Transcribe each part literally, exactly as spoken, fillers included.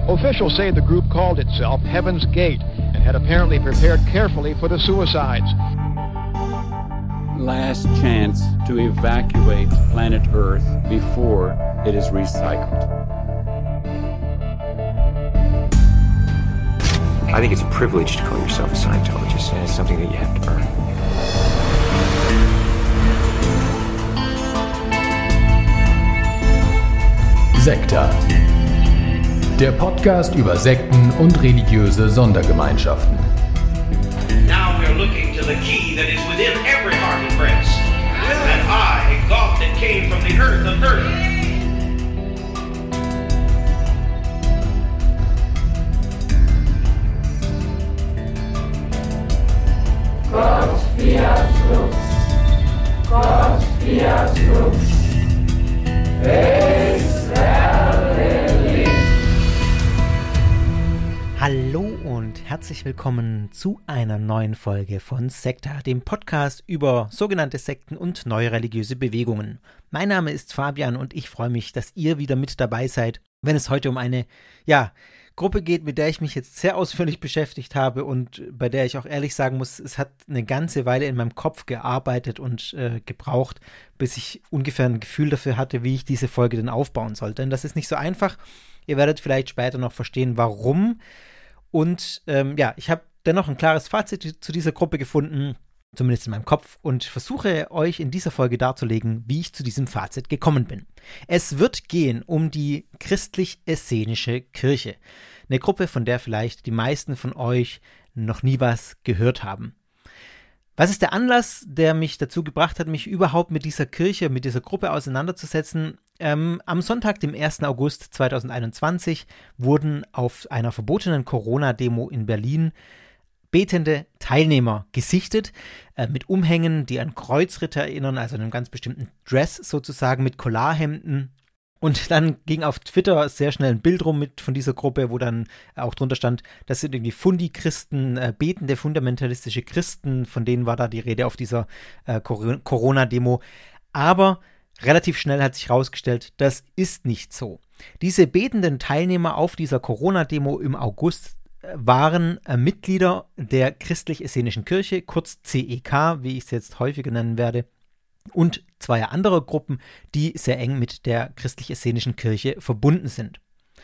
Officials say the group called itself Heaven's Gate and had apparently prepared carefully for the suicides. Last chance to evacuate planet Earth before it is recycled. I think it's a privilege to call yourself a Scientologist, and it's something that you have to earn. Sekta. Der Podcast über Sekten und religiöse Sondergemeinschaften. Now we're looking to the key that is within every heart and breast. And I, God that came from the earth of earth. Gott fiat lux. Gott fiat lux. Hallo und herzlich willkommen zu einer neuen Folge von Sekta, dem Podcast über sogenannte Sekten und neue religiöse Bewegungen. Mein Name ist Fabian und ich freue mich, dass ihr wieder mit dabei seid, wenn es heute um eine, ja, Gruppe geht, mit der ich mich jetzt sehr ausführlich beschäftigt habe und bei der ich auch ehrlich sagen muss, es hat eine ganze Weile in meinem Kopf gearbeitet und äh, gebraucht, bis ich ungefähr ein Gefühl dafür hatte, wie ich diese Folge denn aufbauen sollte. Denn das ist nicht so einfach. Ihr werdet vielleicht später noch verstehen, warum. Und ähm, ja, ich habe dennoch ein klares Fazit zu dieser Gruppe gefunden, zumindest in meinem Kopf, und versuche euch in dieser Folge darzulegen, wie ich zu diesem Fazit gekommen bin. Es wird gehen um die christlich-essenische Kirche. Eine Gruppe, von der vielleicht die meisten von euch noch nie was gehört haben. Was ist der Anlass, der mich dazu gebracht hat, mich überhaupt mit dieser Kirche, mit dieser Gruppe auseinanderzusetzen? Ähm, am Sonntag, dem ersten August zweitausendeinundzwanzig, wurden auf einer verbotenen Corona-Demo in Berlin betende Teilnehmer gesichtet, äh, mit Umhängen, die an Kreuzritter erinnern, also einem ganz bestimmten Dress sozusagen, mit Collarhemden. Und dann ging auf Twitter sehr schnell ein Bild rum mit von dieser Gruppe, wo dann auch drunter stand, das sind irgendwie Fundi-Christen, äh, betende, fundamentalistische Christen, von denen war da die Rede auf dieser äh, Cor- Corona-Demo. Aber relativ schnell hat sich herausgestellt, das ist nicht so. Diese betenden Teilnehmer auf dieser Corona-Demo im August äh, waren äh, Mitglieder der christlich-essenischen Kirche, kurz C E K, wie ich es jetzt häufiger nennen werde, und zweier anderer Gruppen, die sehr eng mit der christlich-essenischen Kirche verbunden sind.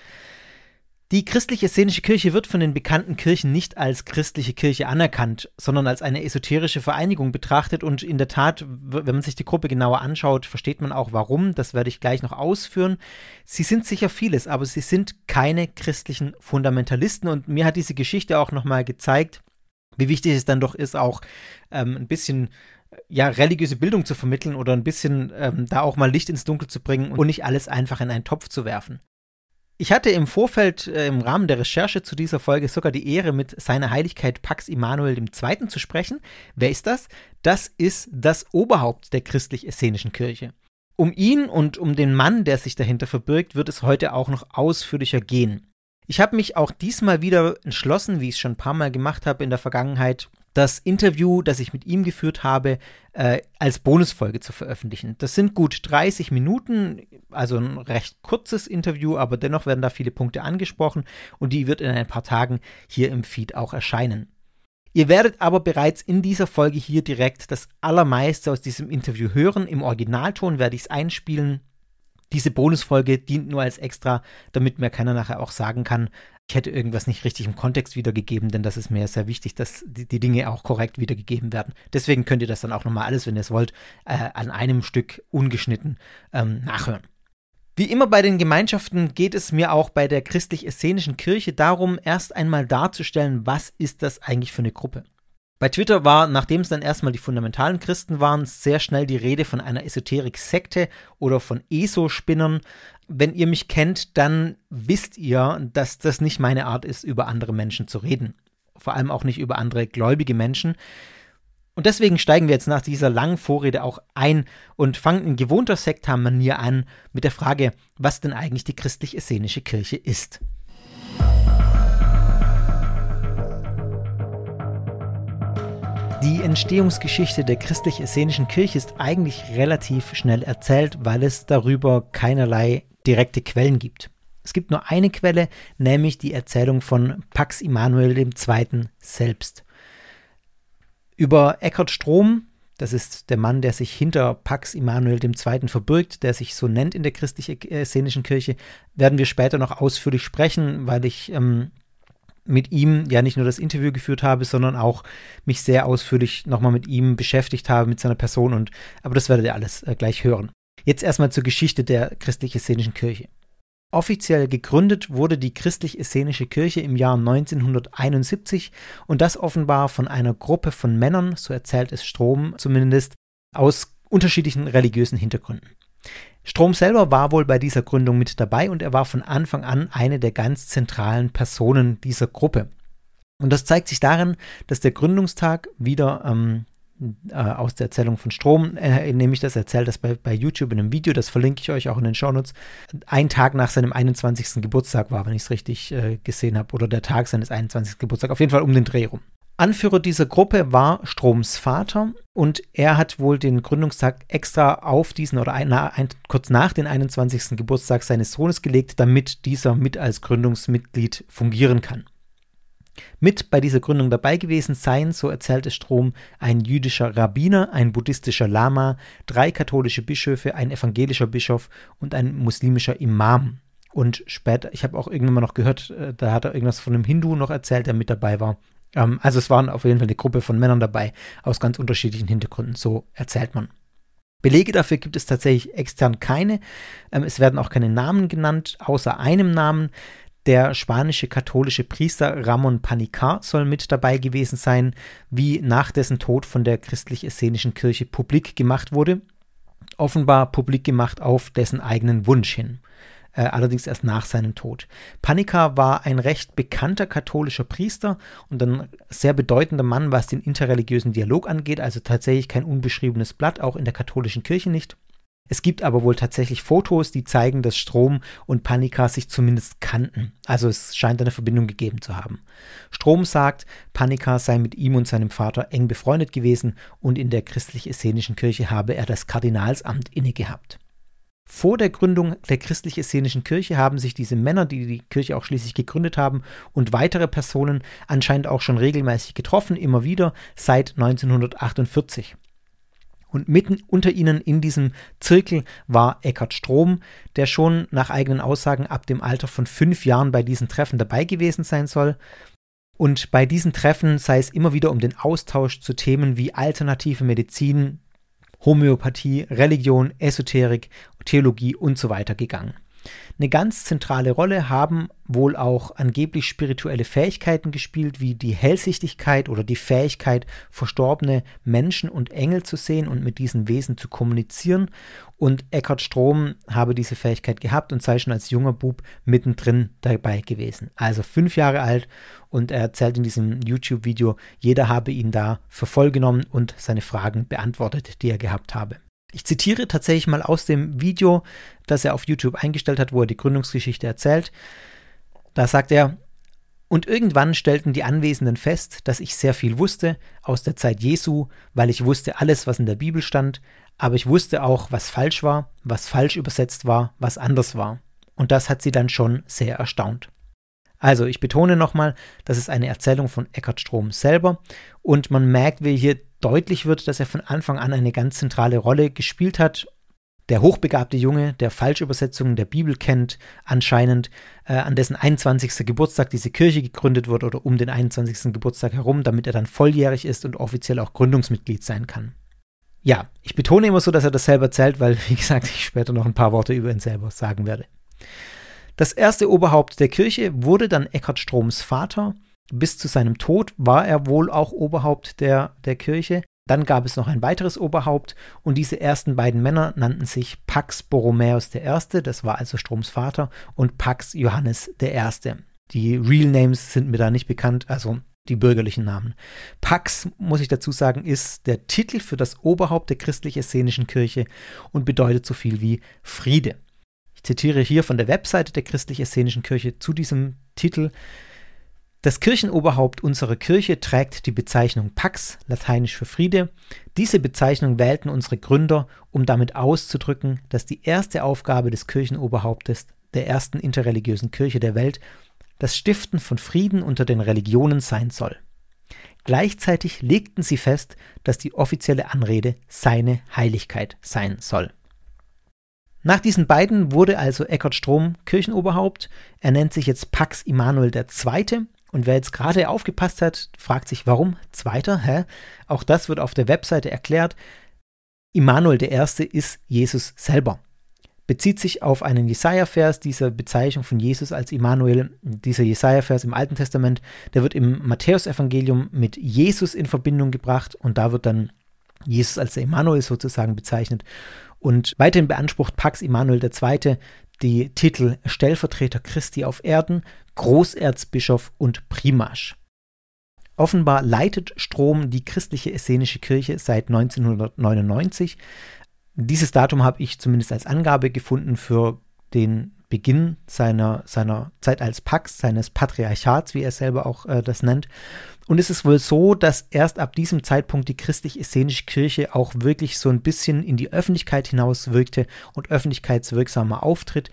Die christlich-essenische Kirche wird von den bekannten Kirchen nicht als christliche Kirche anerkannt, sondern als eine esoterische Vereinigung betrachtet, und in der Tat, wenn man sich die Gruppe genauer anschaut, versteht man auch warum, das werde ich gleich noch ausführen. Sie sind sicher vieles, aber sie sind keine christlichen Fundamentalisten, und mir hat diese Geschichte auch nochmal gezeigt, wie wichtig es dann doch ist, auch ähm, ein bisschen ja, religiöse Bildung zu vermitteln oder ein bisschen ähm, da auch mal Licht ins Dunkel zu bringen und nicht alles einfach in einen Topf zu werfen. Ich hatte im Vorfeld äh, im Rahmen der Recherche zu dieser Folge sogar die Ehre, mit seiner Heiligkeit Pax Immanuel der Zweite zu sprechen. Wer ist das? Das ist das Oberhaupt der christlich-essenischen Kirche. Um ihn und um den Mann, der sich dahinter verbirgt, wird es heute auch noch ausführlicher gehen. Ich habe mich auch diesmal wieder entschlossen, wie ich es schon ein paar Mal gemacht habe in der Vergangenheit, das Interview, das ich mit ihm geführt habe, äh, als Bonusfolge zu veröffentlichen. Das sind gut dreißig Minuten, also ein recht kurzes Interview, aber dennoch werden da viele Punkte angesprochen und die wird in ein paar Tagen hier im Feed auch erscheinen. Ihr werdet aber bereits in dieser Folge hier direkt das Allermeiste aus diesem Interview hören. Im Originalton werde ich es einspielen. Diese Bonusfolge dient nur als Extra, damit mir keiner nachher auch sagen kann, ich hätte irgendwas nicht richtig im Kontext wiedergegeben, denn das ist mir sehr wichtig, dass die, die Dinge auch korrekt wiedergegeben werden. Deswegen könnt ihr das dann auch nochmal alles, wenn ihr es wollt, äh, an einem Stück ungeschnitten ähm, nachhören. Wie immer bei den Gemeinschaften geht es mir auch bei der christlich-essenischen Kirche darum, erst einmal darzustellen, was ist das eigentlich für eine Gruppe. Bei Twitter war, nachdem es dann erstmal die fundamentalen Christen waren, sehr schnell die Rede von einer Esoterik-Sekte oder von E S O-Spinnern. Wenn ihr mich kennt, dann wisst ihr, dass das nicht meine Art ist, über andere Menschen zu reden. Vor allem auch nicht über andere gläubige Menschen. Und deswegen steigen wir jetzt nach dieser langen Vorrede auch ein und fangen in gewohnter Sekta-Manier an mit der Frage, was denn eigentlich die christlich-essenische Kirche ist. Die Entstehungsgeschichte der christlich-essenischen Kirche ist eigentlich relativ schnell erzählt, weil es darüber keinerlei direkte Quellen gibt. Es gibt nur eine Quelle, nämlich die Erzählung von Pax Immanuel der Zweite selbst. Über Eckhard Strom, das ist der Mann, der sich hinter Pax Immanuel der Zweite verbirgt, der sich so nennt in der christlich-essenischen Kirche, werden wir später noch ausführlich sprechen, weil ich ähm, mit ihm ja nicht nur das Interview geführt habe, sondern auch mich sehr ausführlich nochmal mit ihm beschäftigt habe, mit seiner Person. Und aber das werdet ihr alles äh, gleich hören. Jetzt erstmal zur Geschichte der christlich-essenischen Kirche. Offiziell gegründet wurde die christlich-essenische Kirche im Jahr neunzehnhunderteinundsiebzig und das offenbar von einer Gruppe von Männern, so erzählt es Strom zumindest, aus unterschiedlichen religiösen Hintergründen. Strom selber war wohl bei dieser Gründung mit dabei und er war von Anfang an eine der ganz zentralen Personen dieser Gruppe. Und das zeigt sich darin, dass der Gründungstag wieder ähm, äh, aus der Erzählung von Strom, äh, nämlich das erzählt das bei, bei YouTube in einem Video, das verlinke ich euch auch in den Shownotes, ein Tag nach seinem einundzwanzigsten Geburtstag war, wenn ich es richtig äh, gesehen habe, oder der Tag seines einundzwanzigsten Geburtstags, auf jeden Fall um den Dreh rum. Anführer dieser Gruppe war Stroms Vater und er hat wohl den Gründungstag extra auf diesen oder ein, ein, kurz nach den einundzwanzigsten Geburtstag seines Sohnes gelegt, damit dieser mit als Gründungsmitglied fungieren kann. Mit bei dieser Gründung dabei gewesen seien, so erzählte Strom, ein jüdischer Rabbiner, ein buddhistischer Lama, drei katholische Bischöfe, ein evangelischer Bischof und ein muslimischer Imam. Und später, ich habe auch irgendwann mal noch gehört, da hat er irgendwas von einem Hindu noch erzählt, der mit dabei war. Also es waren auf jeden Fall eine Gruppe von Männern dabei, aus ganz unterschiedlichen Hintergründen, so erzählt man. Belege dafür gibt es tatsächlich extern keine. Es werden auch keine Namen genannt, außer einem Namen. Der spanische katholische Priester Ramon Panicar soll mit dabei gewesen sein, wie nach dessen Tod von der christlich-essenischen Kirche publik gemacht wurde. Offenbar publik gemacht auf dessen eigenen Wunsch hin. Äh, allerdings erst nach seinem Tod. Panicar war ein recht bekannter katholischer Priester und ein sehr bedeutender Mann, was den interreligiösen Dialog angeht, also tatsächlich kein unbeschriebenes Blatt, auch in der katholischen Kirche nicht. Es gibt aber wohl tatsächlich Fotos, die zeigen, dass Strom und Panicar sich zumindest kannten. Also es scheint eine Verbindung gegeben zu haben. Strom sagt, Panicar sei mit ihm und seinem Vater eng befreundet gewesen und in der christlich-essenischen Kirche habe er das Kardinalsamt inne gehabt. Vor der Gründung der christlich-essenischen Kirche haben sich diese Männer, die die Kirche auch schließlich gegründet haben, und weitere Personen anscheinend auch schon regelmäßig getroffen, immer wieder seit neunzehnhundertachtundvierzig. Und mitten unter ihnen in diesem Zirkel war Eckhard Strom, der schon nach eigenen Aussagen ab dem Alter von fünf Jahren bei diesen Treffen dabei gewesen sein soll. Und bei diesen Treffen sei es immer wieder um den Austausch zu Themen wie alternative Medizin, Homöopathie, Religion, Esoterik, Theologie und so weiter gegangen. Eine ganz zentrale Rolle haben wohl auch angeblich spirituelle Fähigkeiten gespielt, wie die Hellsichtigkeit oder die Fähigkeit, verstorbene Menschen und Engel zu sehen und mit diesen Wesen zu kommunizieren. Und Eckhard Strom habe diese Fähigkeit gehabt und sei schon als junger Bub mittendrin dabei gewesen. Also fünf Jahre alt, und er erzählt in diesem YouTube-Video, jeder habe ihn da für voll genommen und seine Fragen beantwortet, die er gehabt habe. Ich zitiere tatsächlich mal aus dem Video, das er auf YouTube eingestellt hat, wo er die Gründungsgeschichte erzählt. Da sagt er: Und irgendwann stellten die Anwesenden fest, dass ich sehr viel wusste aus der Zeit Jesu, weil ich wusste alles, was in der Bibel stand, aber ich wusste auch, was falsch war, was falsch übersetzt war, was anders war. Und das hat sie dann schon sehr erstaunt. Also, ich betone nochmal, das ist eine Erzählung von Eckhard Strom selber, und man merkt, wie hier deutlich wird, dass er von Anfang an eine ganz zentrale Rolle gespielt hat. Der hochbegabte Junge, der Falschübersetzungen der Bibel kennt, anscheinend, äh, an dessen einundzwanzigsten Geburtstag diese Kirche gegründet wird oder um den einundzwanzigsten Geburtstag herum, damit er dann volljährig ist und offiziell auch Gründungsmitglied sein kann. Ja, ich betone immer so, dass er das selber erzählt, weil, wie gesagt, ich später noch ein paar Worte über ihn selber sagen werde. Das erste Oberhaupt der Kirche wurde dann Eckhard Stroms Vater. Bis zu seinem Tod war er wohl auch Oberhaupt der, der Kirche. Dann gab es noch ein weiteres Oberhaupt, und diese ersten beiden Männer nannten sich Pax Borromäus der Erste, das war also Stroms Vater, und Pax Johannes der Erste. Die Real Names sind mir da nicht bekannt, also die bürgerlichen Namen. Pax, muss ich dazu sagen, ist der Titel für das Oberhaupt der christlich-essenischen Kirche und bedeutet so viel wie Friede. Ich zitiere hier von der Webseite der christlich-essenischen Kirche zu diesem Titel: Das Kirchenoberhaupt unserer Kirche trägt die Bezeichnung Pax, lateinisch für Friede. Diese Bezeichnung wählten unsere Gründer, um damit auszudrücken, dass die erste Aufgabe des Kirchenoberhauptes der ersten interreligiösen Kirche der Welt, das Stiften von Frieden unter den Religionen sein soll. Gleichzeitig legten sie fest, dass die offizielle Anrede seine Heiligkeit sein soll. Nach diesen beiden wurde also Eckhard Strohm Kirchenoberhaupt. Er nennt sich jetzt Pax Immanuel der Zweite. Und wer jetzt gerade aufgepasst hat, fragt sich, warum Zweiter? Hä? Auch das wird auf der Webseite erklärt. Immanuel der Erste ist Jesus selber. Bezieht sich auf einen Jesaja-Vers, diese Bezeichnung von Jesus als Immanuel, dieser Jesaja-Vers im Alten Testament, der wird im Matthäusevangelium mit Jesus in Verbindung gebracht und da wird dann Jesus als der Immanuel sozusagen bezeichnet. Und weiterhin beansprucht Pax Immanuel der Zweite die Titel Stellvertreter Christi auf Erden, Großerzbischof und Primasch. Offenbar leitet Strohm die christliche essenische Kirche seit neunzehnhundertneunundneunzig. Dieses Datum habe ich zumindest als Angabe gefunden für den Beginn seiner, seiner Zeit als Pax, seines Patriarchats, wie er selber auch äh, das nennt. Und es ist wohl so, dass erst ab diesem Zeitpunkt die christlich-essenische Kirche auch wirklich so ein bisschen in die Öffentlichkeit hinaus wirkte und öffentlichkeitswirksamer auftritt.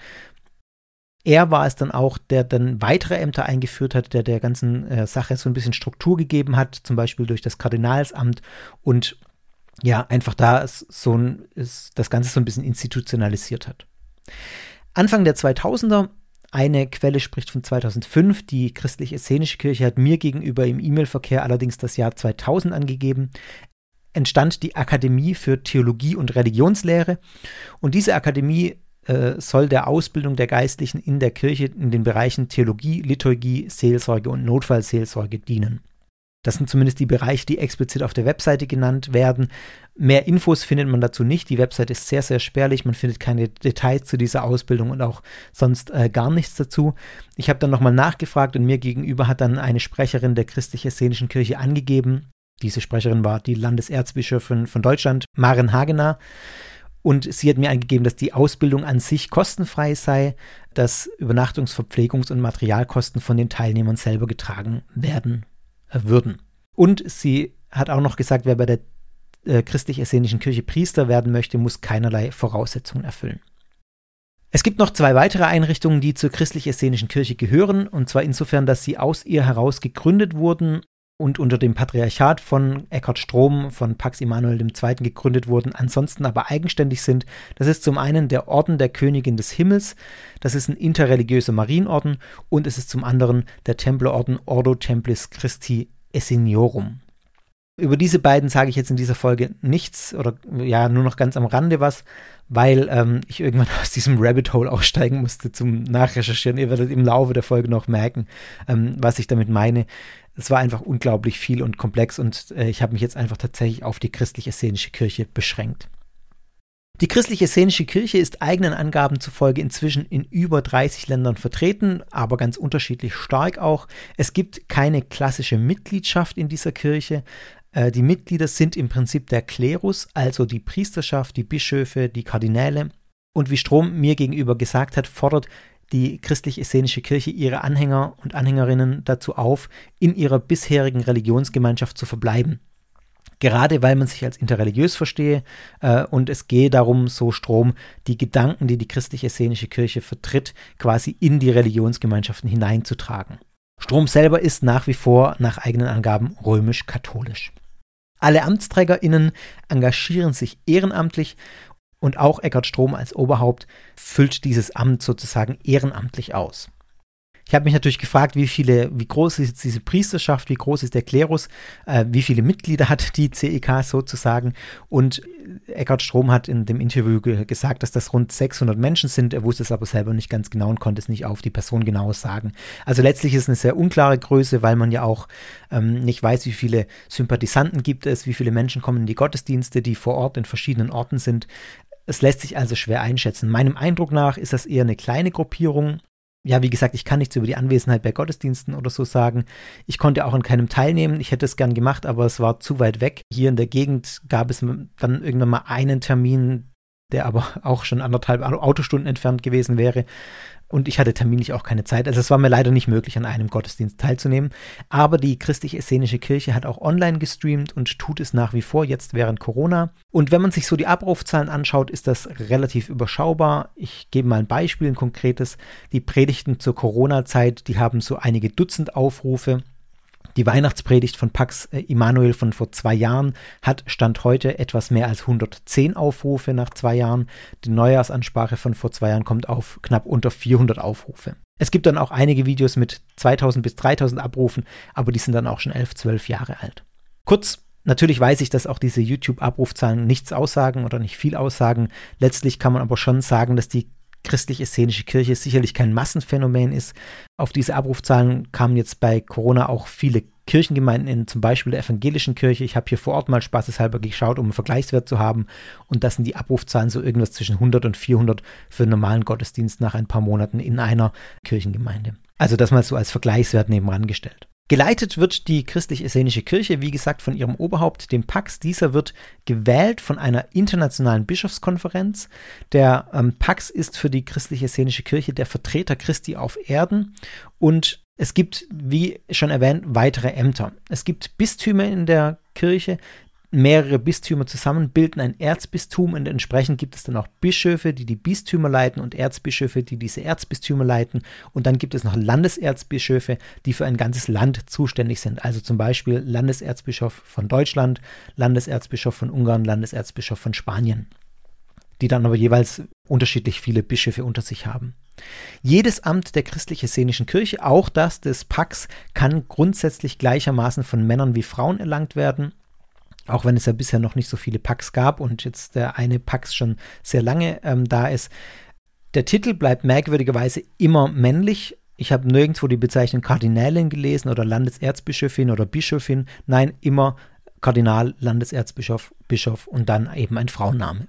Er war es dann auch, der dann weitere Ämter eingeführt hat, der der ganzen äh, Sache so ein bisschen Struktur gegeben hat, zum Beispiel durch das Kardinalsamt und ja, einfach da so ein, ist das Ganze so ein bisschen institutionalisiert hat. Anfang der zweitausender, eine Quelle spricht von zweitausendfünf, die christlich-essenische Kirche hat mir gegenüber im E-Mail-Verkehr allerdings das Jahr zweitausend angegeben, entstand die Akademie für Theologie und Religionslehre und diese Akademie äh, soll der Ausbildung der Geistlichen in der Kirche in den Bereichen Theologie, Liturgie, Seelsorge und Notfallseelsorge dienen. Das sind zumindest die Bereiche, die explizit auf der Webseite genannt werden. Mehr Infos findet man dazu nicht. Die Webseite ist sehr, sehr spärlich. Man findet keine Details zu dieser Ausbildung und auch sonst äh, gar nichts dazu. Ich habe dann nochmal nachgefragt und mir gegenüber hat dann eine Sprecherin der christlich-essenischen Kirche angegeben. Diese Sprecherin war die Landeserzbischöfin von Deutschland, Maren Hagener. Und sie hat mir angegeben, dass die Ausbildung an sich kostenfrei sei, dass Übernachtungs-, Verpflegungs- und Materialkosten von den Teilnehmern selber getragen werden würden. Und sie hat auch noch gesagt, wer bei der äh, christlich-essenischen Kirche Priester werden möchte, muss keinerlei Voraussetzungen erfüllen. Es gibt noch zwei weitere Einrichtungen, die zur christlich-essenischen Kirche gehören, und zwar insofern, dass sie aus ihr heraus gegründet wurden und unter dem Patriarchat von Eckhard Strohm, von Pax Immanuel der Zweite gegründet wurden, ansonsten aber eigenständig sind. Das ist zum einen der Orden der Königin des Himmels, das ist ein interreligiöser Marienorden, und es ist zum anderen der Templerorden Ordo Templis Christi Esseniorum. Über diese beiden sage ich jetzt in dieser Folge nichts oder ja nur noch ganz am Rande was, weil ähm, ich irgendwann aus diesem Rabbit Hole aussteigen musste zum Nachrecherchieren. Ihr werdet im Laufe der Folge noch merken, ähm, was ich damit meine. Es war einfach unglaublich viel und komplex und äh, ich habe mich jetzt einfach tatsächlich auf die christlich-essenische Kirche beschränkt. Die christlich-essenische Kirche ist eigenen Angaben zufolge inzwischen in über dreißig Ländern vertreten, aber ganz unterschiedlich stark auch. Es gibt keine klassische Mitgliedschaft in dieser Kirche. Äh, die Mitglieder sind im Prinzip der Klerus, also die Priesterschaft, die Bischöfe, die Kardinäle. Und wie Strohm mir gegenüber gesagt hat, fordert die christlich-essenische Kirche ihre Anhänger und Anhängerinnen dazu auf, in ihrer bisherigen Religionsgemeinschaft zu verbleiben. Gerade weil man sich als interreligiös verstehe äh, und es gehe darum, so Strohm, die Gedanken, die die christlich-essenische Kirche vertritt, quasi in die Religionsgemeinschaften hineinzutragen. Strohm selber ist nach wie vor nach eigenen Angaben römisch-katholisch. Alle AmtsträgerInnen engagieren sich ehrenamtlich und auch Eckhard Strohm als Oberhaupt füllt dieses Amt sozusagen ehrenamtlich aus. Ich habe mich natürlich gefragt, wie viele, wie groß ist jetzt diese Priesterschaft, wie groß ist der Klerus, äh, wie viele Mitglieder hat die C E K sozusagen, und Eckhard Strohm hat in dem Interview ge- gesagt, dass das rund sechshundert Menschen sind, er wusste es aber selber nicht ganz genau und konnte es nicht auf die Person genau sagen. Also letztlich ist es eine sehr unklare Größe, weil man ja auch ähm, nicht weiß, wie viele Sympathisanten gibt es, wie viele Menschen kommen in die Gottesdienste, die vor Ort in verschiedenen Orten sind. Es lässt sich also schwer einschätzen. Meinem Eindruck nach ist das eher eine kleine Gruppierung. Ja, wie gesagt, ich kann nichts über die Anwesenheit bei Gottesdiensten oder so sagen. Ich konnte auch an keinem teilnehmen. Ich hätte es gern gemacht, aber es war zu weit weg. Hier in der Gegend gab es dann irgendwann mal einen Termin, der aber auch schon anderthalb Autostunden entfernt gewesen wäre. Und ich hatte terminlich auch keine Zeit. Also es war mir leider nicht möglich, an einem Gottesdienst teilzunehmen. Aber die Christlich-Essenische Kirche hat auch online gestreamt und tut es nach wie vor, jetzt während Corona. Und wenn man sich so die Abrufzahlen anschaut, ist das relativ überschaubar. Ich gebe mal ein Beispiel, ein konkretes. Die Predigten zur Corona-Zeit, die haben so einige Dutzend Aufrufe. Die Weihnachtspredigt von Pax Immanuel von vor zwei Jahren hat Stand heute etwas mehr als hundertzehn Aufrufe nach zwei Jahren. Die Neujahrsansprache von vor zwei Jahren kommt auf knapp unter vierhundert Aufrufe. Es gibt dann auch einige Videos mit zweitausend bis dreitausend Abrufen, aber die sind dann auch schon elf, zwölf Jahre alt. Kurz, natürlich weiß ich, dass auch diese YouTube-Abrufzahlen nichts aussagen oder nicht viel aussagen. Letztlich kann man aber schon sagen, dass die Christlich-Essenische Kirche sicherlich kein Massenphänomen ist. Auf diese Abrufzahlen kamen jetzt bei Corona auch viele Kirchengemeinden in, zum Beispiel der evangelischen Kirche. Ich habe hier vor Ort mal spaßeshalber geschaut, um einen Vergleichswert zu haben. Und das sind die Abrufzahlen so irgendwas zwischen hundert und vierhundert für einen normalen Gottesdienst nach ein paar Monaten in einer Kirchengemeinde. Also das mal so als Vergleichswert nebenan gestellt. Geleitet wird die Christlich-Essenische Kirche, wie gesagt, von ihrem Oberhaupt, dem Pax. Dieser wird gewählt von einer internationalen Bischofskonferenz. Der ähm, Pax ist für die Christlich-Essenische Kirche der Vertreter Christi auf Erden. Und es gibt, wie schon erwähnt, weitere Ämter. Es gibt Bistümer in der Kirche. Mehrere Bistümer zusammen bilden ein Erzbistum und entsprechend gibt es dann auch Bischöfe, die die Bistümer leiten und Erzbischöfe, die diese Erzbistümer leiten. Und dann gibt es noch Landeserzbischöfe, die für ein ganzes Land zuständig sind. Also zum Beispiel Landeserzbischof von Deutschland, Landeserzbischof von Ungarn, Landeserzbischof von Spanien, die dann aber jeweils unterschiedlich viele Bischöfe unter sich haben. Jedes Amt der Christlich-Essenischen Kirche, auch das des Pax, kann grundsätzlich gleichermaßen von Männern wie Frauen erlangt werden. Auch wenn es ja bisher noch nicht so viele Pax gab und jetzt der eine Pax schon sehr lange ähm, da ist. Der Titel bleibt merkwürdigerweise immer männlich. Ich habe nirgendwo die Bezeichnung Kardinälin gelesen oder Landeserzbischöfin oder Bischöfin. Nein, immer Kardinal, Landeserzbischof, Bischof und dann eben ein Frauenname.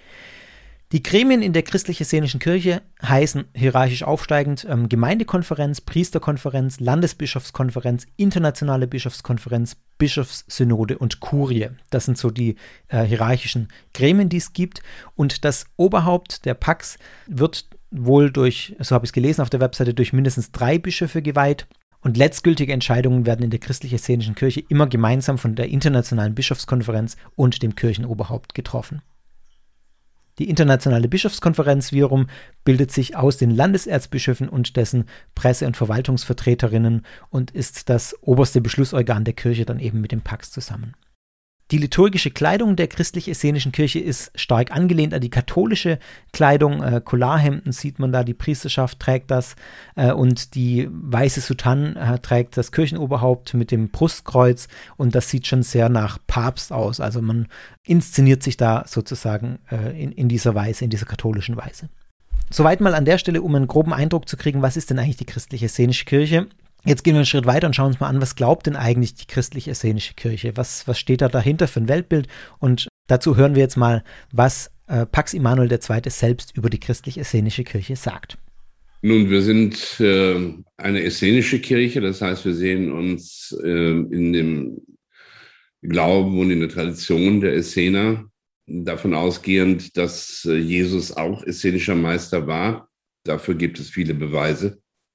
Die Gremien in der Christlich-Essenischen Kirche heißen hierarchisch aufsteigend ähm, Gemeindekonferenz, Priesterkonferenz, Landesbischofskonferenz, Internationale Bischofskonferenz, Bischofssynode und Kurie. Das sind so die äh, hierarchischen Gremien, die es gibt. Und das Oberhaupt, der Pax, wird wohl durch, so habe ich es gelesen auf der Webseite, durch mindestens drei Bischöfe geweiht. Und letztgültige Entscheidungen werden in der Christlich-Essenischen Kirche immer gemeinsam von der Internationalen Bischofskonferenz und dem Kirchenoberhaupt getroffen. Die Internationale Bischofskonferenz wiederum bildet sich aus den Landeserzbischöfen und dessen Presse- und Verwaltungsvertreterinnen und ist das oberste Beschlussorgan der Kirche dann eben mit dem Pax zusammen. Die liturgische Kleidung der Christlich-Essenischen Kirche ist stark angelehnt an die katholische Kleidung. Äh, Collarhemden sieht man da, die Priesterschaft trägt das äh, und die weiße Soutane äh, trägt das Kirchenoberhaupt mit dem Brustkreuz und das sieht schon sehr nach Papst aus. Also man inszeniert sich da sozusagen äh, in, in dieser Weise, in dieser katholischen Weise. Soweit mal an der Stelle, um einen groben Eindruck zu kriegen, was ist denn eigentlich die Christlich-Essenische Kirche? Jetzt gehen wir einen Schritt weiter und schauen uns mal an, was glaubt denn eigentlich die Christlich-Essenische Kirche? Was, was steht da dahinter für ein Weltbild? Und dazu hören wir jetzt mal, was äh, Pax Immanuel der Zweite selbst über die Christlich-Essenische Kirche sagt. Nun, wir sind äh, eine essenische Kirche, das heißt, wir sehen uns äh, in dem Glauben und in der Tradition der Essener davon ausgehend, dass äh, Jesus auch essenischer Meister war. Dafür gibt es viele Beweise.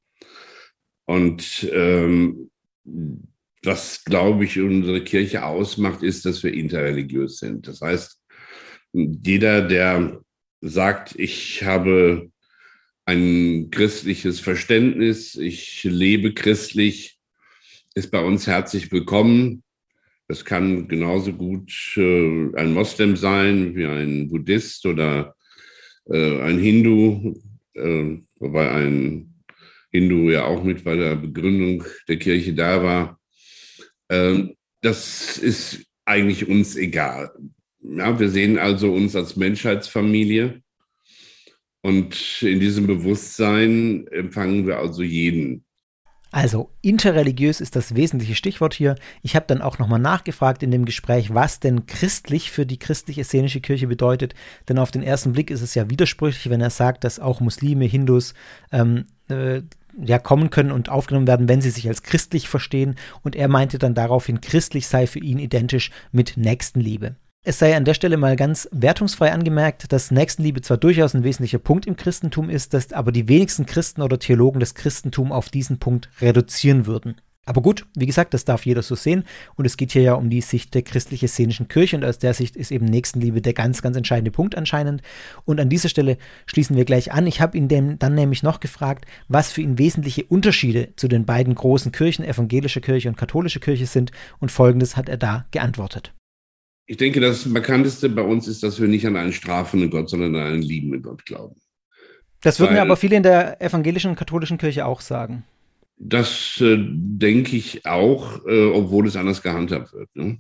Und ähm, was, glaube ich, unsere Kirche ausmacht, ist, dass wir interreligiös sind. Das heißt, jeder, der sagt, ich habe ein christliches Verständnis, ich lebe christlich, ist bei uns herzlich willkommen. Das kann genauso gut äh, ein Moslem sein wie ein Buddhist oder äh, ein Hindu, äh, wobei ein Hindu ja auch mit bei der Begründung der Kirche da war. Ähm, das ist eigentlich uns egal. Ja, wir sehen also uns als Menschheitsfamilie und in diesem Bewusstsein empfangen wir also jeden. Also interreligiös ist das wesentliche Stichwort hier. Ich habe dann auch nochmal nachgefragt in dem Gespräch, was denn christlich für die Christlich-Essenische Kirche bedeutet. Denn auf den ersten Blick ist es ja widersprüchlich, wenn er sagt, dass auch Muslime, Hindus ähm, äh, ja, kommen können und aufgenommen werden, wenn sie sich als christlich verstehen. Und er meinte dann daraufhin, christlich sei für ihn identisch mit Nächstenliebe. Es sei an der Stelle mal ganz wertungsfrei angemerkt, dass Nächstenliebe zwar durchaus ein wesentlicher Punkt im Christentum ist, dass aber die wenigsten Christen oder Theologen das Christentum auf diesen Punkt reduzieren würden. Aber gut, wie gesagt, das darf jeder so sehen und es geht hier ja um die Sicht der christlich-essenischen Kirche und aus der Sicht ist eben Nächstenliebe der ganz, ganz entscheidende Punkt anscheinend. Und an dieser Stelle schließen wir gleich an. Ich habe ihn dann nämlich noch gefragt, was für ihn wesentliche Unterschiede zu den beiden großen Kirchen, evangelische Kirche und katholische Kirche sind und Folgendes hat er da geantwortet. Ich denke, das Bekannteste bei uns ist, dass wir nicht an einen strafenden Gott, sondern an einen liebenden Gott glauben. Das würden Weil, aber viele in der evangelischen und katholischen Kirche auch sagen. Das äh, denke ich auch, äh, obwohl es anders gehandhabt wird. Ne?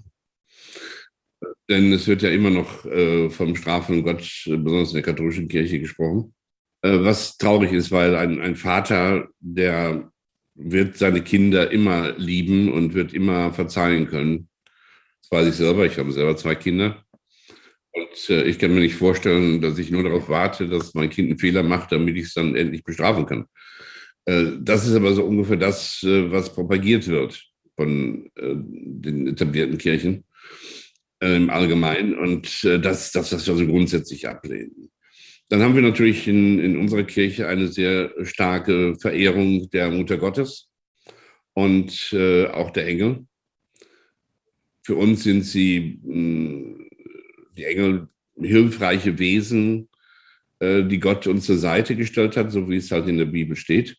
Denn es wird ja immer noch äh, vom strafenden Gott, äh, besonders in der katholischen Kirche, gesprochen. Äh, was traurig ist, weil ein, ein Vater, der wird seine Kinder immer lieben und wird immer verzeihen können. Das weiß ich selber, ich habe selber zwei Kinder. Und äh, ich kann mir nicht vorstellen, dass ich nur darauf warte, dass mein Kind einen Fehler macht, damit ich es dann endlich bestrafen kann. Äh, das ist aber so ungefähr das, äh, was propagiert wird von äh, den etablierten Kirchen äh, im Allgemeinen. Und äh, das, das, das wir also grundsätzlich ablehnen. Dann haben wir natürlich in, in unserer Kirche eine sehr starke Verehrung der Mutter Gottes und äh, auch der Engel. Für uns sind sie mh, die Engel hilfreiche Wesen, äh, die Gott uns zur Seite gestellt hat, so wie es halt in der Bibel steht.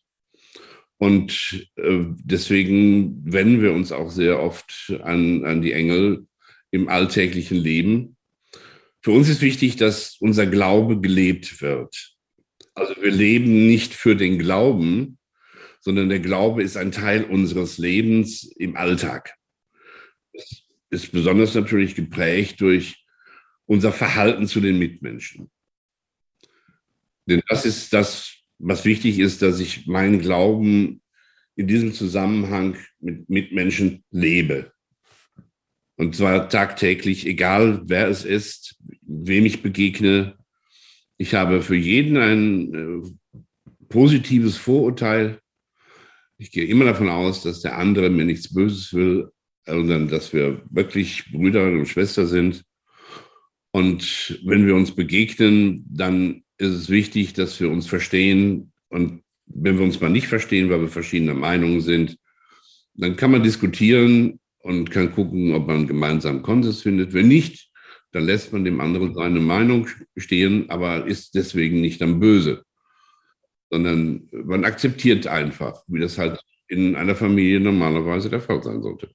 Und äh, deswegen wenden wir uns auch sehr oft an, an die Engel im alltäglichen Leben. Für uns ist wichtig, dass unser Glaube gelebt wird. Also wir leben nicht für den Glauben, sondern der Glaube ist ein Teil unseres Lebens im Alltag. Das ist besonders natürlich geprägt durch unser Verhalten zu den Mitmenschen. Denn das ist das, was wichtig ist, dass ich meinen Glauben in diesem Zusammenhang mit Mitmenschen lebe. Und zwar tagtäglich, egal wer es ist, wem ich begegne. Ich habe für jeden ein äh, positives Vorurteil. Ich gehe immer davon aus, dass der andere mir nichts Böses will, sondern dass wir wirklich Brüder und Schwester sind. Und wenn wir uns begegnen, dann ist es wichtig, dass wir uns verstehen. Und wenn wir uns mal nicht verstehen, weil wir verschiedener Meinungen sind, dann kann man diskutieren und kann gucken, ob man einen gemeinsamen Konsens findet. Wenn nicht, dann lässt man dem anderen seine Meinung stehen, aber ist deswegen nicht dann böse, sondern man akzeptiert einfach, wie das halt in einer Familie normalerweise der Fall sein sollte.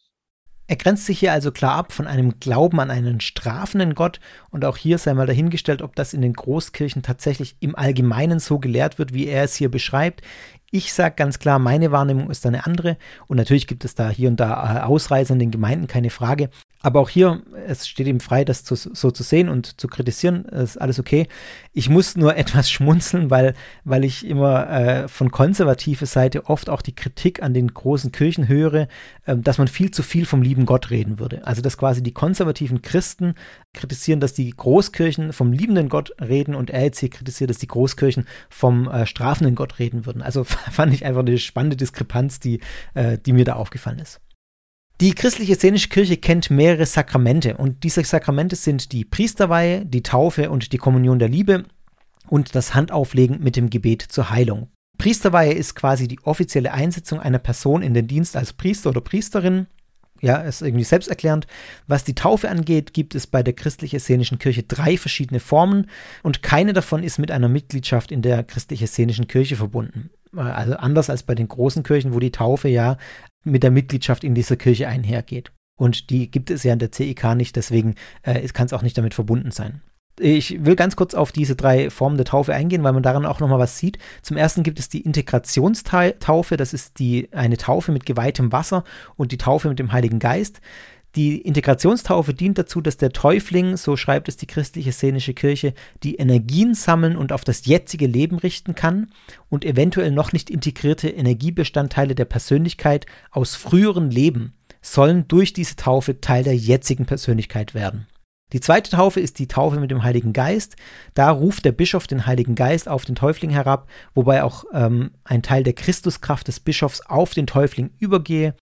Er grenzt sich hier also klar ab von einem Glauben an einen strafenden Gott und auch hier sei mal dahingestellt, ob das in den Großkirchen tatsächlich im Allgemeinen so gelehrt wird, wie er es hier beschreibt. Ich sage ganz klar, meine Wahrnehmung ist eine andere und natürlich gibt es da hier und da Ausreißer in den Gemeinden, keine Frage. Aber auch hier, es steht ihm frei, das zu, so zu sehen und zu kritisieren, ist alles okay. Ich muss nur etwas schmunzeln, weil, weil ich immer äh, von konservativer Seite oft auch die Kritik an den großen Kirchen höre, äh, dass man viel zu viel vom lieben Gott reden würde. Also dass quasi die konservativen Christen kritisieren, dass die Großkirchen vom liebenden Gott reden und er jetzt hier kritisiert, dass die Großkirchen vom äh, strafenden Gott reden würden. Also fand ich einfach eine spannende Diskrepanz, die, äh, die mir da aufgefallen ist. Die christlich-essenische Kirche kennt mehrere Sakramente und diese Sakramente sind die Priesterweihe, die Taufe und die Kommunion der Liebe und das Handauflegen mit dem Gebet zur Heilung. Priesterweihe ist quasi die offizielle Einsetzung einer Person in den Dienst als Priester oder Priesterin. Ja, ist irgendwie selbsterklärend. Was die Taufe angeht, gibt es bei der christlich-essenischen Kirche drei verschiedene Formen und keine davon ist mit einer Mitgliedschaft in der christlich-essenischen Kirche verbunden. Also anders als bei den großen Kirchen, wo die Taufe ja mit der Mitgliedschaft in dieser Kirche einhergeht. Und die gibt es ja in der C E K nicht, deswegen äh, kann es auch nicht damit verbunden sein. Ich will ganz kurz auf diese drei Formen der Taufe eingehen, weil man daran auch nochmal was sieht. Zum ersten gibt es die Integrationstaufe, das ist die, eine Taufe mit geweihtem Wasser und die Taufe mit dem Heiligen Geist. Die Integrationstaufe dient dazu, dass der Täufling, so schreibt es die christlich-essenische Kirche, die Energien sammeln und auf das jetzige Leben richten kann und eventuell noch nicht integrierte Energiebestandteile der Persönlichkeit aus früheren Leben sollen durch diese Taufe Teil der jetzigen Persönlichkeit werden. Die zweite Taufe ist die Taufe mit dem Heiligen Geist. Da ruft der Bischof den Heiligen Geist auf den Täufling herab, wobei auch ähm, ein Teil der Christuskraft des Bischofs auf den Täufling übergehe.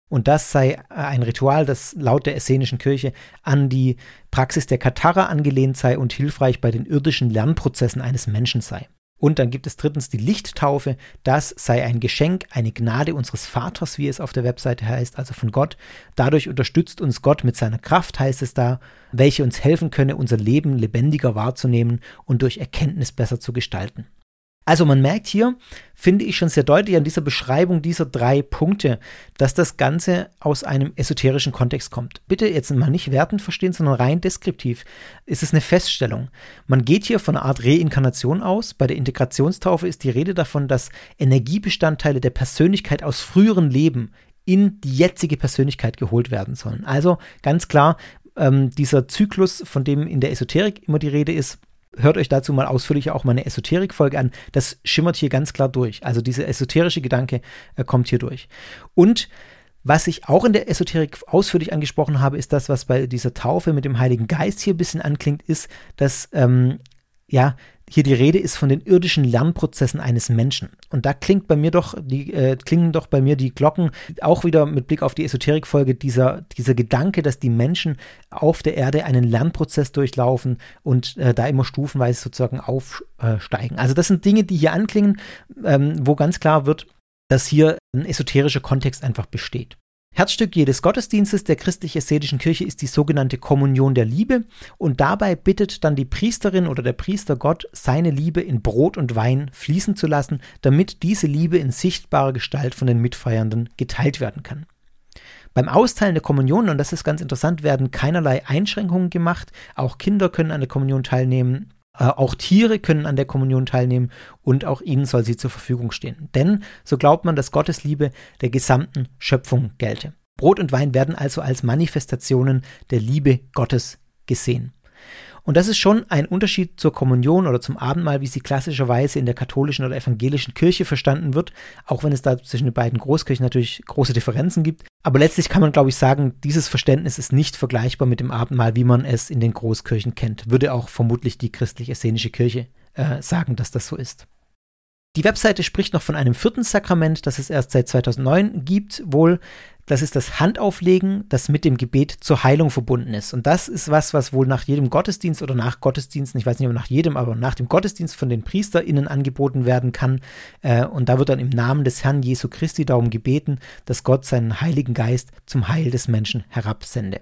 Und das sei ein Ritual, das laut der Essenischen Kirche an die Praxis der Katharra angelehnt sei und hilfreich bei den irdischen Lernprozessen eines Menschen sei. Und dann gibt es drittens die Lichttaufe. Das sei ein Geschenk, eine Gnade unseres Vaters, wie es auf der Webseite heißt, also von Gott. Dadurch unterstützt uns Gott mit seiner Kraft, heißt es da, welche uns helfen könne, unser Leben lebendiger wahrzunehmen und durch Erkenntnis besser zu gestalten. Also man merkt hier, finde ich schon sehr deutlich an dieser Beschreibung dieser drei Punkte, dass das Ganze aus einem esoterischen Kontext kommt. Bitte jetzt mal nicht wertend verstehen, sondern rein deskriptiv. Es ist eine Feststellung. Man geht hier von einer Art Reinkarnation aus. Bei der Integrationstaufe ist die Rede davon, dass Energiebestandteile der Persönlichkeit aus früheren Leben in die jetzige Persönlichkeit geholt werden sollen. Also ganz klar, ähm, dieser Zyklus, von dem in der Esoterik immer die Rede ist, hört euch dazu mal ausführlicher auch meine Esoterik-Folge an. Das schimmert hier ganz klar durch. Also dieser esoterische Gedanke äh, kommt hier durch. Und was ich auch in der Esoterik ausführlich angesprochen habe, ist das, was bei dieser Taufe mit dem Heiligen Geist hier ein bisschen anklingt, ist, dass ähm, ja, hier die Rede ist von den irdischen Lernprozessen eines Menschen. Und da klingt bei mir doch die, äh, klingen doch bei mir die Glocken, auch wieder mit Blick auf die Esoterik-Folge, dieser, dieser Gedanke, dass die Menschen auf der Erde einen Lernprozess durchlaufen und äh, da immer stufenweise sozusagen aufsteigen. Also das sind Dinge, die hier anklingen, ähm, wo ganz klar wird, dass hier ein esoterischer Kontext einfach besteht. Herzstück jedes Gottesdienstes der christlich-essenischen Kirche ist die sogenannte Kommunion der Liebe und dabei bittet dann die Priesterin oder der Priester Gott, seine Liebe in Brot und Wein fließen zu lassen, damit diese Liebe in sichtbarer Gestalt von den Mitfeiernden geteilt werden kann. Beim Austeilen der Kommunion, und das ist ganz interessant, werden keinerlei Einschränkungen gemacht, auch Kinder können an der Kommunion teilnehmen, auch Tiere können an der Kommunion teilnehmen und auch ihnen soll sie zur Verfügung stehen. Denn so glaubt man, dass Gottes Liebe der gesamten Schöpfung gelte. Brot und Wein werden also als Manifestationen der Liebe Gottes gesehen. Und das ist schon ein Unterschied zur Kommunion oder zum Abendmahl, wie sie klassischerweise in der katholischen oder evangelischen Kirche verstanden wird, auch wenn es da zwischen den beiden Großkirchen natürlich große Differenzen gibt. Aber letztlich kann man, glaube ich, sagen, dieses Verständnis ist nicht vergleichbar mit dem Abendmahl, wie man es in den Großkirchen kennt. Würde auch vermutlich die christlich-essenische Kirche äh, sagen, dass das so ist. Die Webseite spricht noch von einem vierten Sakrament, das es erst seit zweitausendneun gibt, wohl. Das ist das Handauflegen, das mit dem Gebet zur Heilung verbunden ist. Und das ist was, was wohl nach jedem Gottesdienst oder nach Gottesdiensten, ich weiß nicht, ob nach jedem, aber nach dem Gottesdienst von den PriesterInnen angeboten werden kann. Äh, und da wird dann im Namen des Herrn Jesu Christi darum gebeten, dass Gott seinen Heiligen Geist zum Heil des Menschen herabsende.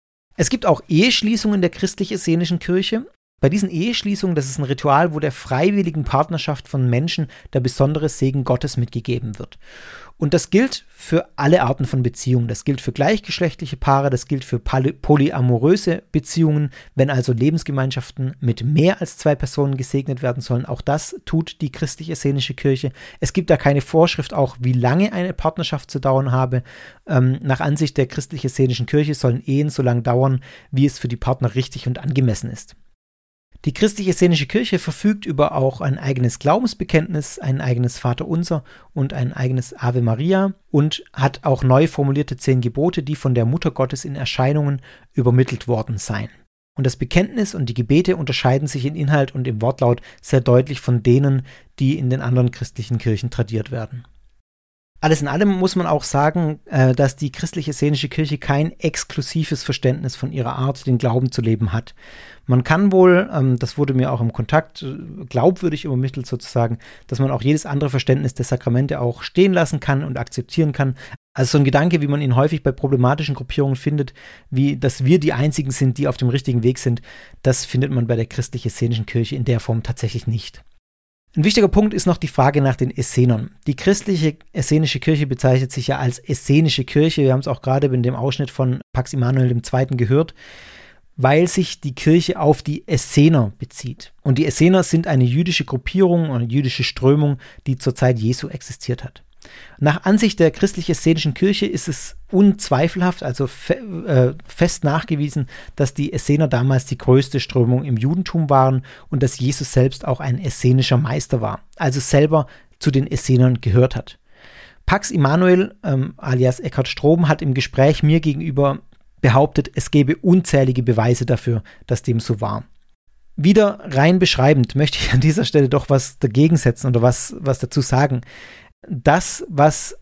Es gibt auch Eheschließungen der christlich-essenischen Kirche. Bei diesen Eheschließungen, das ist ein Ritual, wo der freiwilligen Partnerschaft von Menschen der besondere Segen Gottes mitgegeben wird. Und das gilt für alle Arten von Beziehungen. Das gilt für gleichgeschlechtliche Paare, das gilt für poly- polyamoröse Beziehungen, wenn also Lebensgemeinschaften mit mehr als zwei Personen gesegnet werden sollen. Auch das tut die christlich-essenische Kirche. Es gibt da keine Vorschrift auch, wie lange eine Partnerschaft zu dauern habe. Ähm, nach Ansicht der christlich-essenischen Kirche sollen Ehen so lange dauern, wie es für die Partner richtig und angemessen ist. Die christlich-essenische Kirche verfügt über auch ein eigenes Glaubensbekenntnis, ein eigenes Vaterunser und ein eigenes Ave Maria und hat auch neu formulierte zehn Gebote, die von der Mutter Gottes in Erscheinungen übermittelt worden seien. Und das Bekenntnis und die Gebete unterscheiden sich in Inhalt und im Wortlaut sehr deutlich von denen, die in den anderen christlichen Kirchen tradiert werden. Alles in allem muss man auch sagen, dass die christlich-essenische Kirche kein exklusives Verständnis von ihrer Art, den Glauben zu leben hat. Man kann wohl, das wurde mir auch im Kontakt glaubwürdig übermittelt sozusagen, dass man auch jedes andere Verständnis der Sakramente auch stehen lassen kann und akzeptieren kann. Also so ein Gedanke, wie man ihn häufig bei problematischen Gruppierungen findet, wie dass wir die Einzigen sind, die auf dem richtigen Weg sind, das findet man bei der christlich-essenischen Kirche in der Form tatsächlich nicht. Ein wichtiger Punkt ist noch die Frage nach den Essenern. Die christliche essenische Kirche bezeichnet sich ja als essenische Kirche. Wir haben es auch gerade in dem Ausschnitt von Pax Immanuel der Zweite gehört, weil sich die Kirche auf die Essener bezieht. Und die Essener sind eine jüdische Gruppierung, eine jüdische Strömung, die zur Zeit Jesu existiert hat. Nach Ansicht der christlich-essenischen Kirche ist es unzweifelhaft, also fe- äh, fest nachgewiesen, dass die Essener damals die größte Strömung im Judentum waren und dass Jesus selbst auch ein essenischer Meister war, also selber zu den Essenern gehört hat. Pax Immanuel, ähm, alias Eckhard Strom, hat im Gespräch mir gegenüber behauptet, es gäbe unzählige Beweise dafür, dass dem so war. Wieder rein beschreibend möchte ich an dieser Stelle doch was dagegen setzen oder was, was dazu sagen. Das, was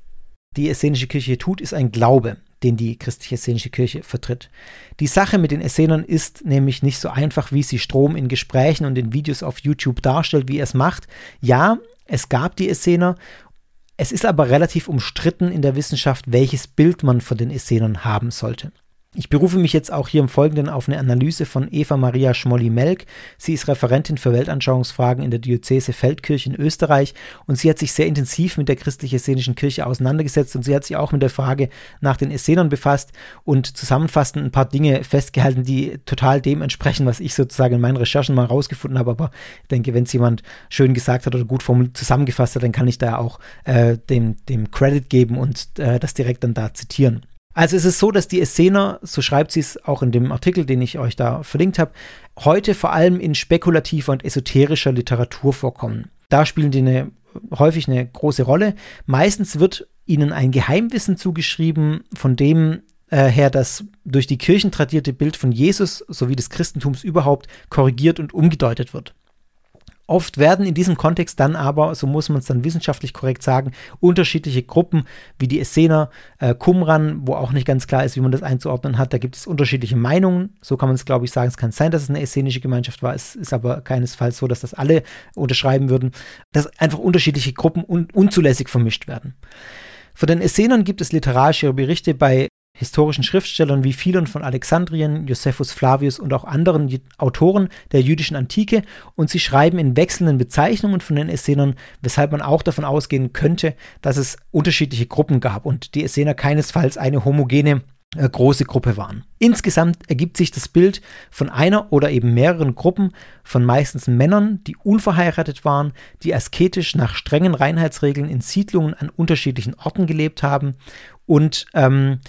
die Essenische Kirche tut, ist ein Glaube, den die christliche Essenische Kirche vertritt. Die Sache mit den Essenern ist nämlich nicht so einfach, wie sie Strom in Gesprächen und in Videos auf YouTube darstellt, wie er es macht. Ja, es gab die Essener, es ist aber relativ umstritten in der Wissenschaft, welches Bild man von den Essenern haben sollte. Ich berufe mich jetzt auch hier im Folgenden auf eine Analyse von Eva Maria Schmolli-Melk. Sie ist Referentin für Weltanschauungsfragen in der Diözese Feldkirch in Österreich und sie hat sich sehr intensiv mit der christlich-essenischen Kirche auseinandergesetzt und sie hat sich auch mit der Frage nach den Essenern befasst und zusammenfassend ein paar Dinge festgehalten, die total dem entsprechen, was ich sozusagen in meinen Recherchen mal rausgefunden habe. Aber ich denke, wenn es jemand schön gesagt hat oder gut formuliert zusammengefasst hat, dann kann ich da auch äh, dem, dem Credit geben und äh, das direkt dann da zitieren. Also es ist so, dass die Essener, so schreibt sie es auch in dem Artikel, den ich euch da verlinkt habe, heute vor allem in spekulativer und esoterischer Literatur vorkommen. Da spielen die eine, häufig eine große Rolle. Meistens wird ihnen ein Geheimwissen zugeschrieben, von dem äh, her das durch die Kirchen tradierte Bild von Jesus sowie des Christentums überhaupt korrigiert und umgedeutet wird. Oft werden in diesem Kontext dann aber, so muss man es dann wissenschaftlich korrekt sagen, unterschiedliche Gruppen wie die Essener, äh, Qumran, wo auch nicht ganz klar ist, wie man das einzuordnen hat, da gibt es unterschiedliche Meinungen, so kann man es glaube ich sagen, es kann sein, dass es eine essenische Gemeinschaft war, es ist aber keinesfalls so, dass das alle unterschreiben würden, dass einfach unterschiedliche Gruppen un- unzulässig vermischt werden. Von den Essenern gibt es literarische Berichte bei historischen Schriftstellern wie Philon von Alexandrien, Josephus Flavius und auch anderen Autoren der jüdischen Antike und sie schreiben in wechselnden Bezeichnungen von den Essenern, weshalb man auch davon ausgehen könnte, dass es unterschiedliche Gruppen gab und die Essener keinesfalls eine homogene äh, große Gruppe waren. Insgesamt ergibt sich das Bild von einer oder eben mehreren Gruppen von meistens Männern, die unverheiratet waren, die asketisch nach strengen Reinheitsregeln in Siedlungen an unterschiedlichen Orten gelebt haben und ähm,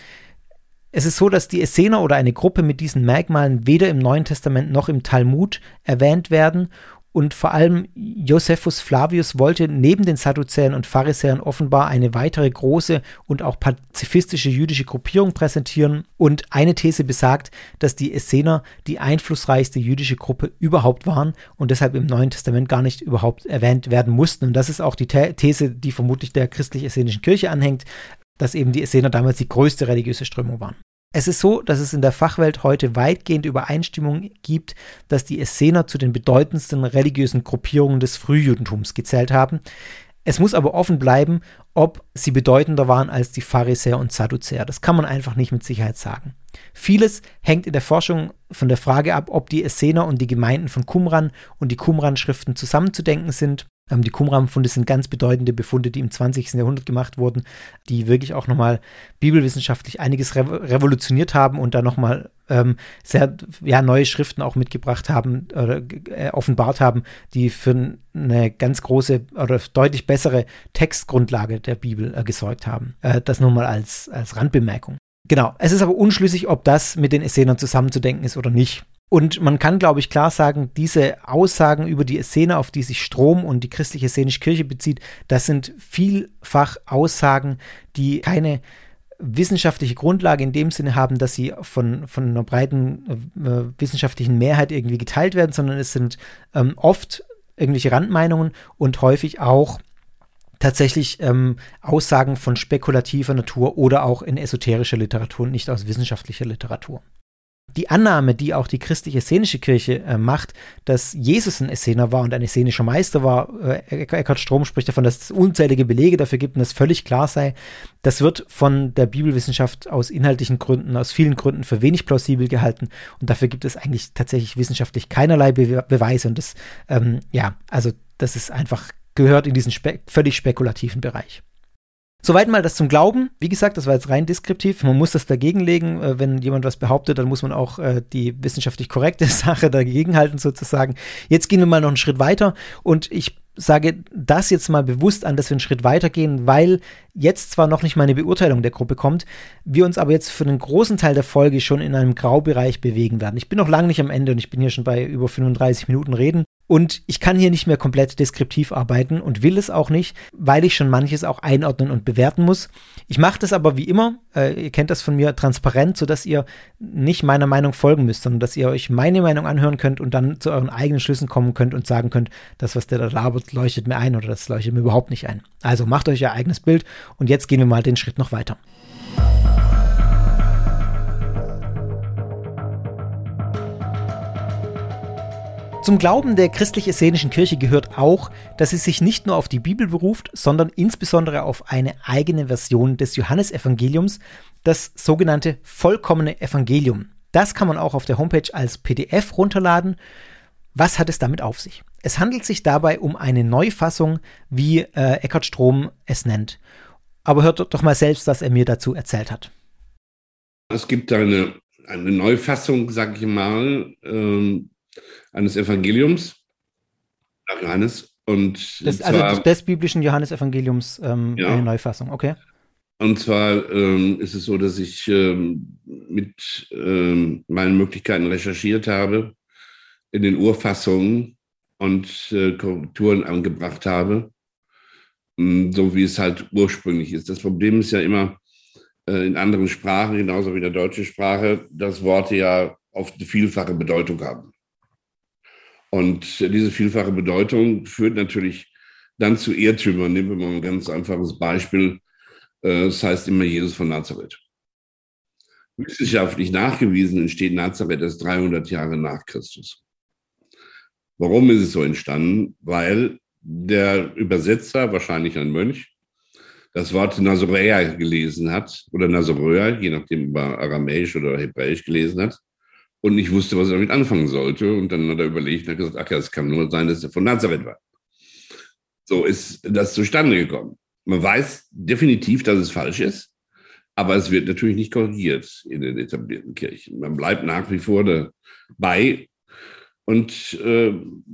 es ist so, dass die Essener oder eine Gruppe mit diesen Merkmalen weder im Neuen Testament noch im Talmud erwähnt werden und vor allem Josephus Flavius wollte neben den Sadduzäern und Pharisäern offenbar eine weitere große und auch pazifistische jüdische Gruppierung präsentieren und eine These besagt, dass die Essener die einflussreichste jüdische Gruppe überhaupt waren und deshalb im Neuen Testament gar nicht überhaupt erwähnt werden mussten und das ist auch die These, die vermutlich der christlich-essenischen Kirche anhängt, dass eben die Essener damals die größte religiöse Strömung waren. Es ist so, dass es in der Fachwelt heute weitgehend Übereinstimmung gibt, dass die Essener zu den bedeutendsten religiösen Gruppierungen des Frühjudentums gezählt haben. Es muss aber offen bleiben, ob sie bedeutender waren als die Pharisäer und Sadduzäer. Das kann man einfach nicht mit Sicherheit sagen. Vieles hängt in der Forschung von der Frage ab, ob die Essener und die Gemeinden von Qumran und die Qumran-Schriften zusammenzudenken sind. Ähm, die Qumran-Funde sind ganz bedeutende Befunde, die im zwanzigsten Jahrhundert gemacht wurden, die wirklich auch nochmal bibelwissenschaftlich einiges revo- revolutioniert haben und da nochmal ähm, sehr ja, neue Schriften auch mitgebracht haben oder äh, offenbart haben, die für eine ganz große oder deutlich bessere Textgrundlage der Bibel äh, gesorgt haben. Äh, das nur mal als, als Randbemerkung. Genau, es ist aber unschlüssig, ob das mit den Essenern zusammenzudenken ist oder nicht. Und man kann, glaube ich, klar sagen, diese Aussagen über die Essener, auf die sich Strom und die christliche essenische Kirche bezieht, das sind vielfach Aussagen, die keine wissenschaftliche Grundlage in dem Sinne haben, dass sie von, von einer breiten äh, wissenschaftlichen Mehrheit irgendwie geteilt werden, sondern es sind ähm, oft irgendwelche Randmeinungen und häufig auch tatsächlich ähm, Aussagen von spekulativer Natur oder auch in esoterischer Literatur und nicht aus wissenschaftlicher Literatur. Die Annahme, die auch die christlich-essenische Kirche äh, macht, dass Jesus ein Essener war und ein essenischer Meister war, äh, Eckhard Strom spricht davon, dass es unzählige Belege dafür gibt und das völlig klar sei, das wird von der Bibelwissenschaft aus inhaltlichen Gründen, aus vielen Gründen für wenig plausibel gehalten und dafür gibt es eigentlich tatsächlich wissenschaftlich keinerlei Be- Beweise und das, ähm, ja, also das ist einfach, gehört in diesen spe- völlig spekulativen Bereich. Soweit mal das zum Glauben. Wie gesagt, das war jetzt rein deskriptiv. Man muss das dagegenlegen. Äh, wenn jemand was behauptet, dann muss man auch äh, die wissenschaftlich korrekte Sache dagegenhalten sozusagen. Jetzt gehen wir mal noch einen Schritt weiter und ich sage das jetzt mal bewusst an, dass wir einen Schritt weiter gehen, weil jetzt zwar noch nicht mal eine Beurteilung der Gruppe kommt, wir uns aber jetzt für einen großen Teil der Folge schon in einem Graubereich bewegen werden. Ich bin noch lange nicht am Ende und ich bin hier schon bei über fünfunddreißig Minuten Reden. Und ich kann hier nicht mehr komplett deskriptiv arbeiten und will es auch nicht, weil ich schon manches auch einordnen und bewerten muss. Ich mache das aber wie immer, äh, ihr kennt das von mir, transparent, sodass ihr nicht meiner Meinung folgen müsst, sondern dass ihr euch meine Meinung anhören könnt und dann zu euren eigenen Schlüssen kommen könnt und sagen könnt, das, was der da labert, leuchtet mir ein oder das leuchtet mir überhaupt nicht ein. Also macht euch euer eigenes Bild und jetzt gehen wir mal den Schritt noch weiter. Zum Glauben der christlich-essenischen Kirche gehört auch, dass sie sich nicht nur auf die Bibel beruft, sondern insbesondere auf eine eigene Version des Johannesevangeliums, das sogenannte vollkommene Evangelium. Das kann man auch auf der Homepage als P D F runterladen. Was hat es damit auf sich? Es handelt sich dabei um eine Neufassung, wie äh, Eckhart Strom es nennt. Aber hört doch mal selbst, was er mir dazu erzählt hat. Es gibt eine, eine Neufassung, sage ich mal, ähm eines Evangeliums nach Johannes. Und das, zwar, also des biblischen Johannesevangeliums ähm, ja. Eine Neufassung, okay. Und zwar ähm, ist es so, dass ich ähm, mit ähm, meinen Möglichkeiten recherchiert habe, in den Urfassungen und äh, Korrekturen angebracht habe, ähm, so wie es halt ursprünglich ist. Das Problem ist ja immer äh, in anderen Sprachen, genauso wie in der deutschen Sprache, dass Worte ja oft eine vielfache Bedeutung haben. Und diese vielfache Bedeutung führt natürlich dann zu Irrtümern. Nehmen wir mal ein ganz einfaches Beispiel. Es heißt immer Jesus von Nazareth. Wissenschaftlich nachgewiesen entsteht Nazareth erst dreihundert Jahre nach Christus. Warum ist es so entstanden? Weil der Übersetzer, wahrscheinlich ein Mönch, das Wort Nazoräer gelesen hat, oder Nazoräer, je nachdem, ob er Aramäisch oder Hebräisch gelesen hat, und nicht wusste, was er damit anfangen sollte. Und dann hat er überlegt und hat gesagt, ach ja, es kann nur sein, dass er von Nazareth war. So ist das zustande gekommen. Man weiß definitiv, dass es falsch ist, aber es wird natürlich nicht korrigiert in den etablierten Kirchen. Man bleibt nach wie vor dabei und äh,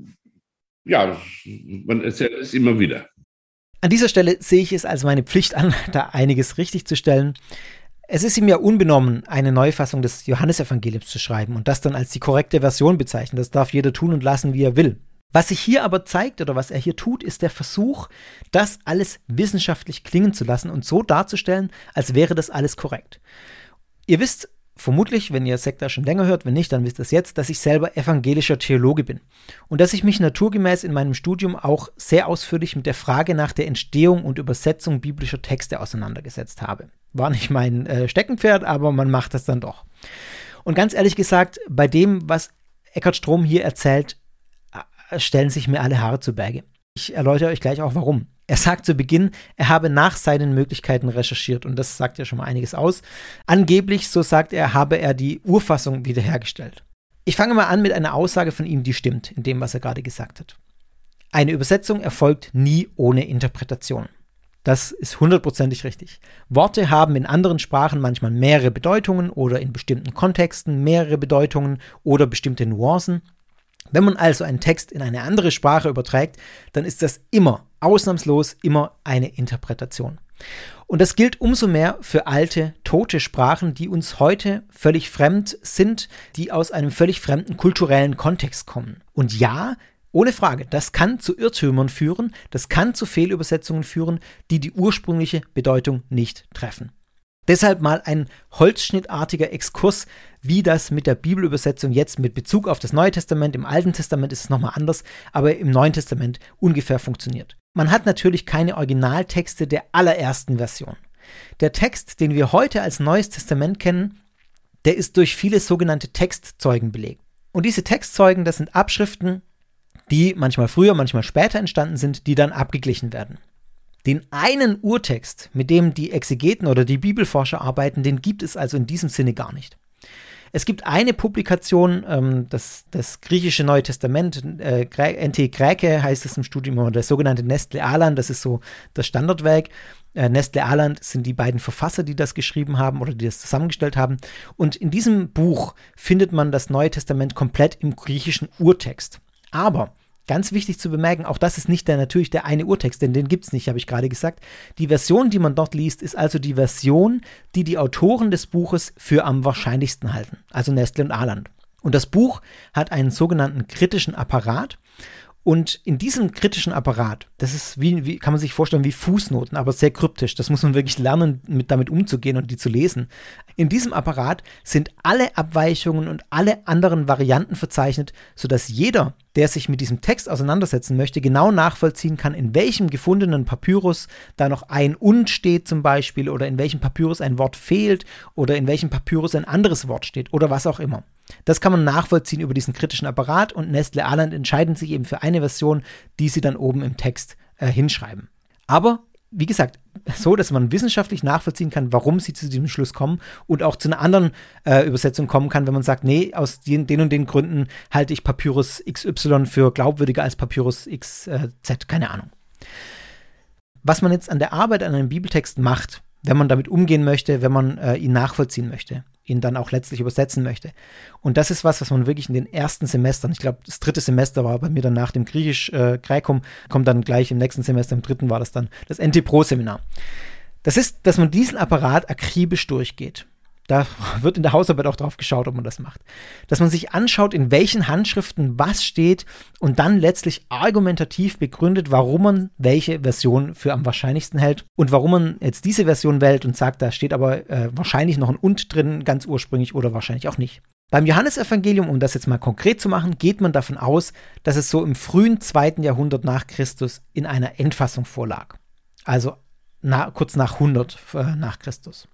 ja, man erzählt es immer wieder. An dieser Stelle sehe ich es als meine Pflicht an, da einiges richtig zu stellen. Es ist ihm ja unbenommen, eine Neufassung des Johannesevangeliums zu schreiben und das dann als die korrekte Version bezeichnen. Das darf jeder tun und lassen, wie er will. Was sich hier aber zeigt oder was er hier tut, ist der Versuch, das alles wissenschaftlich klingen zu lassen und so darzustellen, als wäre das alles korrekt. Ihr wisst vermutlich, wenn ihr Sekta schon länger hört, wenn nicht, dann wisst ihr es jetzt, dass ich selber evangelischer Theologe bin und dass ich mich naturgemäß in meinem Studium auch sehr ausführlich mit der Frage nach der Entstehung und Übersetzung biblischer Texte auseinandergesetzt habe. War nicht mein äh, Steckenpferd, aber man macht das dann doch. Und ganz ehrlich gesagt, bei dem, was Eckhart Strom hier erzählt, äh, stellen sich mir alle Haare zu Berge. Ich erläutere euch gleich auch, warum. Er sagt zu Beginn, er habe nach seinen Möglichkeiten recherchiert und das sagt ja schon mal einiges aus. Angeblich, so sagt er, habe er die Urfassung wiederhergestellt. Ich fange mal an mit einer Aussage von ihm, die stimmt, in dem, was er gerade gesagt hat. Eine Übersetzung erfolgt nie ohne Interpretation. Das ist hundertprozentig richtig. Worte haben in anderen Sprachen manchmal mehrere Bedeutungen oder in bestimmten Kontexten mehrere Bedeutungen oder bestimmte Nuancen. Wenn man also einen Text in eine andere Sprache überträgt, dann ist das immer, ausnahmslos immer eine Interpretation. Und das gilt umso mehr für alte, tote Sprachen, die uns heute völlig fremd sind, die aus einem völlig fremden kulturellen Kontext kommen. Und ja, ohne Frage, das kann zu Irrtümern führen, das kann zu Fehlübersetzungen führen, die die ursprüngliche Bedeutung nicht treffen. Deshalb mal ein holzschnittartiger Exkurs, wie das mit der Bibelübersetzung jetzt mit Bezug auf das Neue Testament, im Alten Testament ist es nochmal anders, aber im Neuen Testament ungefähr funktioniert. Man hat natürlich keine Originaltexte der allerersten Version. Der Text, den wir heute als Neues Testament kennen, der ist durch viele sogenannte Textzeugen belegt. Und diese Textzeugen, das sind Abschriften, die manchmal früher, manchmal später entstanden sind, die dann abgeglichen werden. Den einen Urtext, mit dem die Exegeten oder die Bibelforscher arbeiten, den gibt es also in diesem Sinne gar nicht. Es gibt eine Publikation, ähm, das, das griechische Neue Testament, äh, N T Graeke heißt es im Studium, oder das sogenannte Nestle Aland, das ist so das Standardwerk. Äh, Nestle Aland sind die beiden Verfasser, die das geschrieben haben oder die das zusammengestellt haben. Und in diesem Buch findet man das Neue Testament komplett im griechischen Urtext. Aber ganz wichtig zu bemerken, auch das ist nicht der, natürlich der eine Urtext, denn den gibt es nicht, habe ich gerade gesagt. Die Version, die man dort liest, ist also die Version, die die Autoren des Buches für am wahrscheinlichsten halten, also Nestle und Aland. Und das Buch hat einen sogenannten kritischen Apparat Und in diesem kritischen Apparat, das ist wie, wie, kann man sich vorstellen, wie Fußnoten, aber sehr kryptisch. Das muss man wirklich lernen, mit, damit umzugehen und die zu lesen. In diesem Apparat sind alle Abweichungen und alle anderen Varianten verzeichnet, sodass jeder, der sich mit diesem Text auseinandersetzen möchte, genau nachvollziehen kann, in welchem gefundenen Papyrus da noch ein Und steht zum Beispiel oder in welchem Papyrus ein Wort fehlt oder in welchem Papyrus ein anderes Wort steht oder was auch immer. Das kann man nachvollziehen über diesen kritischen Apparat und Nestle-Aland entscheiden sich eben für eine Version, die sie dann oben im Text äh, hinschreiben. Aber, wie gesagt, so, dass man wissenschaftlich nachvollziehen kann, warum sie zu diesem Schluss kommen und auch zu einer anderen äh, Übersetzung kommen kann, wenn man sagt, nee, aus den, den und den Gründen halte ich Papyrus X Y für glaubwürdiger als Papyrus X Z, keine Ahnung. Was man jetzt an der Arbeit an einem Bibeltext macht, wenn man damit umgehen möchte, wenn man äh, ihn nachvollziehen möchte, ihn dann auch letztlich übersetzen möchte. Und das ist was, was man wirklich in den ersten Semestern, ich glaube, das dritte Semester war bei mir dann nach dem Griechisch-Graekum, äh, kommt dann gleich im nächsten Semester, im dritten war das dann das N T Pro-Seminar. Das ist, dass man diesen Apparat akribisch durchgeht. Da wird in der Hausarbeit auch drauf geschaut, ob man das macht. Dass man sich anschaut, in welchen Handschriften was steht und dann letztlich argumentativ begründet, warum man welche Version für am wahrscheinlichsten hält und warum man jetzt diese Version wählt und sagt, da steht aber äh, wahrscheinlich noch ein Und drin, ganz ursprünglich oder wahrscheinlich auch nicht. Beim Johannesevangelium, um das jetzt mal konkret zu machen, geht man davon aus, dass es so im frühen zweiten Jahrhundert nach Christus in einer Endfassung vorlag. Also na, kurz nach hundert äh, nach Christus.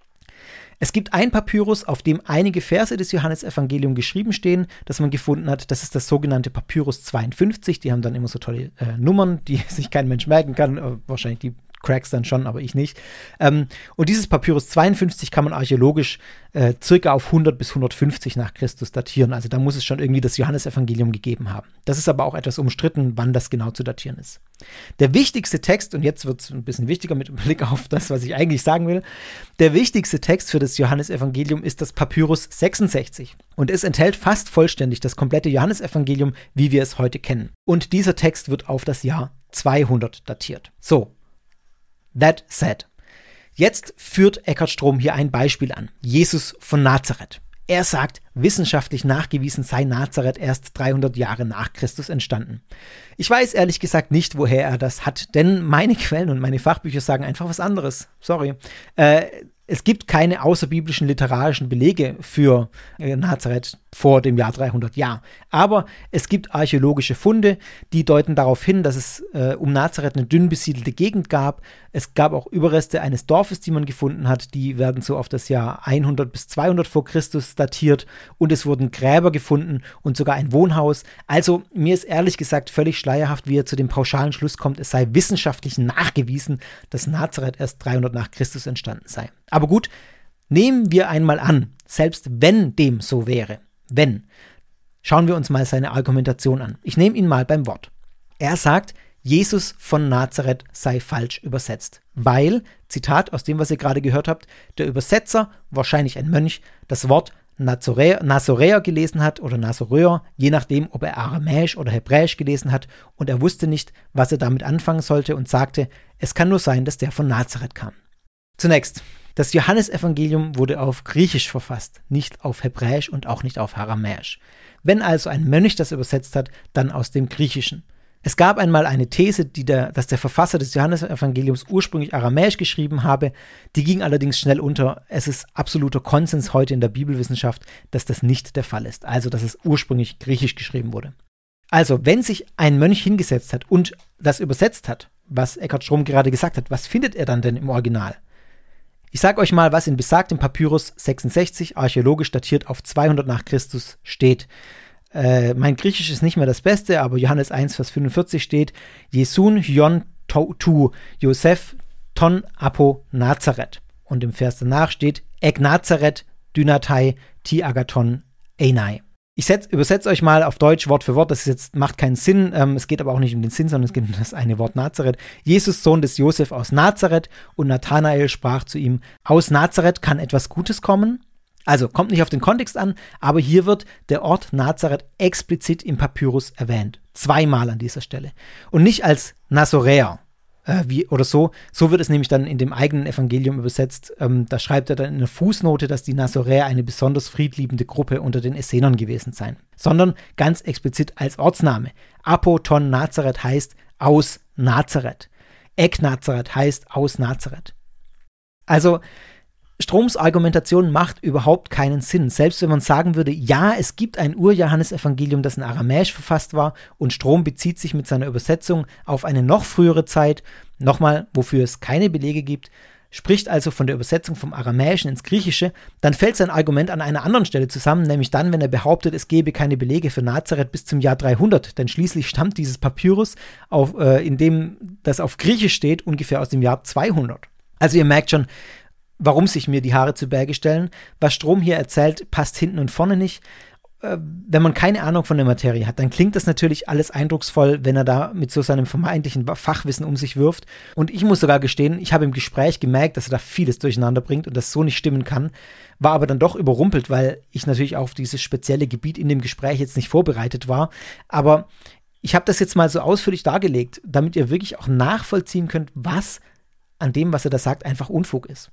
Es gibt ein Papyrus, auf dem einige Verse des Johannesevangeliums geschrieben stehen, das man gefunden hat. Das ist das sogenannte Papyrus zweiundfünfzig. Die haben dann immer so tolle äh, Nummern, die sich kein Mensch merken kann. Äh, wahrscheinlich die Cracks dann schon, aber ich nicht. Ähm, und dieses Papyrus zweiundfünfzig kann man archäologisch äh, circa auf hundert bis hundertfünfzig nach Christus datieren. Also da muss es schon irgendwie das Johannesevangelium gegeben haben. Das ist aber auch etwas umstritten, wann das genau zu datieren ist. Der wichtigste Text, und jetzt wird es ein bisschen wichtiger mit Blick auf das, was ich eigentlich sagen will, der wichtigste Text für das Johannesevangelium ist das Papyrus sechsundsechzig. Und es enthält fast vollständig das komplette Johannesevangelium, wie wir es heute kennen. Und dieser Text wird auf das Jahr zweihundert datiert. So. That said. Jetzt führt Eckhart Strom hier ein Beispiel an. Jesus von Nazareth. Er sagt, wissenschaftlich nachgewiesen sei Nazareth erst dreihundert Jahre nach Christus entstanden. Ich weiß ehrlich gesagt nicht, woher er das hat, denn meine Quellen und meine Fachbücher sagen einfach was anderes. Sorry. Äh, es gibt keine außerbiblischen literarischen Belege für äh, Nazareth vor dem Jahr dreihundert, ja. Aber es gibt archäologische Funde, die deuten darauf hin, dass es äh, um Nazareth eine dünn besiedelte Gegend gab. Es gab auch Überreste eines Dorfes, die man gefunden hat. Die werden so auf das Jahr hundert bis zweihundert vor Christus datiert. Und es wurden Gräber gefunden und sogar ein Wohnhaus. Also mir ist ehrlich gesagt völlig schleierhaft, wie er zu dem pauschalen Schluss kommt, es sei wissenschaftlich nachgewiesen, dass Nazareth erst dreihundert nach Christus entstanden sei. Aber gut, nehmen wir einmal an, selbst wenn dem so wäre, wenn, schauen wir uns mal seine Argumentation an. Ich nehme ihn mal beim Wort. Er sagt, Jesus von Nazareth sei falsch übersetzt, weil, Zitat aus dem, was ihr gerade gehört habt, der Übersetzer, wahrscheinlich ein Mönch, das Wort Nazoräer, Nazoräer gelesen hat oder Nazoräer, je nachdem, ob er Aramäisch oder Hebräisch gelesen hat und er wusste nicht, was er damit anfangen sollte und sagte, es kann nur sein, dass der von Nazareth kam. Zunächst, das Johannesevangelium wurde auf Griechisch verfasst, nicht auf Hebräisch und auch nicht auf Aramäisch. Wenn also ein Mönch das übersetzt hat, dann aus dem Griechischen. Es gab einmal eine These, die der, dass der Verfasser des Johannesevangeliums ursprünglich Aramäisch geschrieben habe, die ging allerdings schnell unter. Es ist absoluter Konsens heute in der Bibelwissenschaft, dass das nicht der Fall ist, also dass es ursprünglich Griechisch geschrieben wurde. Also, wenn sich ein Mönch hingesetzt hat und das übersetzt hat, was Eckhart Strom gerade gesagt hat, was findet er dann denn im Original? Ich sage euch mal, was in besagtem Papyrus sechsundsechzig, archäologisch datiert auf zweihundert nach Christus, steht. Äh, mein Griechisch ist nicht mehr das Beste, aber Johannes eins, Vers fünfundvierzig steht, Jesun hyon tu Joseph ton apo Nazareth. Und im Vers danach steht, Ek Nazareth dynatai ti agaton einai. Ich setz, übersetze euch mal auf Deutsch Wort für Wort, das ist jetzt, macht keinen Sinn, ähm, es geht aber auch nicht um den Sinn, sondern es geht um das eine Wort Nazareth. Jesus, Sohn des Josef aus Nazareth, und Nathanael sprach zu ihm, aus Nazareth kann etwas Gutes kommen? Also, kommt nicht auf den Kontext an, aber hier wird der Ort Nazareth explizit im Papyrus erwähnt. Zweimal an dieser Stelle. Und nicht als Nazoräer, Äh, wie, oder so. So wird es nämlich dann in dem eigenen Evangelium übersetzt. Ähm, da schreibt er dann in einer Fußnote, dass die Nazoräer eine besonders friedliebende Gruppe unter den Essenern gewesen seien. Sondern ganz explizit als Ortsname. Apo ton Nazareth heißt aus Nazareth. Ek Nazareth heißt aus Nazareth. Also Stroms Argumentation macht überhaupt keinen Sinn. Selbst wenn man sagen würde, ja, es gibt ein Ur-Johannes-Evangelium, das in Aramäisch verfasst war und Strom bezieht sich mit seiner Übersetzung auf eine noch frühere Zeit, nochmal, wofür es keine Belege gibt, spricht also von der Übersetzung vom Aramäischen ins Griechische, dann fällt sein Argument an einer anderen Stelle zusammen, nämlich dann, wenn er behauptet, es gebe keine Belege für Nazareth bis zum Jahr dreihundert, denn schließlich stammt dieses Papyrus, auf, äh, in dem das auf Griechisch steht, ungefähr aus dem Jahr zweihundert. Also ihr merkt schon, warum sich mir die Haare zu Berge stellen. Was Strom hier erzählt, passt hinten und vorne nicht. Äh, wenn man keine Ahnung von der Materie hat, dann klingt das natürlich alles eindrucksvoll, wenn er da mit so seinem vermeintlichen Fachwissen um sich wirft. Und ich muss sogar gestehen, ich habe im Gespräch gemerkt, dass er da vieles durcheinander bringt und das so nicht stimmen kann, war aber dann doch überrumpelt, weil ich natürlich auf dieses spezielle Gebiet in dem Gespräch jetzt nicht vorbereitet war. Aber ich habe das jetzt mal so ausführlich dargelegt, damit ihr wirklich auch nachvollziehen könnt, was an dem, was er da sagt, einfach Unfug ist.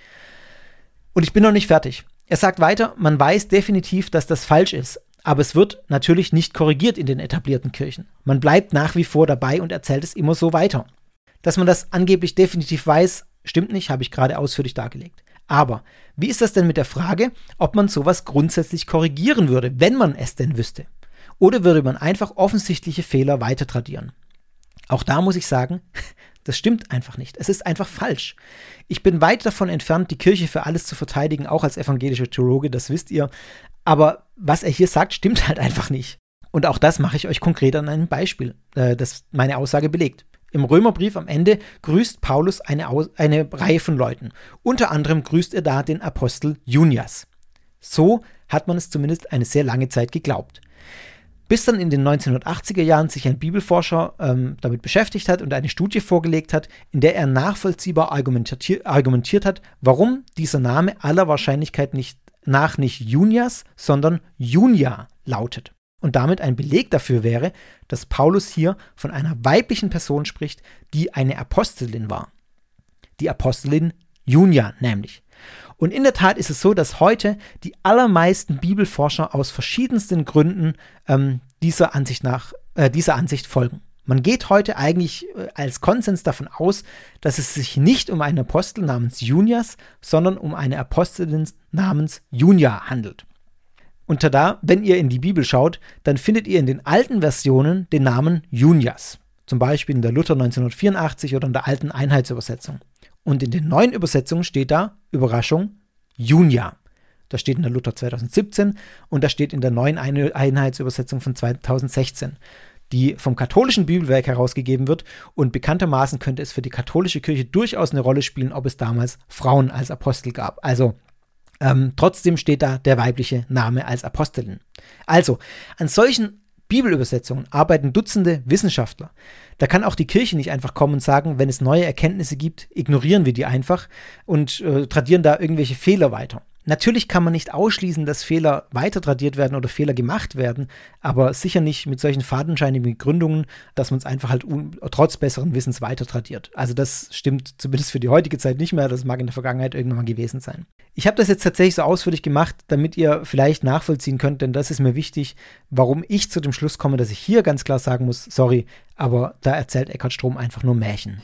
Und ich bin noch nicht fertig. Er sagt weiter, man weiß definitiv, dass das falsch ist, aber es wird natürlich nicht korrigiert in den etablierten Kirchen. Man bleibt nach wie vor dabei und erzählt es immer so weiter. Dass man das angeblich definitiv weiß, stimmt nicht, habe ich gerade ausführlich dargelegt. Aber wie ist das denn mit der Frage, ob man sowas grundsätzlich korrigieren würde, wenn man es denn wüsste? Oder würde man einfach offensichtliche Fehler weiter tradieren? Auch da muss ich sagen, das stimmt einfach nicht. Es ist einfach falsch. Ich bin weit davon entfernt, die Kirche für alles zu verteidigen, auch als evangelischer Theologe, das wisst ihr. Aber was er hier sagt, stimmt halt einfach nicht. Und auch das mache ich euch konkret an einem Beispiel, äh, das meine Aussage belegt. Im Römerbrief am Ende grüßt Paulus eine, Aus- eine Reihe von Leuten. Unter anderem grüßt er da den Apostel Junias. So hat man es zumindest eine sehr lange Zeit geglaubt. Bis dann in den neunzehnhundertachtziger Jahren sich ein Bibelforscher ähm, damit beschäftigt hat und eine Studie vorgelegt hat, in der er nachvollziehbar argumentiert, argumentiert hat, warum dieser Name aller Wahrscheinlichkeit nicht, nach nicht Junias, sondern Junia lautet. Und damit ein Beleg dafür wäre, dass Paulus hier von einer weiblichen Person spricht, die eine Apostelin war. Die Apostelin Junia nämlich. Und in der Tat ist es so, dass heute die allermeisten Bibelforscher aus verschiedensten Gründen ähm, dieser Ansicht nach, äh, dieser Ansicht folgen. Man geht heute eigentlich äh, als Konsens davon aus, dass es sich nicht um einen Apostel namens Junias, sondern um eine Apostelin namens Junia handelt. Und da, wenn ihr in die Bibel schaut, dann findet ihr in den alten Versionen den Namen Junias. Zum Beispiel in der Luther neunzehnhundertvierundachtzig oder in der alten Einheitsübersetzung. Und in den neuen Übersetzungen steht da, Überraschung, Junia. Das steht in der Luther zweitausendsiebzehn und das steht in der neuen Einheitsübersetzung von zweitausendsechzehn, die vom katholischen Bibelwerk herausgegeben wird. Und bekanntermaßen könnte es für die katholische Kirche durchaus eine Rolle spielen, ob es damals Frauen als Apostel gab. Also ähm, trotzdem steht da der weibliche Name als Apostelin. Also an solchen Bibelübersetzungen arbeiten Dutzende Wissenschaftler. Da kann auch die Kirche nicht einfach kommen und sagen, wenn es neue Erkenntnisse gibt, ignorieren wir die einfach und äh, tradieren da irgendwelche Fehler weiter. Natürlich kann man nicht ausschließen, dass Fehler weiter tradiert werden oder Fehler gemacht werden, aber sicher nicht mit solchen fadenscheinigen Begründungen, dass man es einfach halt un- trotz besseren Wissens weiter tradiert. Also das stimmt zumindest für die heutige Zeit nicht mehr, das mag in der Vergangenheit irgendwann mal gewesen sein. Ich habe das jetzt tatsächlich so ausführlich gemacht, damit ihr vielleicht nachvollziehen könnt, denn das ist mir wichtig, warum ich zu dem Schluss komme, dass ich hier ganz klar sagen muss, sorry, aber da erzählt Eckhard Strom einfach nur Märchen.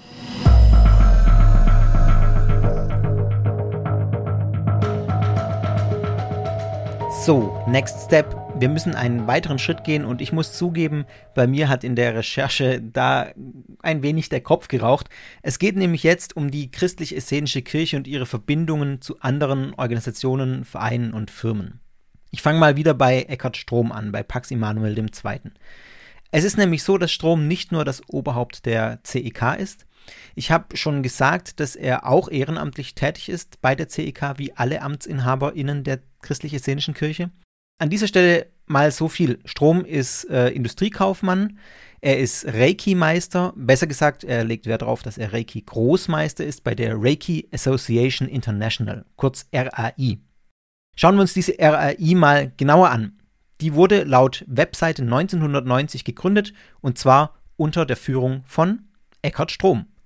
So, next step. Wir müssen einen weiteren Schritt gehen und ich muss zugeben, bei mir hat in der Recherche da ein wenig der Kopf geraucht. Es geht nämlich jetzt um die christlich-essenische Kirche und ihre Verbindungen zu anderen Organisationen, Vereinen und Firmen. Ich fange mal wieder bei Eckhard Strom an, bei Pax Immanuel der Zweite. Es ist nämlich so, dass Strom nicht nur das Oberhaupt der C E K ist. Ich habe schon gesagt, dass er auch ehrenamtlich tätig ist bei der C E K, wie alle AmtsinhaberInnen der christlich-essenischen Kirche. An dieser Stelle mal so viel. Strom ist äh, Industriekaufmann, er ist Reiki-Meister, besser gesagt, er legt Wert darauf, dass er Reiki-Großmeister ist bei der Reiki Association International, kurz R A I. Schauen wir uns diese R A I mal genauer an. Die wurde laut Webseite neunzehnhundertneunzig gegründet und zwar unter der Führung von Eckhard Strom.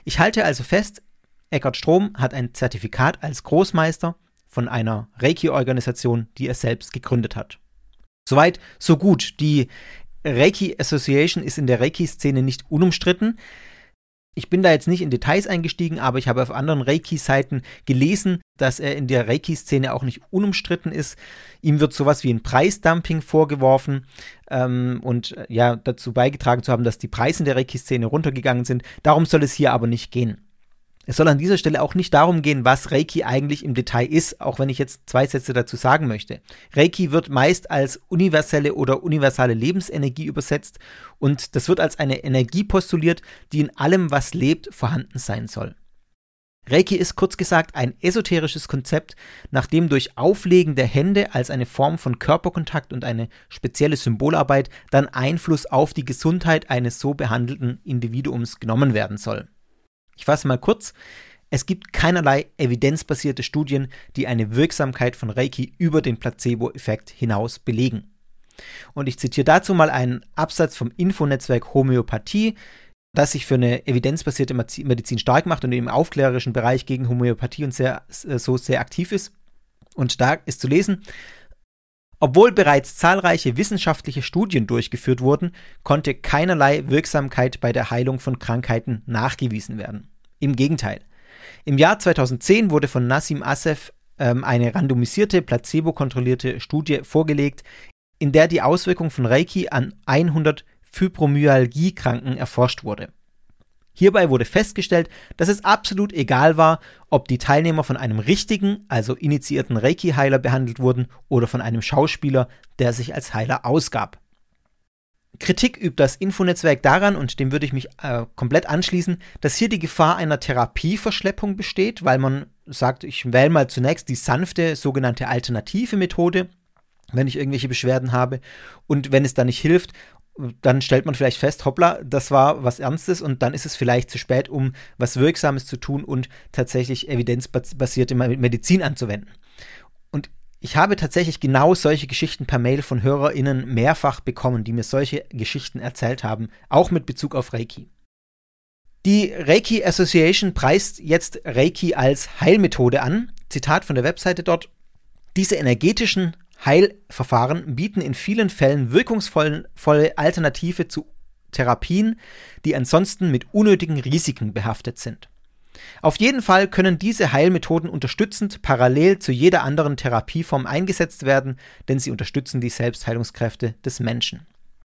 Ich halte also fest, Eckhart Strom hat ein Zertifikat als Großmeister von einer Reiki-Organisation, die er selbst gegründet hat. Soweit, so gut. Die Reiki Association ist in der Reiki-Szene nicht unumstritten. Ich bin da jetzt nicht in Details eingestiegen, aber ich habe auf anderen Reiki-Seiten gelesen, dass er in der Reiki-Szene auch nicht unumstritten ist. Ihm wird sowas wie ein Preisdumping vorgeworfen ähm, und äh, ja, dazu beigetragen zu haben, dass die Preise in der Reiki-Szene runtergegangen sind. Darum soll es hier aber nicht gehen. Es soll an dieser Stelle auch nicht darum gehen, was Reiki eigentlich im Detail ist, auch wenn ich jetzt zwei Sätze dazu sagen möchte. Reiki wird meist als universelle oder universale Lebensenergie übersetzt und das wird als eine Energie postuliert, die in allem, was lebt, vorhanden sein soll. Reiki ist kurz gesagt ein esoterisches Konzept, nach dem durch Auflegen der Hände als eine Form von Körperkontakt und eine spezielle Symbolarbeit dann Einfluss auf die Gesundheit eines so behandelten Individuums genommen werden soll. Ich fasse mal kurz. Es gibt keinerlei evidenzbasierte Studien, die eine Wirksamkeit von Reiki über den Placebo-Effekt hinaus belegen. Und ich zitiere dazu mal einen Absatz vom Infonetzwerk Homöopathie, das sich für eine evidenzbasierte Medizin stark macht und im aufklärerischen Bereich gegen Homöopathie und sehr, so sehr aktiv ist. Und da ist zu lesen: Obwohl bereits zahlreiche wissenschaftliche Studien durchgeführt wurden, konnte keinerlei Wirksamkeit bei der Heilung von Krankheiten nachgewiesen werden. Im Gegenteil. Im Jahr zweitausendzehn wurde von Nassim Assef ähm, eine randomisierte, placebo-kontrollierte Studie vorgelegt, in der die Auswirkung von Reiki an hundert Fibromyalgie-Kranken erforscht wurde. Hierbei wurde festgestellt, dass es absolut egal war, ob die Teilnehmer von einem richtigen, also initiierten Reiki-Heiler behandelt wurden oder von einem Schauspieler, der sich als Heiler ausgab. Kritik übt das Infonetzwerk daran, und dem würde ich mich äh, komplett anschließen, dass hier die Gefahr einer Therapieverschleppung besteht, weil man sagt, ich wähle mal zunächst die sanfte, sogenannte alternative Methode, wenn ich irgendwelche Beschwerden habe, und wenn es dann nicht hilft, dann stellt man vielleicht fest, hoppla, das war was Ernstes, und dann ist es vielleicht zu spät, um was Wirksames zu tun und tatsächlich evidenzbasierte Medizin anzuwenden. Und ich habe tatsächlich genau solche Geschichten per Mail von HörerInnen mehrfach bekommen, die mir solche Geschichten erzählt haben, auch mit Bezug auf Reiki. Die Reiki Association preist jetzt Reiki als Heilmethode an. Zitat von der Webseite dort: Diese energetischen Heilverfahren bieten in vielen Fällen wirkungsvolle Alternative zu Therapien, die ansonsten mit unnötigen Risiken behaftet sind. Auf jeden Fall können diese Heilmethoden unterstützend parallel zu jeder anderen Therapieform eingesetzt werden, denn sie unterstützen die Selbstheilungskräfte des Menschen.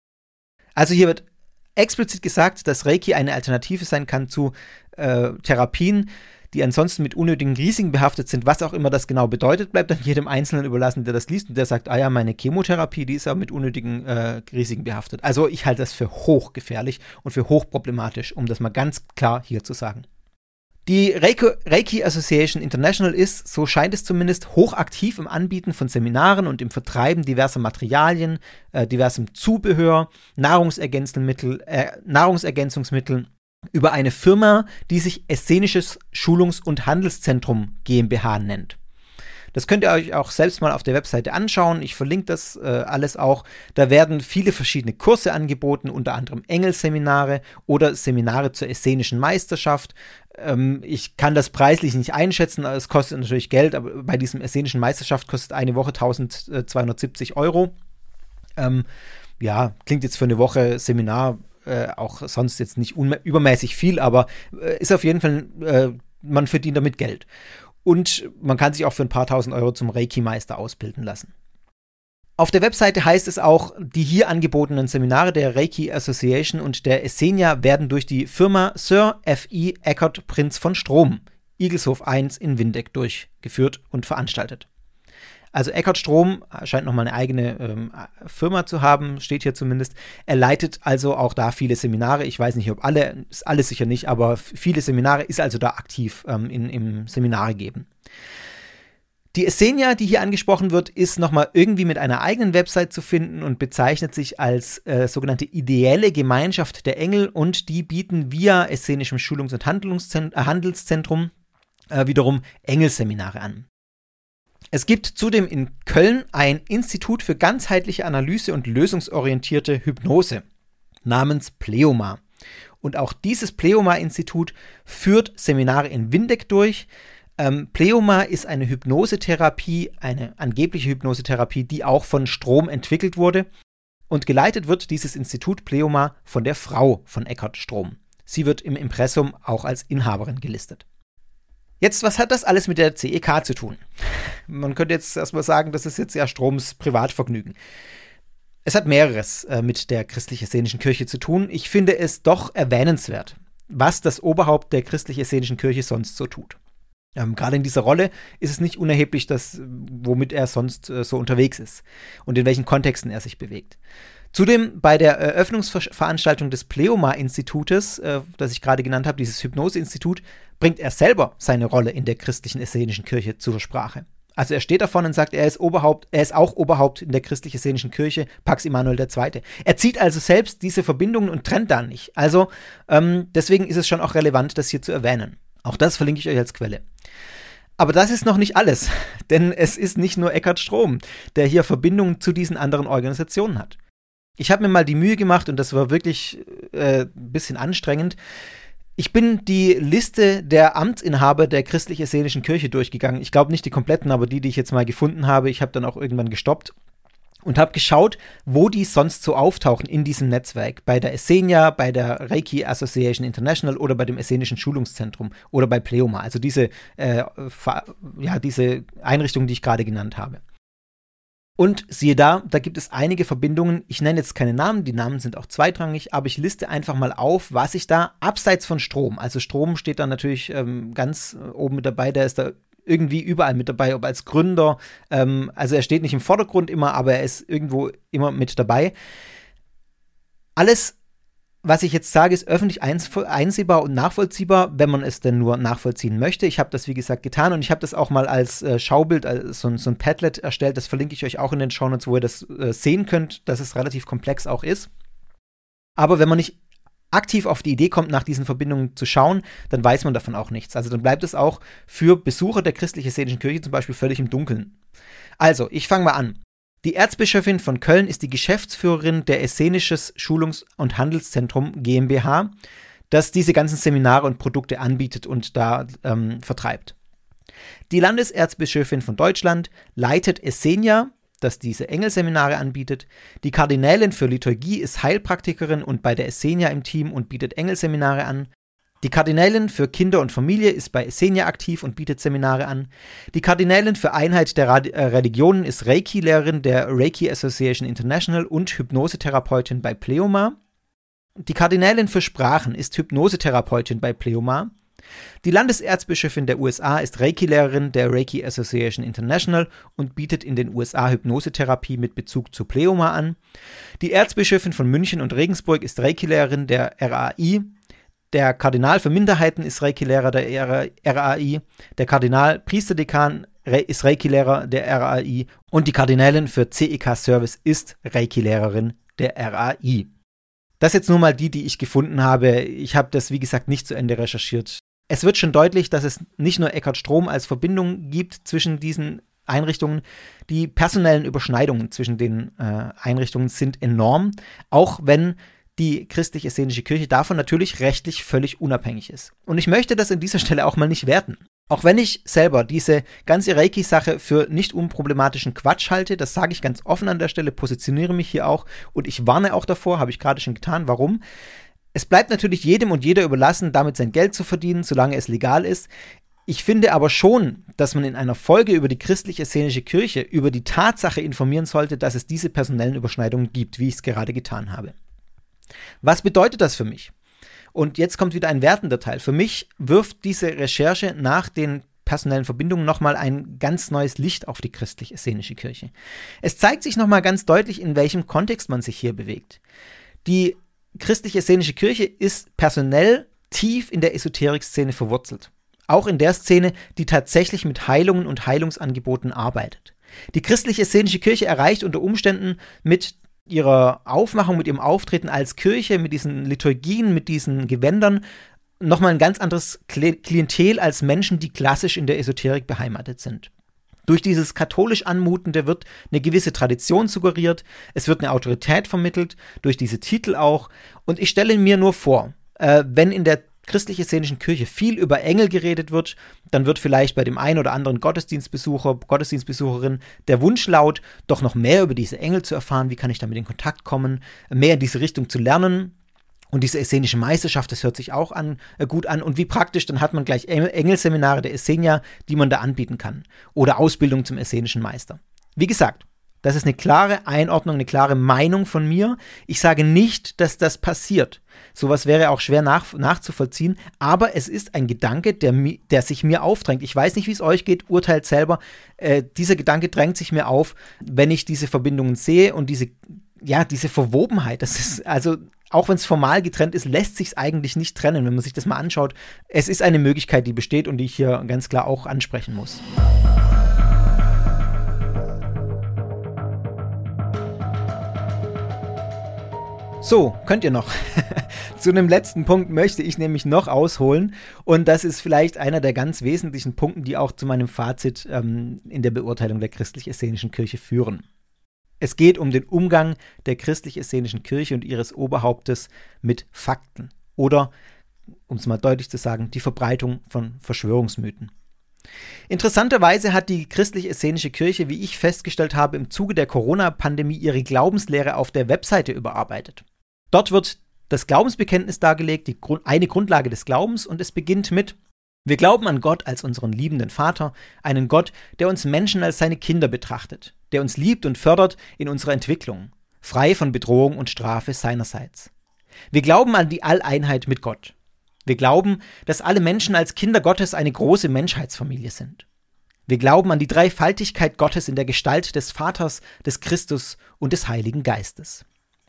Also hier wird explizit gesagt, dass Reiki eine Alternative sein kann zu äh, Therapien, die ansonsten mit unnötigen Risiken behaftet sind. Was auch immer das genau bedeutet, bleibt dann jedem Einzelnen überlassen, der das liest und der sagt, ah ja, meine Chemotherapie, die ist aber mit unnötigen äh, Risiken behaftet. Also ich halte das für hochgefährlich und für hochproblematisch, um das mal ganz klar hier zu sagen. Die Reiki, Reiki Association International ist, so scheint es zumindest, hochaktiv im Anbieten von Seminaren und im Vertreiben diverser Materialien, äh, diversem Zubehör, Nahrungsergänzungsmittel, äh, Nahrungsergänzungsmittel, über eine Firma, die sich Essenisches Schulungs- und Handelszentrum GmbH nennt. Das könnt ihr euch auch selbst mal auf der Webseite anschauen. Ich verlinke das äh, alles auch. Da werden viele verschiedene Kurse angeboten, unter anderem Engelseminare oder Seminare zur essenischen Meisterschaft. Ähm, ich kann das preislich nicht einschätzen, es kostet natürlich Geld, aber bei diesem essenischen Meisterschaft kostet eine Woche eintausendzweihundertsiebzig Euro. Ähm, ja, klingt jetzt für eine Woche Seminar Äh, auch sonst jetzt nicht übermäßig viel, aber äh, ist auf jeden Fall, äh, man verdient damit Geld. Und man kann sich auch für ein paar tausend Euro zum Reiki-Meister ausbilden lassen. Auf der Webseite heißt es auch, die hier angebotenen Seminare der Reiki Association und der Essenia werden durch die Firma Sir F I Eckhart Prinz von Strom, Igelshof eins in Windeck, durchgeführt und veranstaltet. Also Eckhart Strom scheint nochmal eine eigene ähm, Firma zu haben, steht hier zumindest. Er leitet also auch da viele Seminare. Ich weiß nicht, ob alle, ist alles sicher nicht, aber viele Seminare, ist also da aktiv ähm, in, im Seminare geben. Die Essenia, die hier angesprochen wird, ist nochmal irgendwie mit einer eigenen Website zu finden und bezeichnet sich als äh, sogenannte ideelle Gemeinschaft der Engel, und die bieten via Essenischem Schulungs- und Handlungszent- äh, Handelszentrum äh, wiederum Engelseminare an. Es gibt zudem in Köln ein Institut für ganzheitliche Analyse und lösungsorientierte Hypnose namens Pleoma. Und auch dieses Pleoma-Institut führt Seminare in Windeck durch. Ähm, Pleoma ist eine Hypnosetherapie, eine angebliche Hypnosetherapie, die auch von Strom entwickelt wurde. Und geleitet wird dieses Institut Pleoma von der Frau von Eckhart Strom. Sie wird im Impressum auch als Inhaberin gelistet. Jetzt, was hat das alles mit der C E K zu tun? Man könnte jetzt erstmal sagen, das ist jetzt ja Stroms Privatvergnügen. Es hat mehreres äh, mit der christlich-essenischen Kirche zu tun. Ich finde es doch erwähnenswert, was das Oberhaupt der christlich-essenischen Kirche sonst so tut. Ähm, gerade in dieser Rolle ist es nicht unerheblich, dass, womit er sonst äh, so unterwegs ist und in welchen Kontexten er sich bewegt. Zudem bei der Eröffnungsveranstaltung des Pleoma-Institutes, äh, das ich gerade genannt habe, dieses Hypnose-Institut, bringt er selber seine Rolle in der christlichen essenischen Kirche zur Sprache. Also er steht davon und sagt, er ist Oberhaupt, er ist auch Oberhaupt in der christlich-essenischen Kirche, Pax Immanuel der Zweite. Er zieht also selbst diese Verbindungen und trennt da nicht. Also ähm, deswegen ist es schon auch relevant, das hier zu erwähnen. Auch das verlinke ich euch als Quelle. Aber das ist noch nicht alles, denn es ist nicht nur Eckhart Strom, der hier Verbindungen zu diesen anderen Organisationen hat. Ich habe mir mal die Mühe gemacht, und das war wirklich äh, ein bisschen anstrengend. Ich bin die Liste der Amtsinhaber der christlich-essenischen Kirche durchgegangen. Ich glaube nicht die kompletten, aber die, die ich jetzt mal gefunden habe. Ich habe dann auch irgendwann gestoppt und habe geschaut, wo die sonst so auftauchen in diesem Netzwerk. Bei der Essenia, bei der Reiki Association International oder bei dem Essenischen Schulungszentrum oder bei Pleoma. Also diese, äh, ja, diese Einrichtungen, die ich gerade genannt habe. Und siehe da, da gibt es einige Verbindungen. Ich nenne jetzt keine Namen, die Namen sind auch zweitrangig, aber ich liste einfach mal auf, was ich da abseits von Strom, also Strom steht da natürlich ähm, ganz oben mit dabei, der ist da irgendwie überall mit dabei, ob als Gründer, ähm, also er steht nicht im Vordergrund immer, aber er ist irgendwo immer mit dabei. Alles, was ich jetzt sage, ist öffentlich einsehbar und nachvollziehbar, wenn man es denn nur nachvollziehen möchte. Ich habe das, wie gesagt, getan und ich habe das auch mal als äh, Schaubild, als so, ein, so ein Padlet erstellt. Das verlinke ich euch auch in den Shownotes, wo ihr das äh, sehen könnt, dass es relativ komplex auch ist. Aber wenn man nicht aktiv auf die Idee kommt, nach diesen Verbindungen zu schauen, dann weiß man davon auch nichts. Also dann bleibt es auch für Besucher der christlich-essenischen Kirche zum Beispiel völlig im Dunkeln. Also, ich fange mal an. Die Erzbischöfin von Köln ist die Geschäftsführerin der Essenisches Schulungs- und Handelszentrum GmbH, das diese ganzen Seminare und Produkte anbietet und da ähm, vertreibt. Die Landeserzbischöfin von Deutschland leitet Essenia, das diese Engelseminare anbietet. Die Kardinälin für Liturgie ist Heilpraktikerin und bei der Essenia im Team und bietet Engelseminare an. Die Kardinälin für Kinder und Familie ist bei Essenia aktiv und bietet Seminare an. Die Kardinälin für Einheit der Rad- äh, Religionen ist Reiki-Lehrerin der Reiki Association International und Hypnosetherapeutin bei Pleoma. Die Kardinälin für Sprachen ist Hypnosetherapeutin bei Pleoma. Die Landeserzbischöfin der U S A ist Reiki-Lehrerin der Reiki Association International und bietet in den U S A Hypnosetherapie mit Bezug zu Pleoma an. Die Erzbischöfin von München und Regensburg ist Reiki-Lehrerin der R A I. Der Kardinal für Minderheiten ist Reiki-Lehrer der R A I, der Kardinal-Priesterdekan ist Reiki-Lehrer der R A I und die Kardinälin für C E K-Service ist Reiki-Lehrerin der R A I. Das jetzt nur mal die, die ich gefunden habe. Ich habe das, wie gesagt, nicht zu Ende recherchiert. Es wird schon deutlich, dass es nicht nur Eckhart Strom als Verbindung gibt zwischen diesen Einrichtungen. Die personellen Überschneidungen zwischen den äh, Einrichtungen sind enorm, auch wenn die christlich-essenische Kirche davon natürlich rechtlich völlig unabhängig ist. Und ich möchte das an dieser Stelle auch mal nicht werten. Auch wenn ich selber diese ganze Reiki-Sache für nicht unproblematischen Quatsch halte, das sage ich ganz offen an der Stelle, positioniere mich hier auch und ich warne auch davor, habe ich gerade schon getan. Warum? Es bleibt natürlich jedem und jeder überlassen, damit sein Geld zu verdienen, solange es legal ist. Ich finde aber schon, dass man in einer Folge über die christlich-essenische Kirche über die Tatsache informieren sollte, dass es diese personellen Überschneidungen gibt, wie ich es gerade getan habe. Was bedeutet das für mich? Und jetzt kommt wieder ein wertender Teil. Für mich wirft diese Recherche nach den personellen Verbindungen nochmal ein ganz neues Licht auf die christlich-essenische Kirche. Es zeigt sich nochmal ganz deutlich, in welchem Kontext man sich hier bewegt. Die christlich-essenische Kirche ist personell tief in der Esoterik-Szene verwurzelt. Auch in der Szene, die tatsächlich mit Heilungen und Heilungsangeboten arbeitet. Die christlich-essenische Kirche erreicht unter Umständen mit ihrer Aufmachung, mit ihrem Auftreten als Kirche, mit diesen Liturgien, mit diesen Gewändern nochmal ein ganz anderes Klientel als Menschen, die klassisch in der Esoterik beheimatet sind. Durch dieses katholisch Anmutende wird eine gewisse Tradition suggeriert, es wird eine Autorität vermittelt, durch diese Titel auch. Und ich stelle mir nur vor, Äh, wenn in der christlich-essenischen Kirche viel über Engel geredet wird, dann wird vielleicht bei dem einen oder anderen Gottesdienstbesucher, Gottesdienstbesucherin der Wunsch laut, doch noch mehr über diese Engel zu erfahren, wie kann ich damit in Kontakt kommen, mehr in diese Richtung zu lernen. Und diese essenische Meisterschaft, das hört sich auch an, äh, gut an. Und wie praktisch, dann hat man gleich Engelseminare der Essenia, die man da anbieten kann. Oder Ausbildung zum essenischen Meister. Wie gesagt, das ist eine klare Einordnung, eine klare Meinung von mir. Ich sage nicht, dass das passiert. Sowas wäre auch schwer nach, nachzuvollziehen. Aber es ist ein Gedanke, der, der sich mir aufdrängt. Ich weiß nicht, wie es euch geht, urteilt selber. Äh, dieser Gedanke drängt sich mir auf, wenn ich diese Verbindungen sehe und diese, ja, diese Verwobenheit. Das ist also... Auch wenn es formal getrennt ist, lässt sich es eigentlich nicht trennen, wenn man sich das mal anschaut. Es ist eine Möglichkeit, die besteht und die ich hier ganz klar auch ansprechen muss. So, könnt ihr noch. Zu einem letzten Punkt möchte ich nämlich noch ausholen und das ist vielleicht einer der ganz wesentlichen Punkte, die auch zu meinem Fazit ähm, in der Beurteilung der christlich-essenischen Kirche führen. Es geht um den Umgang der christlich-essenischen Kirche und ihres Oberhauptes mit Fakten oder, um es mal deutlich zu sagen, die Verbreitung von Verschwörungsmythen. Interessanterweise hat die christlich-essenische Kirche, wie ich festgestellt habe, im Zuge der Corona-Pandemie ihre Glaubenslehre auf der Webseite überarbeitet. Dort wird das Glaubensbekenntnis dargelegt, die Grund- eine Grundlage des Glaubens und es beginnt mit: Wir glauben an Gott als unseren liebenden Vater, einen Gott, der uns Menschen als seine Kinder betrachtet, der uns liebt und fördert in unserer Entwicklung, frei von Bedrohung und Strafe seinerseits. Wir glauben an die Alleinheit mit Gott. Wir glauben, dass alle Menschen als Kinder Gottes eine große Menschheitsfamilie sind. Wir glauben an die Dreifaltigkeit Gottes in der Gestalt des Vaters, des Christus und des Heiligen Geistes.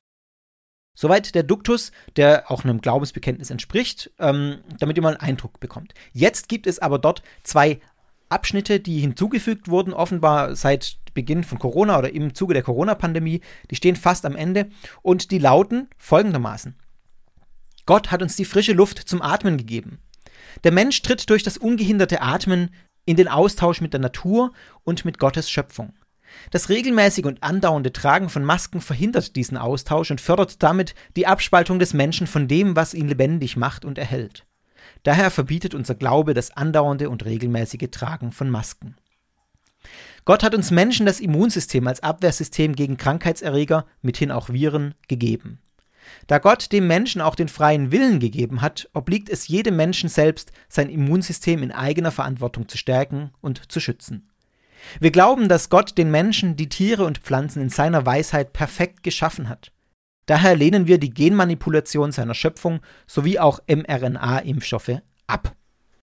Soweit der Duktus, der auch einem Glaubensbekenntnis entspricht, ähm, damit ihr mal einen Eindruck bekommt. Jetzt gibt es aber dort zwei Abschnitte, die hinzugefügt wurden, offenbar seit Beginn von Corona oder im Zuge der Corona-Pandemie. Die stehen fast am Ende und die lauten folgendermaßen: Gott hat uns die frische Luft zum Atmen gegeben. Der Mensch tritt durch das ungehinderte Atmen in den Austausch mit der Natur und mit Gottes Schöpfung. Das regelmäßige und andauernde Tragen von Masken verhindert diesen Austausch und fördert damit die Abspaltung des Menschen von dem, was ihn lebendig macht und erhält. Daher verbietet unser Glaube das andauernde und regelmäßige Tragen von Masken. Gott hat uns Menschen das Immunsystem als Abwehrsystem gegen Krankheitserreger, mithin auch Viren, gegeben. Da Gott dem Menschen auch den freien Willen gegeben hat, obliegt es jedem Menschen selbst, sein Immunsystem in eigener Verantwortung zu stärken und zu schützen. Wir glauben, dass Gott den Menschen, die Tiere und Pflanzen in seiner Weisheit perfekt geschaffen hat. Daher lehnen wir die Genmanipulation seiner Schöpfung sowie auch mRNA-Impfstoffe ab.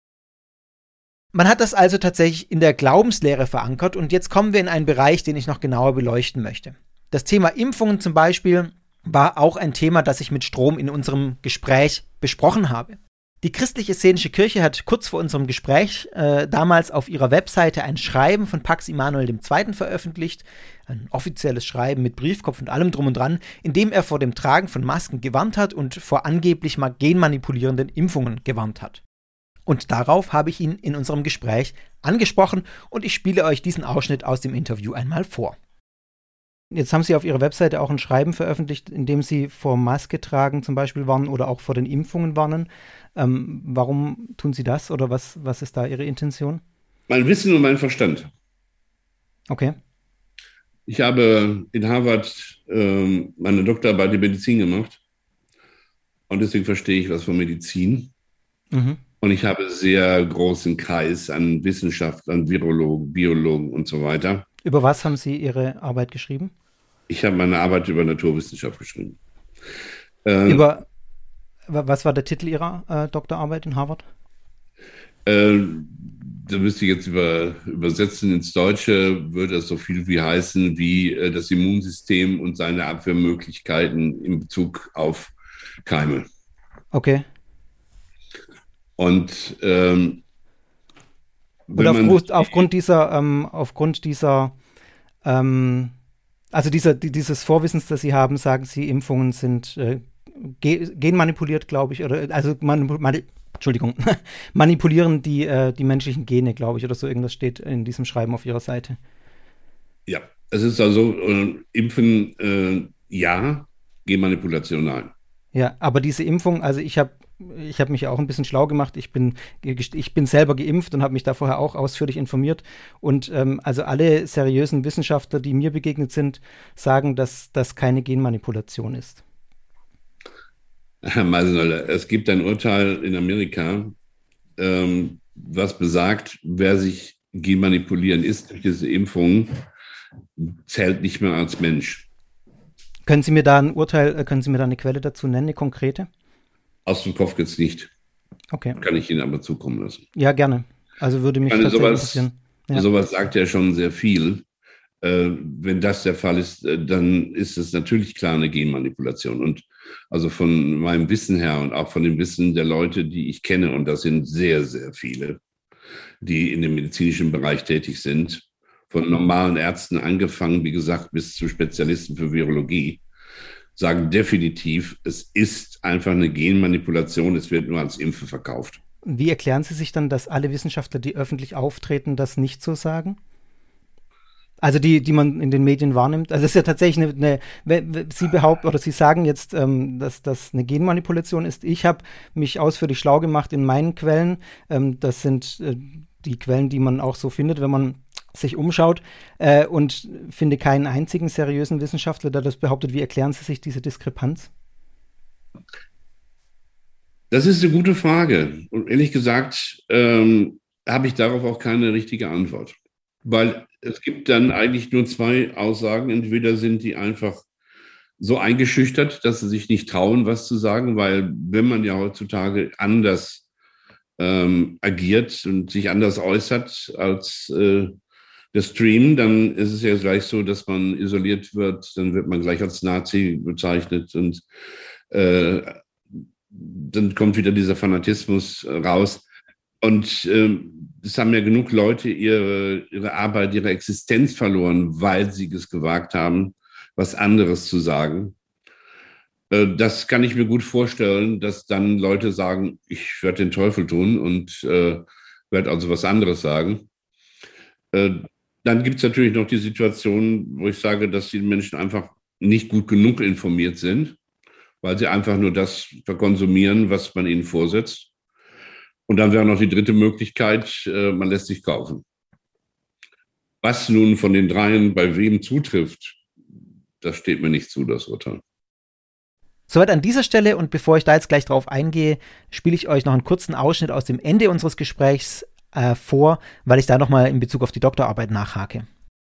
Man hat das also tatsächlich in der Glaubenslehre verankert und jetzt kommen wir in einen Bereich, den ich noch genauer beleuchten möchte. Das Thema Impfungen zum Beispiel war auch ein Thema, das ich mit Strom in unserem Gespräch besprochen habe. Die christlich-essenische Kirche hat kurz vor unserem Gespräch äh, damals auf ihrer Webseite ein Schreiben von Pax Immanuel der Zweite veröffentlicht, ein offizielles Schreiben mit Briefkopf und allem drum und dran, in dem er vor dem Tragen von Masken gewarnt hat und vor angeblich genmanipulierenden Impfungen gewarnt hat. Und darauf habe ich ihn in unserem Gespräch angesprochen und ich spiele euch diesen Ausschnitt aus dem Interview einmal vor. Jetzt haben Sie auf Ihrer Webseite auch ein Schreiben veröffentlicht, in dem Sie vor Maske tragen zum Beispiel warnen oder auch vor den Impfungen warnen. Ähm, warum tun Sie das oder was, was ist da Ihre Intention? Mein Wissen und mein Verstand. Okay. Ich habe in Harvard ähm, meine Doktorarbeit in Medizin gemacht und deswegen verstehe ich was von Medizin. Mhm. Und ich habe einen sehr großen Kreis an Wissenschaftlern, Virologen, Biologen und so weiter. Über was haben Sie Ihre Arbeit geschrieben? Ich habe meine Arbeit über Naturwissenschaft geschrieben. Ähm, über, was war der Titel Ihrer äh, Doktorarbeit in Harvard? Äh, da müsste ich jetzt über, übersetzen ins Deutsche, würde das so viel wie heißen, wie äh, das Immunsystem und seine Abwehrmöglichkeiten in Bezug auf Keime. Okay. Und ähm, Und aufgrund, aufgrund dieser, ähm, aufgrund dieser, ähm, also dieser, dieses Vorwissens, das Sie haben, sagen Sie, Impfungen sind äh, ge- genmanipuliert, glaube ich, oder also man, man, Entschuldigung, manipulieren die, äh, die menschlichen Gene, glaube ich, oder so irgendwas steht in diesem Schreiben auf Ihrer Seite. Ja, es ist also äh, Impfen, äh, ja, Genmanipulation, nein. Ja, aber diese Impfung, also ich habe ich hab mich auch ein bisschen schlau gemacht. Ich bin, ich bin selber geimpft und habe mich da vorher auch ausführlich informiert. Und ähm, also alle seriösen Wissenschaftler, die mir begegnet sind, sagen, dass das keine Genmanipulation ist. Herr Meisenhöller, es gibt ein Urteil in Amerika, ähm, was besagt, wer sich genmanipulieren ist durch diese Impfung, zählt nicht mehr als Mensch. Können Sie mir da ein Urteil, können Sie mir da eine Quelle dazu nennen, eine konkrete? Aus dem Kopf jetzt nicht. Okay. Kann ich Ihnen aber zukommen lassen. Ja, gerne. Also würde mich meine, tatsächlich sowas, interessieren. Ja. Sowas sagt ja schon sehr viel. Äh, wenn das der Fall ist, äh, dann ist es natürlich klar eine Genmanipulation. Und also von meinem Wissen her und auch von dem Wissen der Leute, die ich kenne, und das sind sehr, sehr viele, die in dem medizinischen Bereich tätig sind, von normalen Ärzten angefangen, wie gesagt, bis zu Spezialisten für Virologie, sagen definitiv, es ist einfach eine Genmanipulation, es wird nur als Impfe verkauft. Wie erklären Sie sich dann, dass alle Wissenschaftler, die öffentlich auftreten, das nicht so sagen? Also die, die man in den Medien wahrnimmt. Also es ist ja tatsächlich eine, eine Sie behaupten oder Sie sagen jetzt, ähm, dass das eine Genmanipulation ist. Ich habe mich ausführlich schlau gemacht in meinen Quellen. Ähm, das sind äh, die Quellen, die man auch so findet, wenn man sich umschaut, äh, und finde keinen einzigen seriösen Wissenschaftler, der das behauptet. Wie erklären Sie sich diese Diskrepanz? Das ist eine gute Frage. Und ehrlich gesagt ähm, habe ich darauf auch keine richtige Antwort. Weil es gibt dann eigentlich nur zwei Aussagen. Entweder sind die einfach so eingeschüchtert, dass sie sich nicht trauen, was zu sagen, weil wenn man ja heutzutage anders ähm, agiert und sich anders äußert als äh, der Stream, dann ist es ja gleich so, dass man isoliert wird, dann wird man gleich als Nazi bezeichnet und äh, dann kommt wieder dieser Fanatismus raus. Und äh, es haben ja genug Leute ihre, ihre Arbeit, ihre Existenz verloren, weil sie es gewagt haben, was anderes zu sagen. Äh, das kann ich mir gut vorstellen, dass dann Leute sagen, ich werde den Teufel tun und äh, werde also was anderes sagen. Äh, Dann gibt es natürlich noch die Situation, wo ich sage, dass die Menschen einfach nicht gut genug informiert sind, weil sie einfach nur das verkonsumieren, was man ihnen vorsetzt. Und dann wäre noch die dritte Möglichkeit, man lässt sich kaufen. Was nun von den dreien bei wem zutrifft, das steht mir nicht zu, das Urteil. Soweit an dieser Stelle, und bevor ich da jetzt gleich drauf eingehe, spiele ich euch noch einen kurzen Ausschnitt aus dem Ende unseres Gesprächs Äh, vor, weil ich da nochmal in Bezug auf die Doktorarbeit nachhake.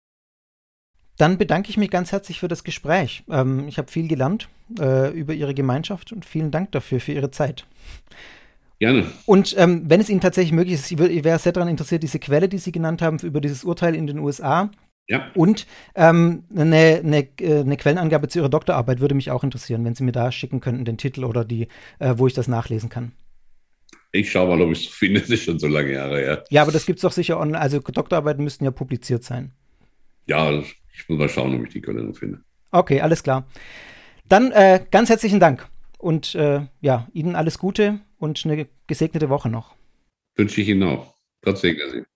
Dann bedanke ich mich ganz herzlich für das Gespräch. Ähm, ich habe viel gelernt äh, über Ihre Gemeinschaft und vielen Dank dafür, für Ihre Zeit. Gerne. Und ähm, wenn es Ihnen tatsächlich möglich ist, ich, ich wäre sehr daran interessiert, diese Quelle, die Sie genannt haben, über dieses Urteil in den U S A, ja, und ähm, eine, eine, eine Quellenangabe zu Ihrer Doktorarbeit würde mich auch interessieren, wenn Sie mir da schicken könnten, den Titel oder die, äh, wo ich das nachlesen kann. Ich schaue mal, ob ich es finde, das ist schon so lange Jahre her. Ja, aber das gibt es doch sicher online. Also Doktorarbeiten müssten ja publiziert sein. Ja, ich muss mal schauen, ob ich die Quelle noch finde. Okay, alles klar. Dann äh, ganz herzlichen Dank und äh, ja, Ihnen alles Gute und eine gesegnete Woche noch. Wünsche ich Ihnen auch. Gott segne Sie.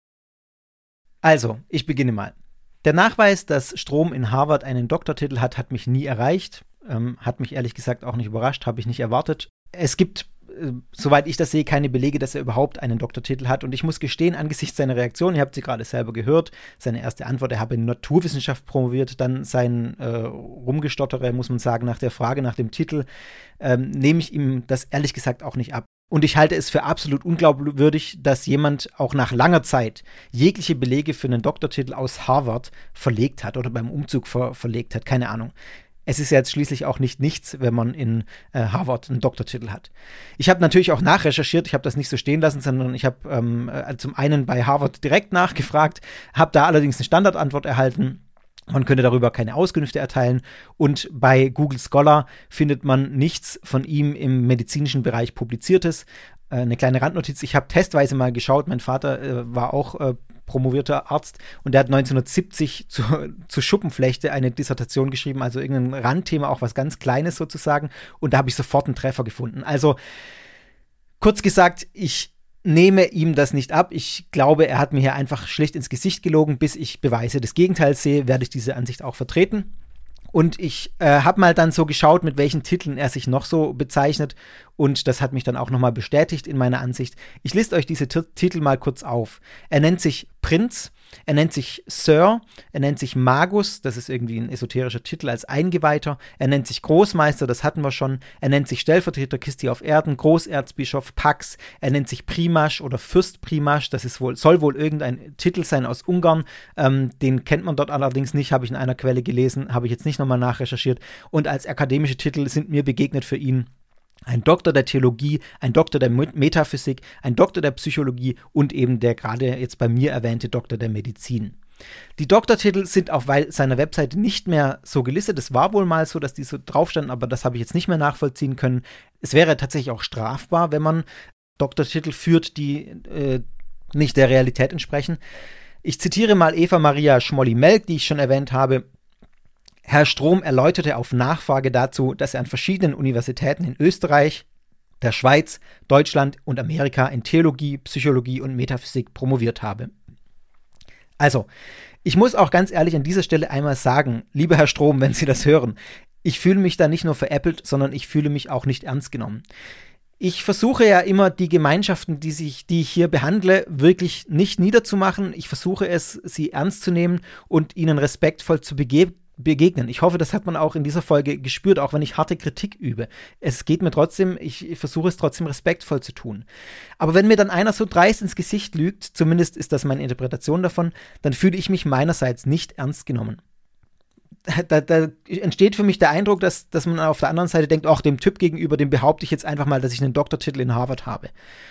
Also, ich beginne mal. Der Nachweis, dass Strom in Harvard einen Doktortitel hat, hat mich nie erreicht. Ähm, hat mich ehrlich gesagt auch nicht überrascht, habe ich nicht erwartet. Es gibt, soweit ich das sehe, keine Belege, dass er überhaupt einen Doktortitel hat. Und ich muss gestehen, angesichts seiner Reaktion, ihr habt sie gerade selber gehört, seine erste Antwort, er habe in Naturwissenschaft promoviert, dann sein äh, Rumgestottere, muss man sagen, nach der Frage nach dem Titel, ähm, nehme ich ihm das ehrlich gesagt auch nicht ab. Und ich halte es für absolut unglaubwürdig, dass jemand auch nach langer Zeit jegliche Belege für einen Doktortitel aus Harvard verlegt hat oder beim Umzug ver- verlegt hat, keine Ahnung. Es ist ja jetzt schließlich auch nicht nichts, wenn man in äh, Harvard einen Doktortitel hat. Ich habe natürlich auch nachrecherchiert, ich habe das nicht so stehen lassen, sondern ich habe ähm, äh, zum einen bei Harvard direkt nachgefragt, habe da allerdings eine Standardantwort erhalten. Man könnte darüber keine Auskünfte erteilen. Und bei Google Scholar findet man nichts von ihm im medizinischen Bereich Publiziertes. Äh, eine kleine Randnotiz, ich habe testweise mal geschaut, mein Vater äh, war auch äh, promovierter Arzt und der hat neunzehnhundertsiebzig zu, zu Schuppenflechte eine Dissertation geschrieben, also irgendein Randthema, auch was ganz Kleines sozusagen, und da habe ich sofort einen Treffer gefunden. Also kurz gesagt, ich nehme ihm das nicht ab. Ich glaube, er hat mir hier einfach schlicht ins Gesicht gelogen. Bis ich Beweise des Gegenteils sehe, werde ich diese Ansicht auch vertreten. Und ich äh, habe mal dann so geschaut, mit welchen Titeln er sich noch so bezeichnet. Und das hat mich dann auch nochmal bestätigt in meiner Ansicht. Ich liste euch diese T- Titel mal kurz auf. Er nennt sich Prinz, er nennt sich Sir, er nennt sich Magus, das ist irgendwie ein esoterischer Titel als Eingeweihter. Er nennt sich Großmeister, das hatten wir schon. Er nennt sich Stellvertreter Christi auf Erden, Großerzbischof Pax. Er nennt sich Primasch oder Fürst Primasch, das ist wohl, soll wohl irgendein Titel sein aus Ungarn. Ähm, den kennt man dort allerdings nicht, habe ich in einer Quelle gelesen, habe ich jetzt nicht nochmal nachrecherchiert. Und als akademische Titel sind mir begegnet für ihn ein Doktor der Theologie, ein Doktor der Metaphysik, ein Doktor der Psychologie und eben der gerade jetzt bei mir erwähnte Doktor der Medizin. Die Doktortitel sind auf seiner Webseite nicht mehr so gelistet. Es war wohl mal so, dass die so drauf standen, aber das habe ich jetzt nicht mehr nachvollziehen können. Es wäre tatsächlich auch strafbar, wenn man Doktortitel führt, die äh, nicht der Realität entsprechen. Ich zitiere mal Eva Maria Schmolli-Melk, die ich schon erwähnt habe. Herr Strom erläuterte auf Nachfrage dazu, dass er an verschiedenen Universitäten in Österreich, der Schweiz, Deutschland und Amerika in Theologie, Psychologie und Metaphysik promoviert habe. Also, ich muss auch ganz ehrlich an dieser Stelle einmal sagen, lieber Herr Strom, wenn Sie das hören, ich fühle mich da nicht nur veräppelt, sondern ich fühle mich auch nicht ernst genommen. Ich versuche ja immer, die Gemeinschaften, die, sich, die ich hier behandle, wirklich nicht niederzumachen. Ich versuche es, sie ernst zu nehmen und ihnen respektvoll zu begeben. begegnen. Ich hoffe, das hat man auch in dieser Folge gespürt, auch wenn ich harte Kritik übe. Es geht mir trotzdem, ich, ich versuche es trotzdem respektvoll zu tun. Aber wenn mir dann einer so dreist ins Gesicht lügt, zumindest ist das meine Interpretation davon, dann fühle ich mich meinerseits nicht ernst genommen. Da, da entsteht für mich der Eindruck, dass, dass man auf der anderen Seite denkt, ach, dem Typ gegenüber, dem behaupte ich jetzt einfach mal, dass ich einen Doktortitel in Harvard habe.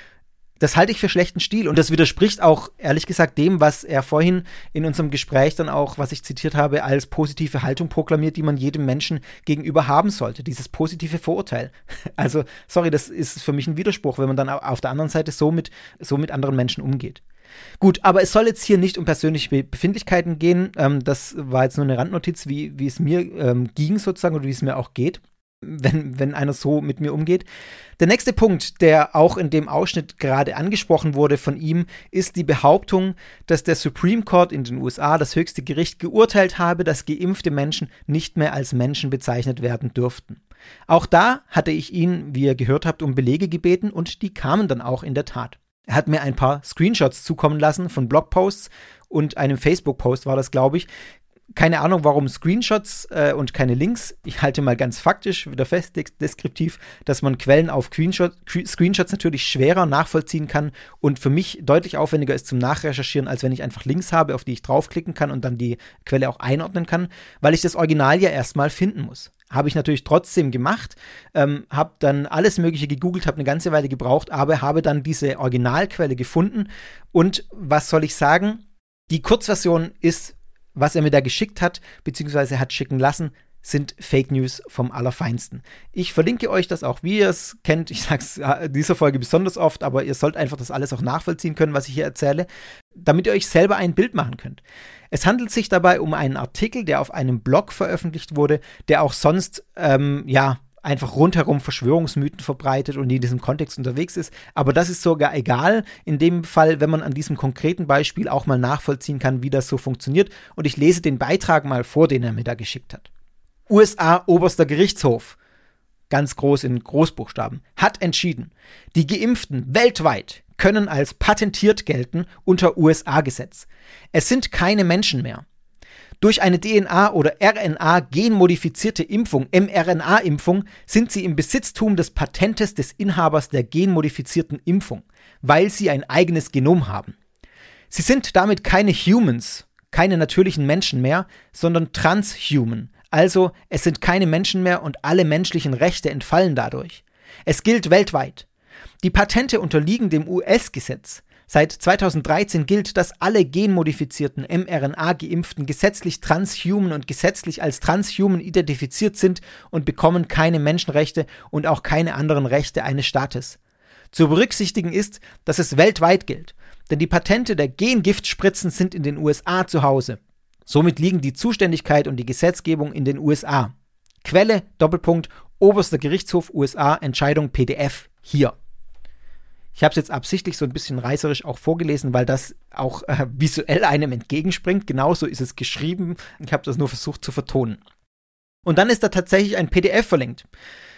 Das halte ich für schlechten Stil und das widerspricht auch, ehrlich gesagt, dem, was er vorhin in unserem Gespräch dann auch, was ich zitiert habe, als positive Haltung proklamiert, die man jedem Menschen gegenüber haben sollte, dieses positive Vorurteil. Also, sorry, das ist für mich ein Widerspruch, wenn man dann auf der anderen Seite so mit, so mit anderen Menschen umgeht. Gut, aber es soll jetzt hier nicht um persönliche Befindlichkeiten gehen, ähm, das war jetzt nur eine Randnotiz, wie, wie es mir ähm, ging sozusagen oder wie es mir auch geht. Wenn, wenn einer so mit mir umgeht. Der nächste Punkt, der auch in dem Ausschnitt gerade angesprochen wurde von ihm, ist die Behauptung, dass der Supreme Court in den U S A, das höchste Gericht, geurteilt habe, dass geimpfte Menschen nicht mehr als Menschen bezeichnet werden dürften. Auch da hatte ich ihn, wie ihr gehört habt, um Belege gebeten und die kamen dann auch in der Tat. Er hat mir ein paar Screenshots zukommen lassen von Blogposts und einem Facebook-Post war das, glaube ich. Keine Ahnung, warum Screenshots äh, und keine Links. Ich halte mal ganz faktisch, wieder fest, deskriptiv, dass man Quellen auf Screenshot, Screenshots natürlich schwerer nachvollziehen kann und für mich deutlich aufwendiger ist zum Nachrecherchieren, als wenn ich einfach Links habe, auf die ich draufklicken kann und dann die Quelle auch einordnen kann, weil ich das Original ja erstmal finden muss. Habe ich natürlich trotzdem gemacht, ähm, habe dann alles Mögliche gegoogelt, habe eine ganze Weile gebraucht, aber habe dann diese Originalquelle gefunden und was soll ich sagen? Die Kurzversion ist, was er mir da geschickt hat, beziehungsweise hat schicken lassen, sind Fake News vom Allerfeinsten. Ich verlinke euch das auch, wie ihr es kennt. Ich sage es in dieser Folge besonders oft, aber ihr sollt einfach das alles auch nachvollziehen können, was ich hier erzähle, damit ihr euch selber ein Bild machen könnt. Es handelt sich dabei um einen Artikel, der auf einem Blog veröffentlicht wurde, der auch sonst, ähm, ja, einfach rundherum Verschwörungsmythen verbreitet und in diesem Kontext unterwegs ist. Aber das ist sogar egal, in dem Fall, wenn man an diesem konkreten Beispiel auch mal nachvollziehen kann, wie das so funktioniert. Und ich lese den Beitrag mal vor, den er mir da geschickt hat. U S A Oberster Gerichtshof, ganz groß in Großbuchstaben, hat entschieden, die Geimpften weltweit können als patentiert gelten unter U S A-Gesetz. Es sind keine Menschen mehr. Durch eine D N A- oder R N A-genmodifizierte Impfung, mRNA-Impfung, sind sie im Besitztum des Patentes des Inhabers der genmodifizierten Impfung, weil sie ein eigenes Genom haben. Sie sind damit keine Humans, keine natürlichen Menschen mehr, sondern Transhuman. Also, es sind keine Menschen mehr und alle menschlichen Rechte entfallen dadurch. Es gilt weltweit. Die Patente unterliegen dem U S-Gesetz. Seit zweitausenddreizehn gilt, dass alle genmodifizierten mRNA-Geimpften gesetzlich transhuman und gesetzlich als transhuman identifiziert sind und bekommen keine Menschenrechte und auch keine anderen Rechte eines Staates. Zu berücksichtigen ist, dass es weltweit gilt, denn die Patente der Gengiftspritzen sind in den U S A zu Hause. Somit liegen die Zuständigkeit und die Gesetzgebung in den U S A. Quelle, Doppelpunkt, Oberster Gerichtshof U S A, Entscheidung P D F, hier. Ich habe es jetzt absichtlich so ein bisschen reißerisch auch vorgelesen, weil das auch äh, visuell einem entgegenspringt. Genauso ist es geschrieben. Ich habe das nur versucht zu vertonen. Und dann ist da tatsächlich ein P D F verlinkt.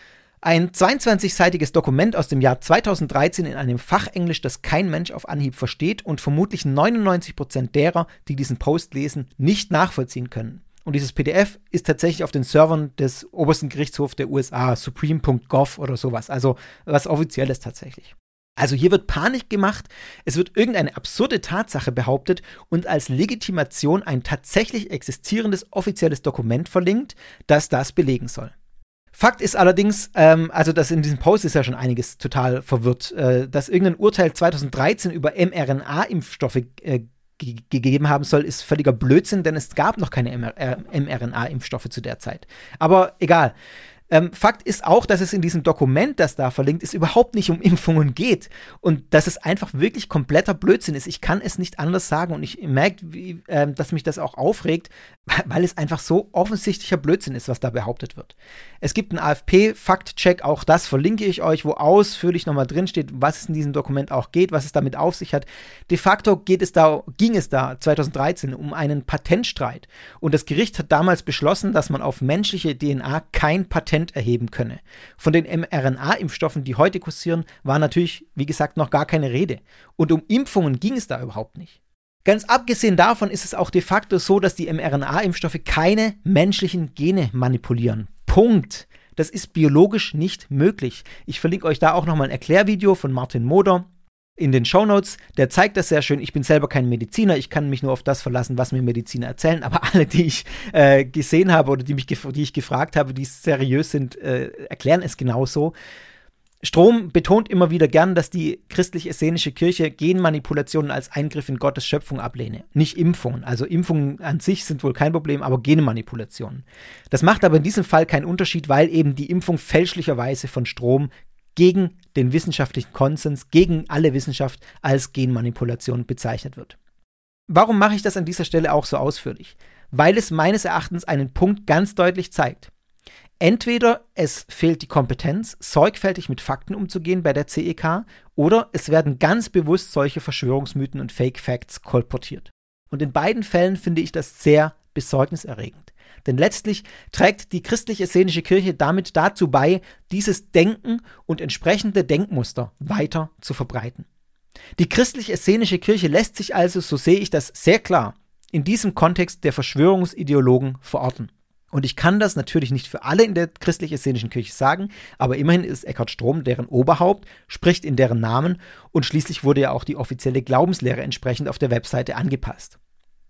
Ein zweiundzwanzigseitiges Dokument aus dem Jahr zweitausenddreizehn in einem Fachenglisch, das kein Mensch auf Anhieb versteht und vermutlich neunundneunzig Prozent derer, die diesen Post lesen, nicht nachvollziehen können. Und dieses P D F ist tatsächlich auf den Servern des obersten Gerichtshofs der U S A, supreme punkt gov oder sowas, also was Offizielles tatsächlich. Also hier wird Panik gemacht, es wird irgendeine absurde Tatsache behauptet und als Legitimation ein tatsächlich existierendes offizielles Dokument verlinkt, das das belegen soll. Fakt ist allerdings, ähm, also dass in diesem Post ist ja schon einiges total verwirrt, äh, dass irgendein Urteil zweitausenddreizehn über mRNA-Impfstoffe äh, ge- gegeben haben soll, ist völliger Blödsinn, denn es gab noch keine mRNA-Impfstoffe zu der Zeit. Aber egal. Ähm, Fakt ist auch, dass es in diesem Dokument, das da verlinkt ist, überhaupt nicht um Impfungen geht und dass es einfach wirklich kompletter Blödsinn ist. Ich kann es nicht anders sagen und ich merke, wie, äh, dass mich das auch aufregt, weil es einfach so offensichtlicher Blödsinn ist, was da behauptet wird. Es gibt einen A F P-Faktcheck, auch das verlinke ich euch, wo ausführlich nochmal drinsteht, was es in diesem Dokument auch geht, was es damit auf sich hat. De facto geht es da, ging es da zweitausenddreizehn um einen Patentstreit und das Gericht hat damals beschlossen, dass man auf menschliche D N A kein Patent erheben könne. Von den mRNA-Impfstoffen, die heute kursieren, war natürlich, wie gesagt, noch gar keine Rede. Und um Impfungen ging es da überhaupt nicht. Ganz abgesehen davon ist es auch de facto so, dass die mRNA-Impfstoffe keine menschlichen Gene manipulieren. Punkt. Das ist biologisch nicht möglich. Ich verlinke euch da auch nochmal ein Erklärvideo von Martin Moder in den Shownotes, der zeigt das sehr schön. Ich bin selber kein Mediziner, ich kann mich nur auf das verlassen, was mir Mediziner erzählen, aber alle, die ich äh, gesehen habe oder die, mich gef- die ich gefragt habe, die seriös sind, äh, erklären es genauso. Strom betont immer wieder gern, dass die christlich-essenische Kirche Genmanipulationen als Eingriff in Gottes Schöpfung ablehne. Nicht Impfungen. Also Impfungen an sich sind wohl kein Problem, aber Genmanipulationen. Das macht aber in diesem Fall keinen Unterschied, weil eben die Impfung fälschlicherweise von Strom gegen den wissenschaftlichen Konsens, gegen alle Wissenschaft als Genmanipulation bezeichnet wird. Warum mache ich das an dieser Stelle auch so ausführlich? Weil es meines Erachtens einen Punkt ganz deutlich zeigt. Entweder es fehlt die Kompetenz, sorgfältig mit Fakten umzugehen bei der C E K, oder es werden ganz bewusst solche Verschwörungsmythen und Fake Facts kolportiert. Und in beiden Fällen finde ich das sehr besorgniserregend. Denn letztlich trägt die christlich-essenische Kirche damit dazu bei, dieses Denken und entsprechende Denkmuster weiter zu verbreiten. Die christlich-essenische Kirche lässt sich also, so sehe ich das sehr klar, in diesem Kontext der Verschwörungsideologen verorten. Und ich kann das natürlich nicht für alle in der christlich-essenischen Kirche sagen, aber immerhin ist Eckhard Strom deren Oberhaupt, spricht in deren Namen und schließlich wurde ja auch die offizielle Glaubenslehre entsprechend auf der Webseite angepasst.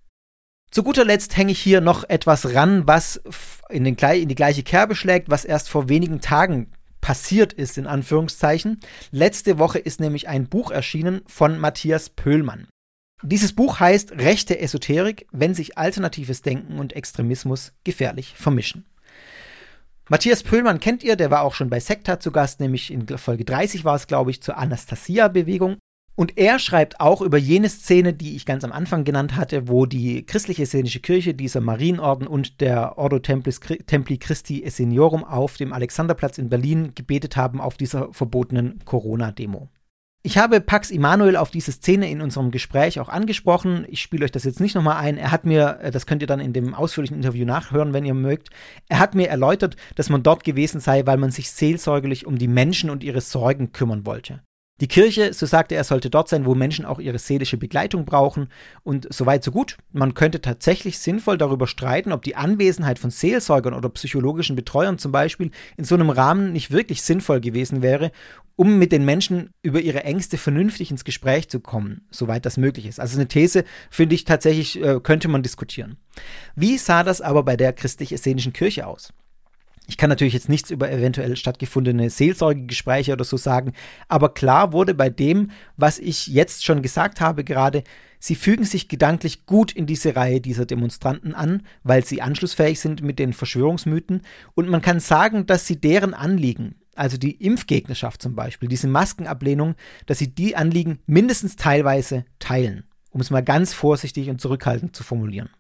Zu guter Letzt hänge ich hier noch etwas ran, was in, den, in die gleiche Kerbe schlägt, was erst vor wenigen Tagen passiert ist, in Anführungszeichen. Letzte Woche ist nämlich ein Buch erschienen von Matthias Pöhlmann. Dieses Buch heißt Rechte Esoterik, wenn sich alternatives Denken und Extremismus gefährlich vermischen. Matthias Pöhlmann kennt ihr, der war auch schon bei Sekta zu Gast, nämlich in Folge dreißig war es, glaube ich, zur Anastasia-Bewegung. Und er schreibt auch über jene Szene, die ich ganz am Anfang genannt hatte, wo die christlich-essenische Kirche, dieser Marienorden und der Ordo Templis, Templi Christi Esseniorum auf dem Alexanderplatz in Berlin gebetet haben auf dieser verbotenen Corona-Demo. Ich habe Pax Immanuel auf diese Szene in unserem Gespräch auch angesprochen. Ich spiele euch das jetzt nicht nochmal ein. Er hat mir, das könnt ihr dann in dem ausführlichen Interview nachhören, wenn ihr mögt, er hat mir erläutert, dass man dort gewesen sei, weil man sich seelsorgerlich um die Menschen und ihre Sorgen kümmern wollte. Die Kirche, so sagte er, sollte dort sein, wo Menschen auch ihre seelische Begleitung brauchen und so weit, so gut. Man könnte tatsächlich sinnvoll darüber streiten, ob die Anwesenheit von Seelsorgern oder psychologischen Betreuern zum Beispiel in so einem Rahmen nicht wirklich sinnvoll gewesen wäre, um mit den Menschen über ihre Ängste vernünftig ins Gespräch zu kommen, soweit das möglich ist. Also eine These, finde ich tatsächlich, äh, könnte man diskutieren. Wie sah das aber bei der christlich-essenischen Kirche aus? Ich kann natürlich jetzt nichts über eventuell stattgefundene Seelsorgegespräche oder so sagen, aber klar wurde bei dem, was ich jetzt schon gesagt habe gerade, sie fügen sich gedanklich gut in diese Reihe dieser Demonstranten an, weil sie anschlussfähig sind mit den Verschwörungsmythen und man kann sagen, dass sie deren Anliegen, also die Impfgegnerschaft zum Beispiel, diese Maskenablehnung, dass sie die Anliegen mindestens teilweise teilen, um es mal ganz vorsichtig und zurückhaltend zu formulieren.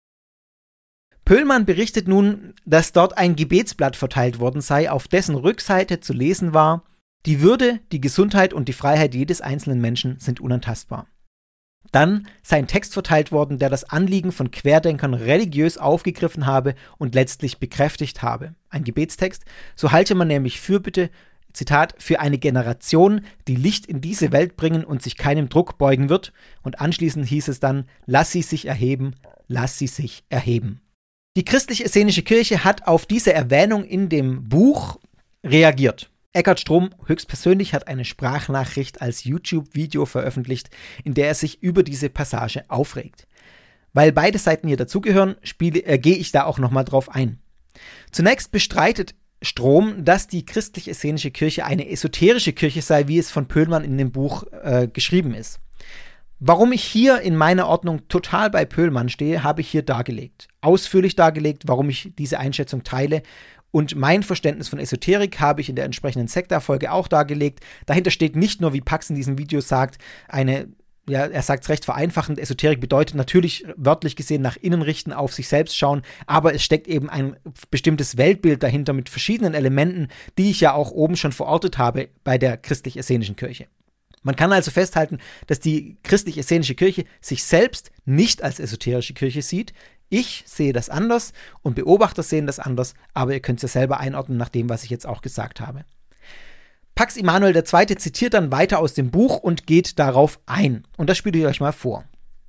Pöhlmann berichtet nun, dass dort ein Gebetsblatt verteilt worden sei, auf dessen Rückseite zu lesen war: Die Würde, die Gesundheit und die Freiheit jedes einzelnen Menschen sind unantastbar. Dann sei ein Text verteilt worden, der das Anliegen von Querdenkern religiös aufgegriffen habe und letztlich bekräftigt habe. Ein Gebetstext. So halte man nämlich Fürbitte, Zitat, für eine Generation, die Licht in diese Welt bringen und sich keinem Druck beugen wird. Und anschließend hieß es dann, lass sie sich erheben, lass sie sich erheben. Die christlich-essenische Kirche hat auf diese Erwähnung in dem Buch reagiert. Eckhard Strom höchstpersönlich hat eine Sprachnachricht als YouTube-Video veröffentlicht, in der er sich über diese Passage aufregt. Weil beide Seiten hier dazugehören, äh, gehe ich da auch nochmal drauf ein. Zunächst bestreitet Strom, dass die christlich-essenische Kirche eine esoterische Kirche sei, wie es von Pöhlmann in dem Buch äh, geschrieben ist. Warum ich hier in meiner Ordnung total bei Pöhlmann stehe, habe ich hier dargelegt. Ausführlich dargelegt, warum ich diese Einschätzung teile. Und mein Verständnis von Esoterik habe ich in der entsprechenden Sekta-Folge auch dargelegt. Dahinter steht nicht nur, wie Pax in diesem Video sagt, eine, ja, er sagt es recht vereinfachend, Esoterik bedeutet natürlich wörtlich gesehen nach innen richten, auf sich selbst schauen, aber es steckt eben ein bestimmtes Weltbild dahinter mit verschiedenen Elementen, die ich ja auch oben schon verortet habe bei der christlich-essenischen Kirche. Man kann also festhalten, dass die christlich-essenische Kirche sich selbst nicht als esoterische Kirche sieht. Ich sehe das anders und Beobachter sehen das anders, aber ihr könnt es ja selber einordnen nach dem, was ich jetzt auch gesagt habe. Pax Immanuel der Zweite zitiert dann weiter aus dem Buch und geht darauf ein. Und das spiele ich euch mal vor.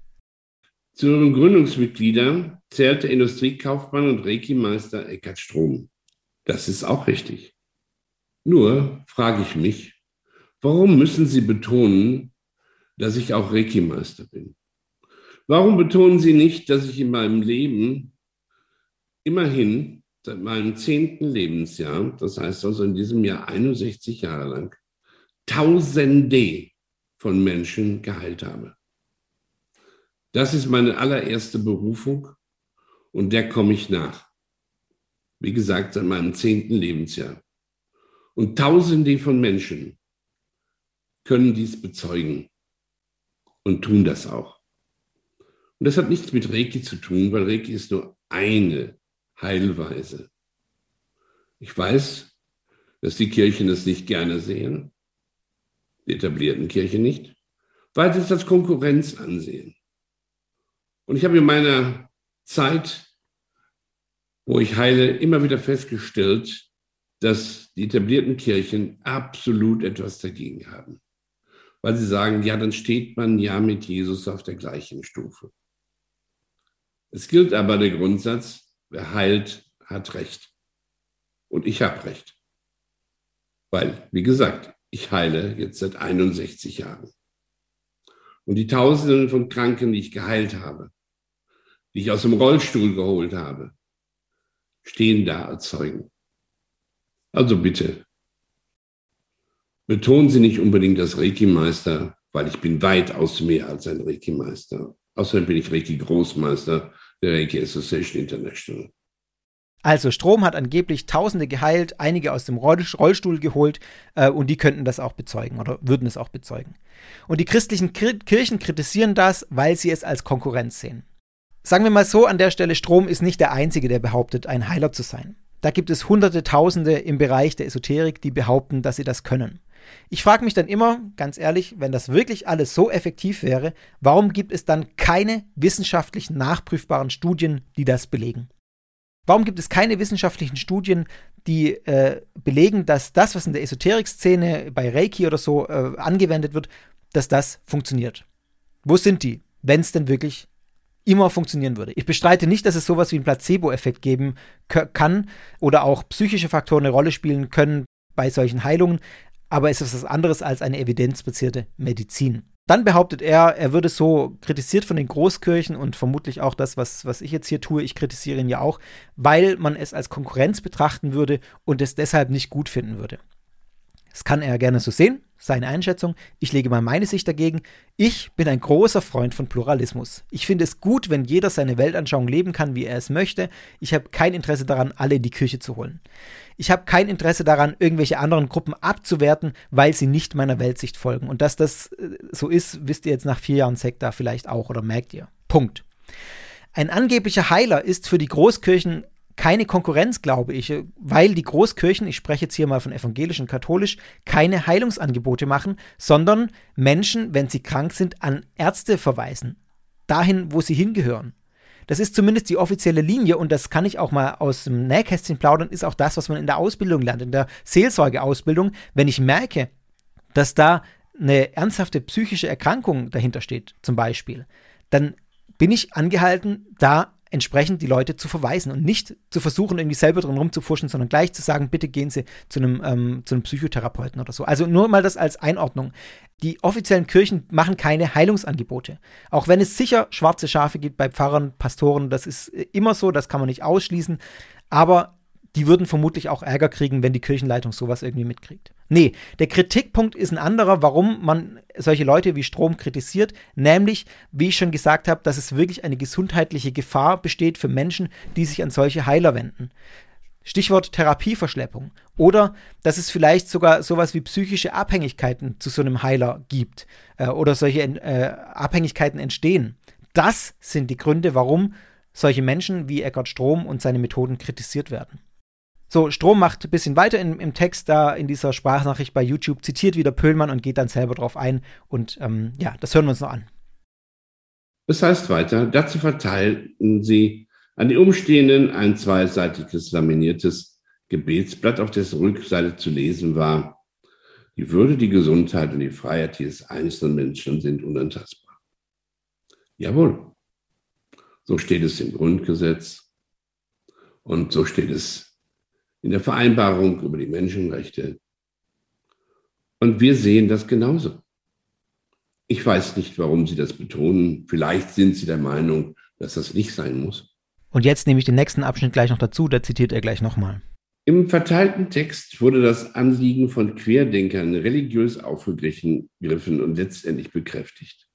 Zu ihren Gründungsmitgliedern zählte Industriekaufmann und Reiki-Meister Eckhard Strom. Das ist auch richtig. Nur frage ich mich, warum müssen Sie betonen, dass ich auch Reiki-Meister bin? Warum betonen Sie nicht, dass ich in meinem Leben immerhin seit meinem zehnten Lebensjahr, das heißt also in diesem Jahr einundsechzig Jahre lang, Tausende von Menschen geheilt habe? Das ist meine allererste Berufung und der komme ich nach. Wie gesagt, seit meinem zehnten Lebensjahr. Und Tausende von Menschen können dies bezeugen und tun das auch. Und das hat nichts mit Reiki zu tun, weil Reiki ist nur eine Heilweise. Ich weiß, dass die Kirchen das nicht gerne sehen, die etablierten Kirchen nicht, weil sie es als Konkurrenz ansehen. Und ich habe in meiner Zeit, wo ich heile, immer wieder festgestellt, dass die etablierten Kirchen absolut etwas dagegen haben. Weil sie sagen, ja, dann steht man ja mit Jesus auf der gleichen Stufe. Es gilt aber der Grundsatz, wer heilt, hat Recht. Und ich habe Recht. Weil, wie gesagt, ich heile jetzt seit einundsechzig Jahren. Und die Tausenden von Kranken, die ich geheilt habe, die ich aus dem Rollstuhl geholt habe, stehen da als Zeugen. Also bitte, betonen Sie nicht unbedingt das Reiki-Meister, weil ich bin weitaus mehr als ein Reiki-Meister. Außerdem bin ich Reiki-Großmeister der Reiki Association International. Also Strom hat angeblich Tausende geheilt, einige aus dem Rollstuhl geholt äh, und die könnten das auch bezeugen oder würden es auch bezeugen. Und die christlichen Kir- Kirchen kritisieren das, weil sie es als Konkurrenz sehen. Sagen wir mal so, an der Stelle, Strom ist nicht der Einzige, der behauptet, ein Heiler zu sein. Da gibt es Hunderte, Tausende im Bereich der Esoterik, die behaupten, dass sie das können. Ich frage mich dann immer, ganz ehrlich, wenn das wirklich alles so effektiv wäre, warum gibt es dann keine wissenschaftlichen nachprüfbaren Studien, die das belegen? Warum gibt es keine wissenschaftlichen Studien, die äh, belegen, dass das, was in der Esoterik-Szene bei Reiki oder so äh, angewendet wird, dass das funktioniert? Wo sind die, wenn es denn wirklich immer funktionieren würde? Ich bestreite nicht, dass es sowas wie einen Placebo-Effekt geben k- kann oder auch psychische Faktoren eine Rolle spielen können bei solchen Heilungen, aber es ist was anderes als eine evidenzbasierte Medizin. Dann behauptet er, er würde so kritisiert von den Großkirchen und vermutlich auch das, was, was ich jetzt hier tue, ich kritisiere ihn ja auch, weil man es als Konkurrenz betrachten würde und es deshalb nicht gut finden würde. Das kann er gerne so sehen, seine Einschätzung. Ich lege mal meine Sicht dagegen. Ich bin ein großer Freund von Pluralismus. Ich finde es gut, wenn jeder seine Weltanschauung leben kann, wie er es möchte. Ich habe kein Interesse daran, alle in die Kirche zu holen. Ich habe kein Interesse daran, irgendwelche anderen Gruppen abzuwerten, weil sie nicht meiner Weltsicht folgen. Und dass das so ist, wisst ihr jetzt nach vier Jahren Sekta vielleicht auch oder merkt ihr. Punkt. Ein angeblicher Heiler ist für die Großkirchen keine Konkurrenz, glaube ich, weil die Großkirchen, ich spreche jetzt hier mal von evangelisch und katholisch, keine Heilungsangebote machen, sondern Menschen, wenn sie krank sind, an Ärzte verweisen. Dahin, wo sie hingehören. Das ist zumindest die offizielle Linie und das kann ich auch mal aus dem Nähkästchen plaudern, ist auch das, was man in der Ausbildung lernt, in der Seelsorgeausbildung. Wenn ich merke, dass da eine ernsthafte psychische Erkrankung dahinter steht, zum Beispiel, dann bin ich angehalten, da entsprechend die Leute zu verweisen und nicht zu versuchen, irgendwie selber drin rumzufuschen, sondern gleich zu sagen, bitte gehen Sie zu einem, ähm, zu einem Psychotherapeuten oder so. Also nur mal das als Einordnung. Die offiziellen Kirchen machen keine Heilungsangebote. Auch wenn es sicher schwarze Schafe gibt bei Pfarrern, Pastoren, das ist immer so, das kann man nicht ausschließen, aber die würden vermutlich auch Ärger kriegen, wenn die Kirchenleitung sowas irgendwie mitkriegt. Nee, der Kritikpunkt ist ein anderer, warum man solche Leute wie Strom kritisiert, nämlich, wie ich schon gesagt habe, dass es wirklich eine gesundheitliche Gefahr besteht für Menschen, die sich an solche Heiler wenden. Stichwort Therapieverschleppung. Oder dass es vielleicht sogar sowas wie psychische Abhängigkeiten zu so einem Heiler gibt äh, oder solche äh, Abhängigkeiten entstehen. Das sind die Gründe, warum solche Menschen wie Eckhard Strom und seine Methoden kritisiert werden. So, Strom macht ein bisschen weiter in, im Text da in dieser Sprachnachricht bei YouTube, zitiert wieder Pöhlmann und geht dann selber drauf ein. Und ähm, ja, das hören wir uns noch an. Das heißt weiter, dazu verteilten sie an die Umstehenden ein zweiseitiges laminiertes Gebetsblatt, auf dessen Rückseite zu lesen war: Die Würde, die Gesundheit und die Freiheit jedes einzelnen Menschen sind unantastbar. Jawohl, so steht es im Grundgesetz und so steht es in der Vereinbarung über die Menschenrechte. Und wir sehen das genauso. Ich weiß nicht, warum Sie das betonen. Vielleicht sind Sie der Meinung, dass das nicht sein muss. Und jetzt nehme ich den nächsten Abschnitt gleich noch dazu, da zitiert er gleich nochmal. Im verteilten Text wurde das Anliegen von Querdenkern religiös aufgegriffen und letztendlich bekräftigt.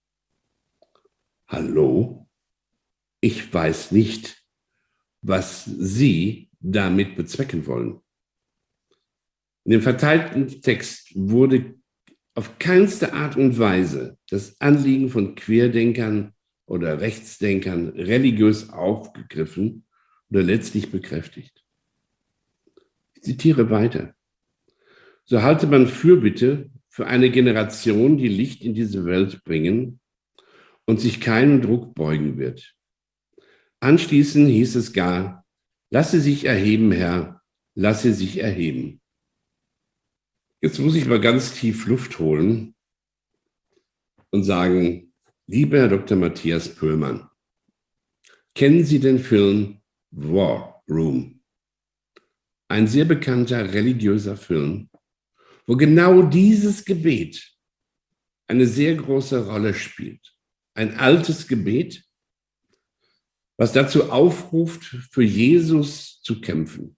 Hallo? Ich weiß nicht, was Sie damit bezwecken wollen. In dem verteilten Text wurde auf keinste Art und Weise das Anliegen von Querdenkern oder Rechtsdenkern religiös aufgegriffen oder letztlich bekräftigt. Ich zitiere weiter. So halte man Fürbitte für eine Generation, die Licht in diese Welt bringen und sich keinem Druck beugen wird. Anschließend hieß es gar: Lasse sich erheben, Herr, lasse sich erheben. Jetzt muss ich mal ganz tief Luft holen und sagen, lieber Herr Doktor Matthias Pöhlmann, kennen Sie den Film War Room? Ein sehr bekannter religiöser Film, wo genau dieses Gebet eine sehr große Rolle spielt. Ein altes Gebet, was dazu aufruft, für Jesus zu kämpfen.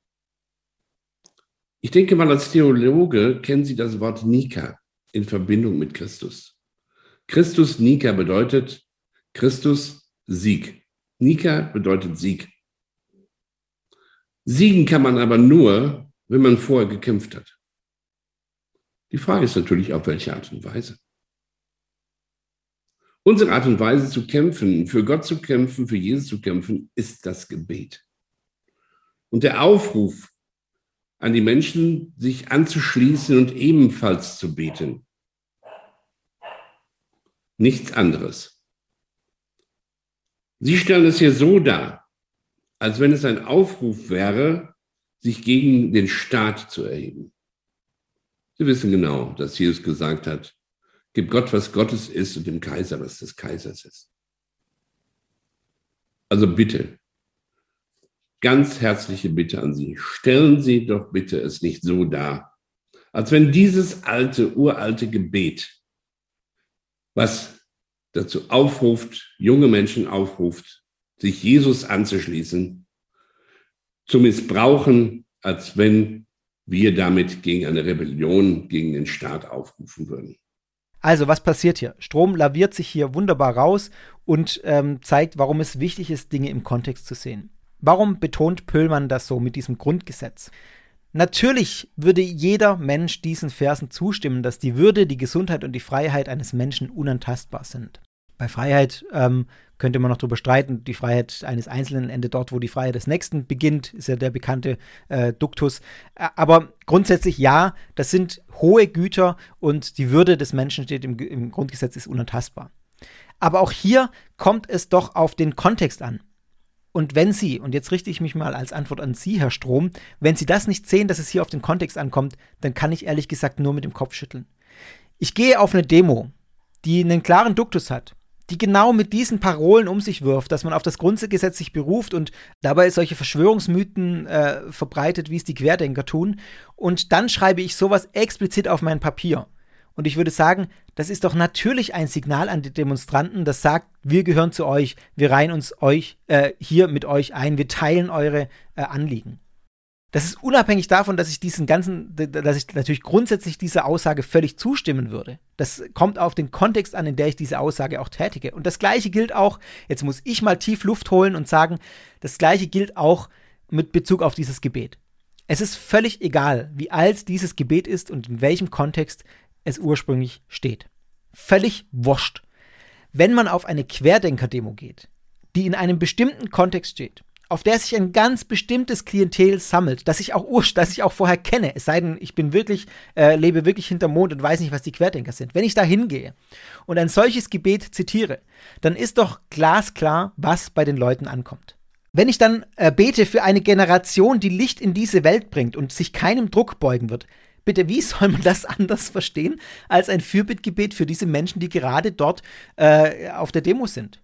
Ich denke mal, als Theologe kennen Sie das Wort Nika in Verbindung mit Christus. Christus Nika bedeutet Christus Sieg. Nika bedeutet Sieg. Siegen kann man aber nur, wenn man vorher gekämpft hat. Die Frage ist natürlich, auf welche Art und Weise. Unsere Art und Weise zu kämpfen, für Gott zu kämpfen, für Jesus zu kämpfen, ist das Gebet. Und der Aufruf an die Menschen, sich anzuschließen und ebenfalls zu beten. Nichts anderes. Sie stellen es hier so dar, als wenn es ein Aufruf wäre, sich gegen den Staat zu erheben. Sie wissen genau, dass Jesus gesagt hat: Gib Gott, was Gottes ist, und dem Kaiser, was des Kaisers ist. Also bitte, ganz herzliche Bitte an Sie, stellen Sie doch bitte es nicht so dar, als wenn dieses alte, uralte Gebet, was dazu aufruft, junge Menschen aufruft, sich Jesus anzuschließen, zu missbrauchen, als wenn wir damit gegen eine Rebellion gegen den Staat aufrufen würden. Also, was passiert hier? Strom laviert sich hier wunderbar raus und ähm, zeigt, warum es wichtig ist, Dinge im Kontext zu sehen. Warum betont Pöhlmann das so mit diesem Grundgesetz? Natürlich würde jeder Mensch diesen Versen zustimmen, dass die Würde, die Gesundheit und die Freiheit eines Menschen unantastbar sind. Bei Freiheit ähm, könnte man noch drüber streiten. Die Freiheit eines Einzelnen endet dort, wo die Freiheit des Nächsten beginnt, ist ja der bekannte äh, Duktus. Aber grundsätzlich ja, das sind hohe Güter und die Würde des Menschen steht im, im Grundgesetz, ist unantastbar. Aber auch hier kommt es doch auf den Kontext an. Und wenn Sie, und jetzt richte ich mich mal als Antwort an Sie, Herr Strom, wenn Sie das nicht sehen, dass es hier auf den Kontext ankommt, dann kann ich ehrlich gesagt nur mit dem Kopf schütteln. Ich gehe auf eine Demo, die einen klaren Duktus hat, die genau mit diesen Parolen um sich wirft, dass man auf das Grundgesetz sich beruft und dabei solche Verschwörungsmythen äh, verbreitet, wie es die Querdenker tun. Und dann schreibe ich sowas explizit auf mein Papier. Und ich würde sagen, das ist doch natürlich ein Signal an die Demonstranten, das sagt, wir gehören zu euch, wir reihen uns euch äh, hier mit euch ein, wir teilen eure äh, Anliegen. Das ist unabhängig davon, dass ich diesen ganzen, dass ich natürlich grundsätzlich dieser Aussage völlig zustimmen würde. Das kommt auf den Kontext an, in der ich diese Aussage auch tätige. Und das Gleiche gilt auch, jetzt muss ich mal tief Luft holen und sagen, das Gleiche gilt auch mit Bezug auf dieses Gebet. Es ist völlig egal, wie alt dieses Gebet ist und in welchem Kontext es ursprünglich steht. Völlig wurscht. Wenn man auf eine Querdenker-Demo geht, die in einem bestimmten Kontext steht, auf der sich ein ganz bestimmtes Klientel sammelt, das ich auch, das ich auch vorher kenne, es sei denn, ich bin wirklich, äh, lebe wirklich hinterm Mond und weiß nicht, was die Querdenker sind. Wenn ich da hingehe und ein solches Gebet zitiere, dann ist doch glasklar, was bei den Leuten ankommt. Wenn ich dann äh, bete für eine Generation, die Licht in diese Welt bringt und sich keinem Druck beugen wird, bitte, wie soll man das anders verstehen als ein Fürbittgebet für diese Menschen, die gerade dort äh, auf der Demo sind?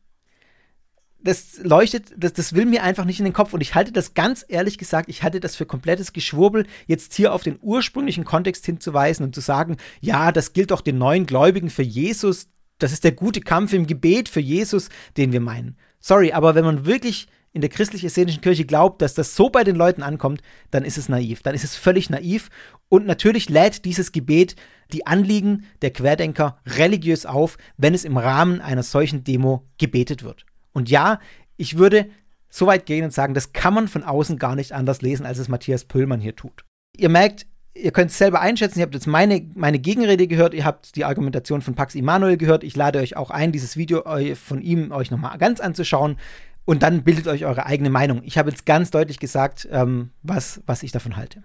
Das leuchtet, das, das will mir einfach nicht in den Kopf und ich halte das ganz ehrlich gesagt, ich halte das für komplettes Geschwurbel, jetzt hier auf den ursprünglichen Kontext hinzuweisen und zu sagen, ja, das gilt doch den neuen Gläubigen für Jesus, das ist der gute Kampf im Gebet für Jesus, den wir meinen. Sorry, aber wenn man wirklich in der christlich-essenischen Kirche glaubt, dass das so bei den Leuten ankommt, dann ist es naiv, dann ist es völlig naiv und natürlich lädt dieses Gebet die Anliegen der Querdenker religiös auf, wenn es im Rahmen einer solchen Demo gebetet wird. Und ja, ich würde so weit gehen und sagen, das kann man von außen gar nicht anders lesen, als es Matthias Pöllmann hier tut. Ihr merkt, ihr könnt es selber einschätzen, ihr habt jetzt meine, meine Gegenrede gehört, ihr habt die Argumentation von Pax Immanuel gehört, ich lade euch auch ein, dieses Video von ihm euch nochmal ganz anzuschauen und dann bildet euch eure eigene Meinung. Ich habe jetzt ganz deutlich gesagt, ähm, was, was ich davon halte.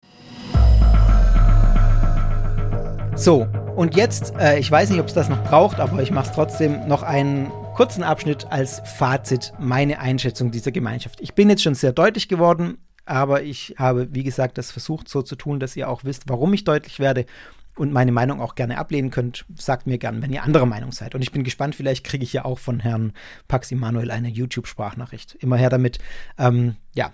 So, und jetzt, äh, ich weiß nicht, ob es das noch braucht, aber ich mache es trotzdem, noch einen kurzen Abschnitt als Fazit, meine Einschätzung dieser Gemeinschaft. Ich bin jetzt schon sehr deutlich geworden, aber ich habe, wie gesagt, das versucht so zu tun, dass ihr auch wisst, warum ich deutlich werde und meine Meinung auch gerne ablehnen könnt. Sagt mir gern, wenn ihr anderer Meinung seid. Und ich bin gespannt, vielleicht kriege ich ja auch von Herrn Pax Immanuel eine YouTube-Sprachnachricht. Immer her damit. Ähm, ja.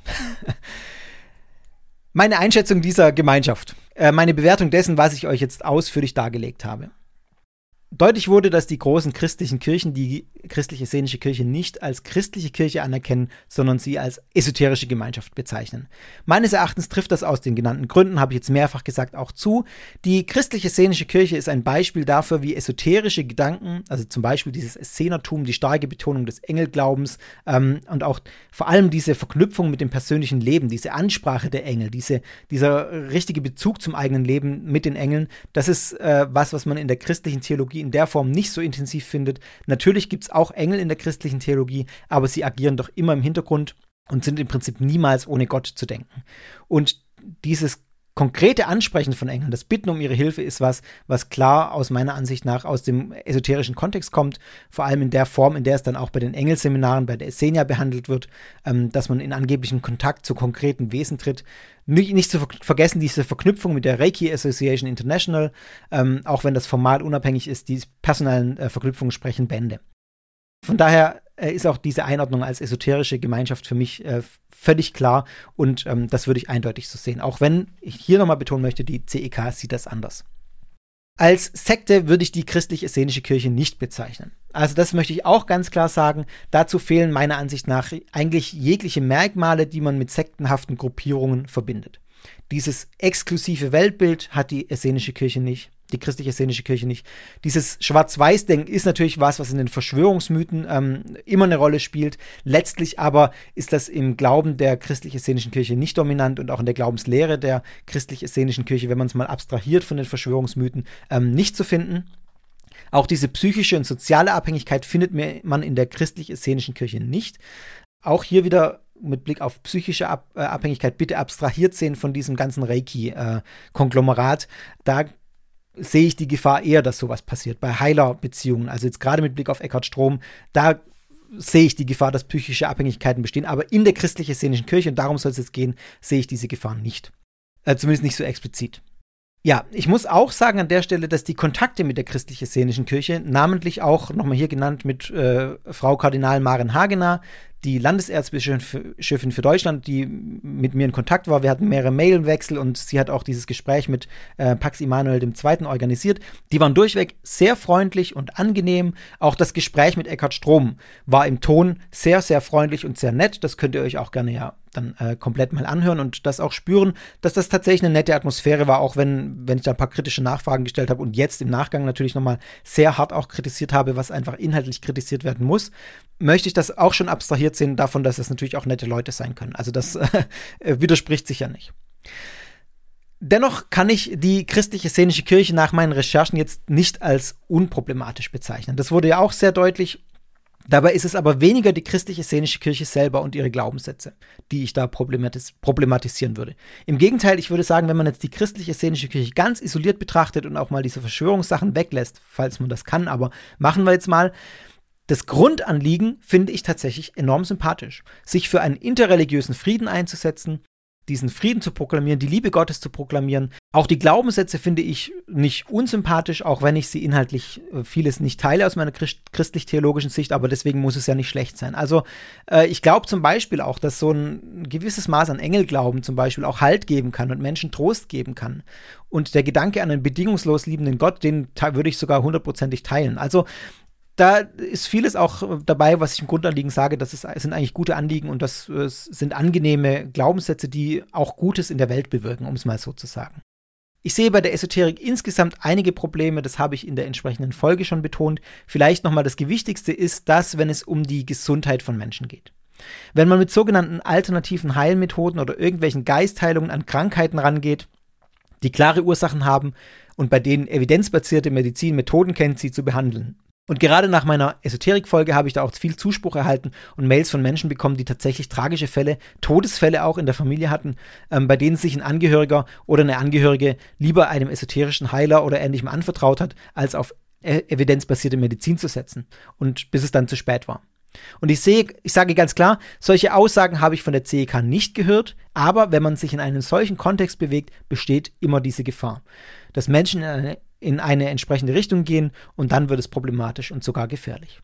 Meine Einschätzung dieser Gemeinschaft. Äh, meine Bewertung dessen, was ich euch jetzt ausführlich dargelegt habe. Deutlich wurde, dass die großen christlichen Kirchen die christlich-essenische Kirche nicht als christliche Kirche anerkennen, sondern sie als esoterische Gemeinschaft bezeichnen. Meines Erachtens trifft das aus den genannten Gründen, habe ich jetzt mehrfach gesagt, auch zu. Die christlich-essenische Kirche ist ein Beispiel dafür, wie esoterische Gedanken, also zum Beispiel dieses Essenertum, die starke Betonung des Engelglaubens ähm, und auch vor allem diese Verknüpfung mit dem persönlichen Leben, diese Ansprache der Engel, diese, dieser richtige Bezug zum eigenen Leben mit den Engeln, das ist äh, was, was man in der christlichen Theologie in der Form nicht so intensiv findet. Natürlich gibt es auch Engel in der christlichen Theologie, aber sie agieren doch immer im Hintergrund und sind im Prinzip niemals ohne Gott zu denken. Und dieses konkrete Ansprechen von Engeln, das Bitten um ihre Hilfe ist was, was klar aus meiner Ansicht nach aus dem esoterischen Kontext kommt, vor allem in der Form, in der es dann auch bei den Engelseminaren, bei der Essenia behandelt wird, ähm, dass man in angeblichen Kontakt zu konkreten Wesen tritt. Nicht, nicht zu ver- vergessen diese Verknüpfung mit der Reiki Association International, ähm, auch wenn das formal unabhängig ist, die personellen äh, Verknüpfungen sprechen Bände. Von daher äh, ist auch diese Einordnung als esoterische Gemeinschaft für mich äh, völlig klar und ähm, das würde ich eindeutig so sehen. Auch wenn ich hier nochmal betonen möchte, die C E K sieht das anders. Als Sekte würde ich die christlich-essenische Kirche nicht bezeichnen. Also das möchte ich auch ganz klar sagen. Dazu fehlen meiner Ansicht nach eigentlich jegliche Merkmale, die man mit sektenhaften Gruppierungen verbindet. Dieses exklusive Weltbild hat die essenische Kirche nicht, die christlich-essenische Kirche nicht. Dieses Schwarz-Weiß-Denken ist natürlich was, was in den Verschwörungsmythen ähm, immer eine Rolle spielt. Letztlich aber ist das im Glauben der christlich-essenischen Kirche nicht dominant und auch in der Glaubenslehre der christlich-essenischen Kirche, wenn man es mal abstrahiert von den Verschwörungsmythen, ähm, nicht zu finden. Auch diese psychische und soziale Abhängigkeit findet man in der christlich-essenischen Kirche nicht. Auch hier wieder mit Blick auf psychische Ab- äh, Abhängigkeit bitte abstrahiert sehen von diesem ganzen Reiki-Konglomerat. Äh, da sehe ich die Gefahr eher, dass sowas passiert. Bei Heilerbeziehungen, also jetzt gerade mit Blick auf Eckhart Strom, da sehe ich die Gefahr, dass psychische Abhängigkeiten bestehen. Aber in der christlich-essenischen Kirche, und darum soll es jetzt gehen, sehe ich diese Gefahr nicht. Äh, zumindest nicht so explizit. Ja, ich muss auch sagen an der Stelle, dass die Kontakte mit der christlich-essenischen Kirche, namentlich auch nochmal hier genannt mit äh, Frau Kardinal Maren Hagener, die Landeserzbischöfin für Deutschland, die mit mir in Kontakt war. Wir hatten mehrere Mailwechsel und sie hat auch dieses Gespräch mit äh, Pax Immanuel der Zweite organisiert. Die waren durchweg sehr freundlich und angenehm. Auch das Gespräch mit Eckhart Strom war im Ton sehr, sehr freundlich und sehr nett. Das könnt ihr euch auch gerne ja dann äh, komplett mal anhören und das auch spüren, dass das tatsächlich eine nette Atmosphäre war, auch wenn, wenn ich da ein paar kritische Nachfragen gestellt habe und jetzt im Nachgang natürlich nochmal sehr hart auch kritisiert habe, was einfach inhaltlich kritisiert werden muss, möchte ich das auch schon abstrahiert sehen davon, dass das natürlich auch nette Leute sein können. Also das äh, widerspricht sich ja nicht. Dennoch kann ich die christlich-essenische Kirche nach meinen Recherchen jetzt nicht als unproblematisch bezeichnen. Das wurde ja auch sehr deutlich. Dabei ist es aber weniger die christlich-essenische Kirche selber und ihre Glaubenssätze, die ich da problematis- problematisieren würde. Im Gegenteil, ich würde sagen, wenn man jetzt die christlich-essenische Kirche ganz isoliert betrachtet und auch mal diese Verschwörungssachen weglässt, falls man das kann, aber machen wir jetzt mal, das Grundanliegen finde ich tatsächlich enorm sympathisch. Sich für einen interreligiösen Frieden einzusetzen, diesen Frieden zu proklamieren, die Liebe Gottes zu proklamieren. Auch die Glaubenssätze finde ich nicht unsympathisch, auch wenn ich sie inhaltlich äh, vieles nicht teile aus meiner christ- christlich-theologischen Sicht, aber deswegen muss es ja nicht schlecht sein. Also äh, ich glaube zum Beispiel auch, dass so ein gewisses Maß an Engelglauben zum Beispiel auch Halt geben kann und Menschen Trost geben kann. Und der Gedanke an einen bedingungslos liebenden Gott, den te- würde ich sogar hundertprozentig teilen. Also da ist vieles auch dabei, was ich im Grundanliegen sage, das ist, sind eigentlich gute Anliegen und das äh, sind angenehme Glaubenssätze, die auch Gutes in der Welt bewirken, um es mal so zu sagen. Ich sehe bei der Esoterik insgesamt einige Probleme, das habe ich in der entsprechenden Folge schon betont. Vielleicht nochmal das Gewichtigste ist das, wenn es um die Gesundheit von Menschen geht. Wenn man mit sogenannten alternativen Heilmethoden oder irgendwelchen Geistheilungen an Krankheiten rangeht, die klare Ursachen haben und bei denen evidenzbasierte Medizin Methoden kennt, sie zu behandeln. Und gerade nach meiner Esoterik-Folge habe ich da auch viel Zuspruch erhalten und Mails von Menschen bekommen, die tatsächlich tragische Fälle, Todesfälle auch in der Familie hatten, ähm, bei denen sich ein Angehöriger oder eine Angehörige lieber einem esoterischen Heiler oder Ähnlichem anvertraut hat, als auf e- evidenzbasierte Medizin zu setzen und bis es dann zu spät war. Und ich sehe, ich sage ganz klar, solche Aussagen habe ich von der C E K nicht gehört, aber wenn man sich in einem solchen Kontext bewegt, besteht immer diese Gefahr, dass Menschen in eine in eine entsprechende Richtung gehen und dann wird es problematisch und sogar gefährlich.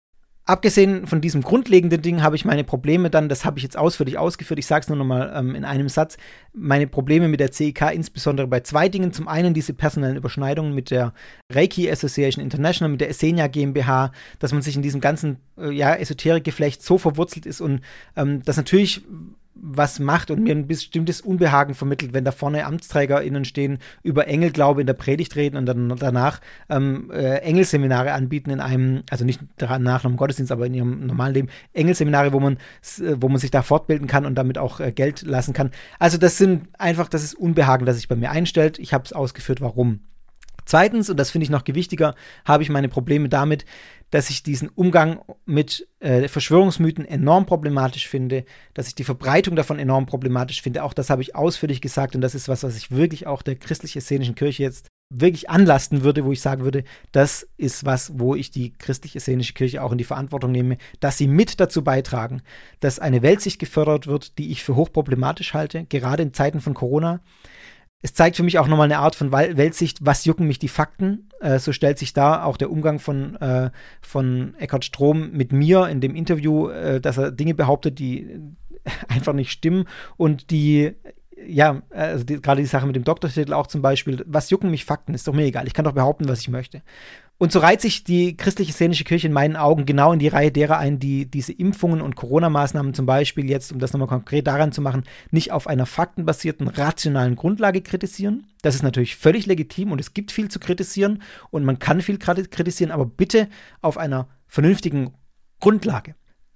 Abgesehen von diesem grundlegenden Ding habe ich meine Probleme dann, das habe ich jetzt ausführlich ausgeführt, ich sage es nur nochmal ähm, in einem Satz, meine Probleme mit der C E K insbesondere bei zwei Dingen. Zum einen diese personellen Überschneidungen mit der Reiki Association International, mit der Essenia GmbH, dass man sich in diesem ganzen äh, ja, Esoterikgeflecht so verwurzelt ist und ähm, das natürlich was macht und mir ein bestimmtes Unbehagen vermittelt, wenn da vorne AmtsträgerInnen stehen, über Engelglaube in der Predigt reden und dann danach ähm, äh, Engelseminare anbieten in einem, also nicht nach einem Gottesdienst, aber in ihrem normalen Leben, Engelseminare, wo man, wo man sich da fortbilden kann und damit auch äh, Geld lassen kann. Also das sind einfach, das ist Unbehagen, das sich bei mir einstellt. Ich habe es ausgeführt, warum. Zweitens, und das finde ich noch gewichtiger, habe ich meine Probleme damit, dass ich diesen Umgang mit äh, Verschwörungsmythen enorm problematisch finde, dass ich die Verbreitung davon enorm problematisch finde. Auch das habe ich ausführlich gesagt und das ist was, was ich wirklich auch der christlich-essenischen Kirche jetzt wirklich anlasten würde, wo ich sagen würde, das ist was, wo ich die christlich-essenische Kirche auch in die Verantwortung nehme, dass sie mit dazu beitragen, dass eine Weltsicht gefördert wird, die ich für hochproblematisch halte, gerade in Zeiten von Corona. Es zeigt für mich auch nochmal eine Art von Weltsicht, was jucken mich die Fakten. Äh, so stellt sich da auch der Umgang von, äh, von Eckhart Strom mit mir in dem Interview, äh, dass er Dinge behauptet, die einfach nicht stimmen und die, ja, also die, gerade die Sache mit dem Doktortitel auch zum Beispiel, was jucken mich Fakten, ist doch mir egal, ich kann doch behaupten, was ich möchte. Und so reiht sich die christlich-essenische Kirche in meinen Augen genau in die Reihe derer ein, die diese Impfungen und Corona-Maßnahmen zum Beispiel jetzt, um das nochmal konkret daran zu machen, nicht auf einer faktenbasierten, rationalen Grundlage kritisieren. Das ist natürlich völlig legitim und es gibt viel zu kritisieren und man kann viel kritisieren, aber bitte auf einer vernünftigen Grundlage.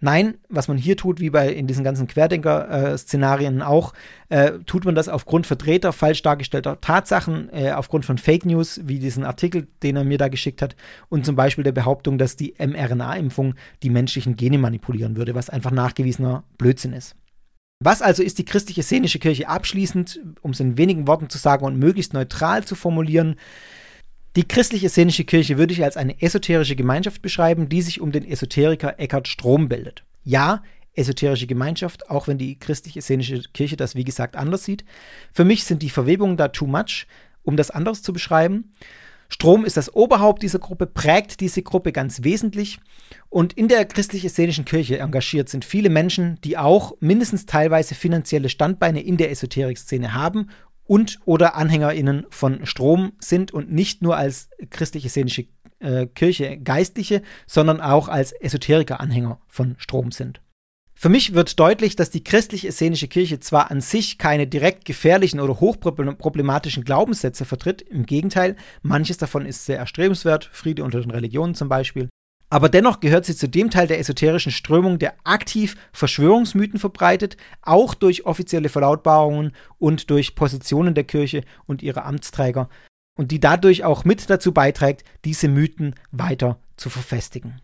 Nein, was man hier tut, wie bei in diesen ganzen Querdenker-Szenarien auch, äh, tut man das aufgrund verdrehter, falsch dargestellter Tatsachen, äh, aufgrund von Fake News, wie diesen Artikel, den er mir da geschickt hat, und zum Beispiel der Behauptung, dass die mRNA-Impfung die menschlichen Gene manipulieren würde, was einfach nachgewiesener Blödsinn ist. Was also ist die christlich-essenische Kirche abschließend, um es in wenigen Worten zu sagen und möglichst neutral zu formulieren? Die christlich-essenische Kirche würde ich als eine esoterische Gemeinschaft beschreiben, die sich um den Esoteriker Eckhard Strom bildet. Ja, esoterische Gemeinschaft, auch wenn die christlich-essenische Kirche das, wie gesagt, anders sieht. Für mich sind die Verwebungen da too much, um das anders zu beschreiben. Strom ist das Oberhaupt dieser Gruppe, prägt diese Gruppe ganz wesentlich. Und in der christlich-essenischen Kirche engagiert sind viele Menschen, die auch mindestens teilweise finanzielle Standbeine in der Esoterik-Szene haben und oder AnhängerInnen von Strom sind und nicht nur als christlich-essenische äh, Kirche Geistliche, sondern auch als Esoteriker-Anhänger von Strom sind. Für mich wird deutlich, dass die christlich-essenische Kirche zwar an sich keine direkt gefährlichen oder hochproblematischen Glaubenssätze vertritt, im Gegenteil, manches davon ist sehr erstrebenswert, Friede unter den Religionen zum Beispiel, aber dennoch gehört sie zu dem Teil der esoterischen Strömung, der aktiv Verschwörungsmythen verbreitet, auch durch offizielle Verlautbarungen und durch Positionen der Kirche und ihrer Amtsträger, und die dadurch auch mit dazu beiträgt, diese Mythen weiter zu verfestigen.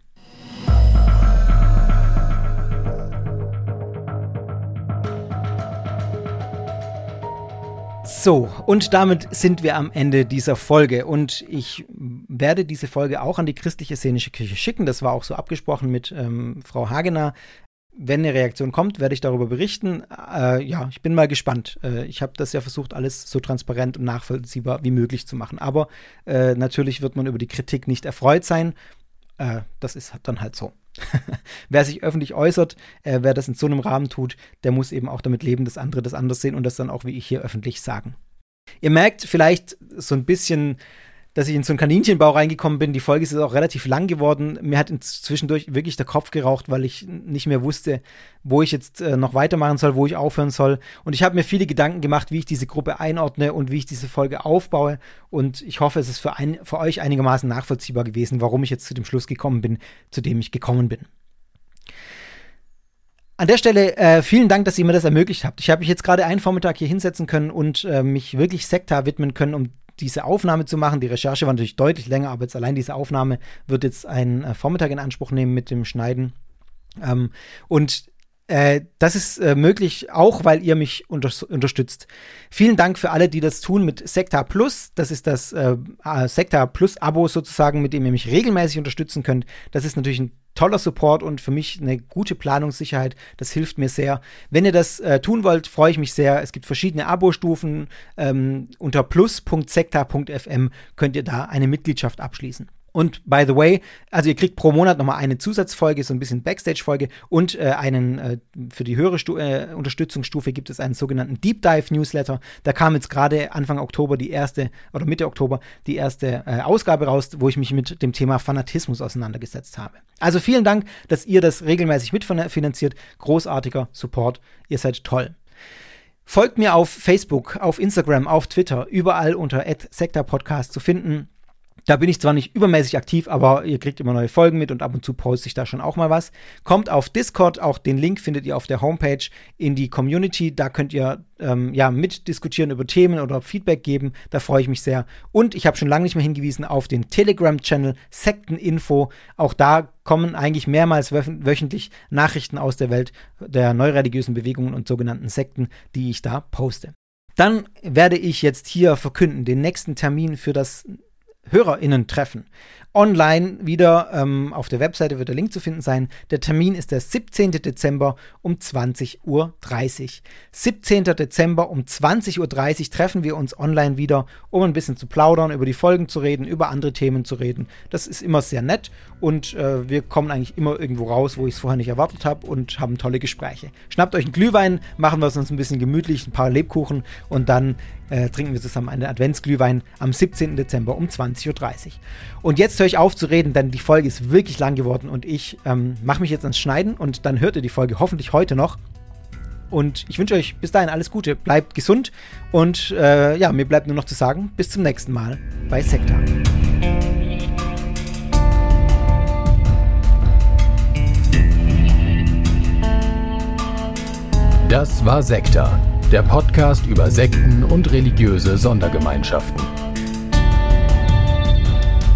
So, und damit sind wir am Ende dieser Folge, und ich werde diese Folge auch an die christlich-essenische Kirche schicken. Das war auch so abgesprochen mit ähm, Frau Hagener. Wenn eine Reaktion kommt, werde ich darüber berichten. Äh, ja, ich bin mal gespannt. Äh, ich habe das ja versucht, alles so transparent und nachvollziehbar wie möglich zu machen. Aber äh, natürlich wird man über die Kritik nicht erfreut sein. Äh, das ist dann halt so. Wer sich öffentlich äußert, äh, wer das in so einem Rahmen tut, der muss eben auch damit leben, dass andere das anders sehen und das dann auch wie ich hier öffentlich sagen. Ihr merkt vielleicht so ein bisschen, dass ich in so einen Kaninchenbau reingekommen bin. Die Folge ist jetzt auch relativ lang geworden. Mir hat zwischendurch wirklich der Kopf geraucht, weil ich nicht mehr wusste, wo ich jetzt äh, noch weitermachen soll, wo ich aufhören soll. Und ich habe mir viele Gedanken gemacht, wie ich diese Gruppe einordne und wie ich diese Folge aufbaue. Und ich hoffe, es ist für, ein, für euch einigermaßen nachvollziehbar gewesen, warum ich jetzt zu dem Schluss gekommen bin, zu dem ich gekommen bin. An der Stelle äh, vielen Dank, dass ihr mir das ermöglicht habt. Ich habe mich jetzt gerade einen Vormittag hier hinsetzen können und äh, mich wirklich Sekta widmen können, um diese Aufnahme zu machen. Die Recherche war natürlich deutlich länger, aber jetzt allein diese Aufnahme wird jetzt einen äh, Vormittag in Anspruch nehmen mit dem Schneiden. Ähm, und äh, das ist äh, möglich, auch weil ihr mich unter unterstützt. Vielen Dank für alle, die das tun mit Sekta Plus. Das ist das äh, Sekta Plus Abo sozusagen, mit dem ihr mich regelmäßig unterstützen könnt. Das ist natürlich ein toller Support und für mich eine gute Planungssicherheit. Das hilft mir sehr. Wenn ihr das äh, tun wollt, freue ich mich sehr. Es gibt verschiedene Abo-Stufen. Ähm, unter plus punkt sekta punkt f m könnt ihr da eine Mitgliedschaft abschließen. Und by the way, also ihr kriegt pro Monat nochmal eine Zusatzfolge, so ein bisschen Backstage-Folge und äh, einen, äh, für die höhere Stu- äh, Unterstützungsstufe gibt es einen sogenannten Deep Dive Newsletter. Da kam jetzt gerade Anfang Oktober die erste, oder Mitte Oktober, die erste äh, Ausgabe raus, wo ich mich mit dem Thema Fanatismus auseinandergesetzt habe. Also vielen Dank, dass ihr das regelmäßig mitfinanziert. Großartiger Support. Ihr seid toll. Folgt mir auf Facebook, auf Instagram, auf Twitter, überall unter at sekta podcast zu finden. Da bin ich zwar nicht übermäßig aktiv, aber ihr kriegt immer neue Folgen mit und ab und zu poste ich da schon auch mal was. Kommt auf Discord, auch den Link findet ihr auf der Homepage, in die Community. Da könnt ihr ähm, ja mitdiskutieren über Themen oder Feedback geben. Da freue ich mich sehr. Und ich habe schon lange nicht mehr hingewiesen auf den Telegram-Channel Sekteninfo. Auch da kommen eigentlich mehrmals wöch- wöchentlich Nachrichten aus der Welt der neureligiösen Bewegungen und sogenannten Sekten, die ich da poste. Dann werde ich jetzt hier verkünden, den nächsten Termin für das HörerInnen-Treffen. Online wieder ähm, auf der Webseite wird der Link zu finden sein. Der Termin ist der siebzehnten Dezember um zwanzig Uhr dreißig. siebzehnten Dezember um zwanzig Uhr dreißig treffen wir uns online wieder, um ein bisschen zu plaudern, über die Folgen zu reden, über andere Themen zu reden. Das ist immer sehr nett und äh, wir kommen eigentlich immer irgendwo raus, wo ich es vorher nicht erwartet habe und haben tolle Gespräche. Schnappt euch einen Glühwein, machen wir es uns ein bisschen gemütlich, ein paar Lebkuchen und dann äh, trinken wir zusammen einen Adventsglühwein am siebzehnten Dezember um zwanzig Uhr dreißig. Und jetzt höre ich auf zu reden, denn die Folge ist wirklich lang geworden und ich ähm, mache mich jetzt ans Schneiden und dann hört ihr die Folge hoffentlich heute noch. Und ich wünsche euch bis dahin alles Gute, bleibt gesund und äh, ja, mir bleibt nur noch zu sagen, bis zum nächsten Mal bei Sekta. Das war Sekta, der Podcast über Sekten und religiöse Sondergemeinschaften.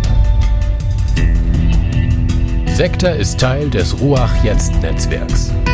Sekta ist Teil des Ruach Jetzt Netzwerks.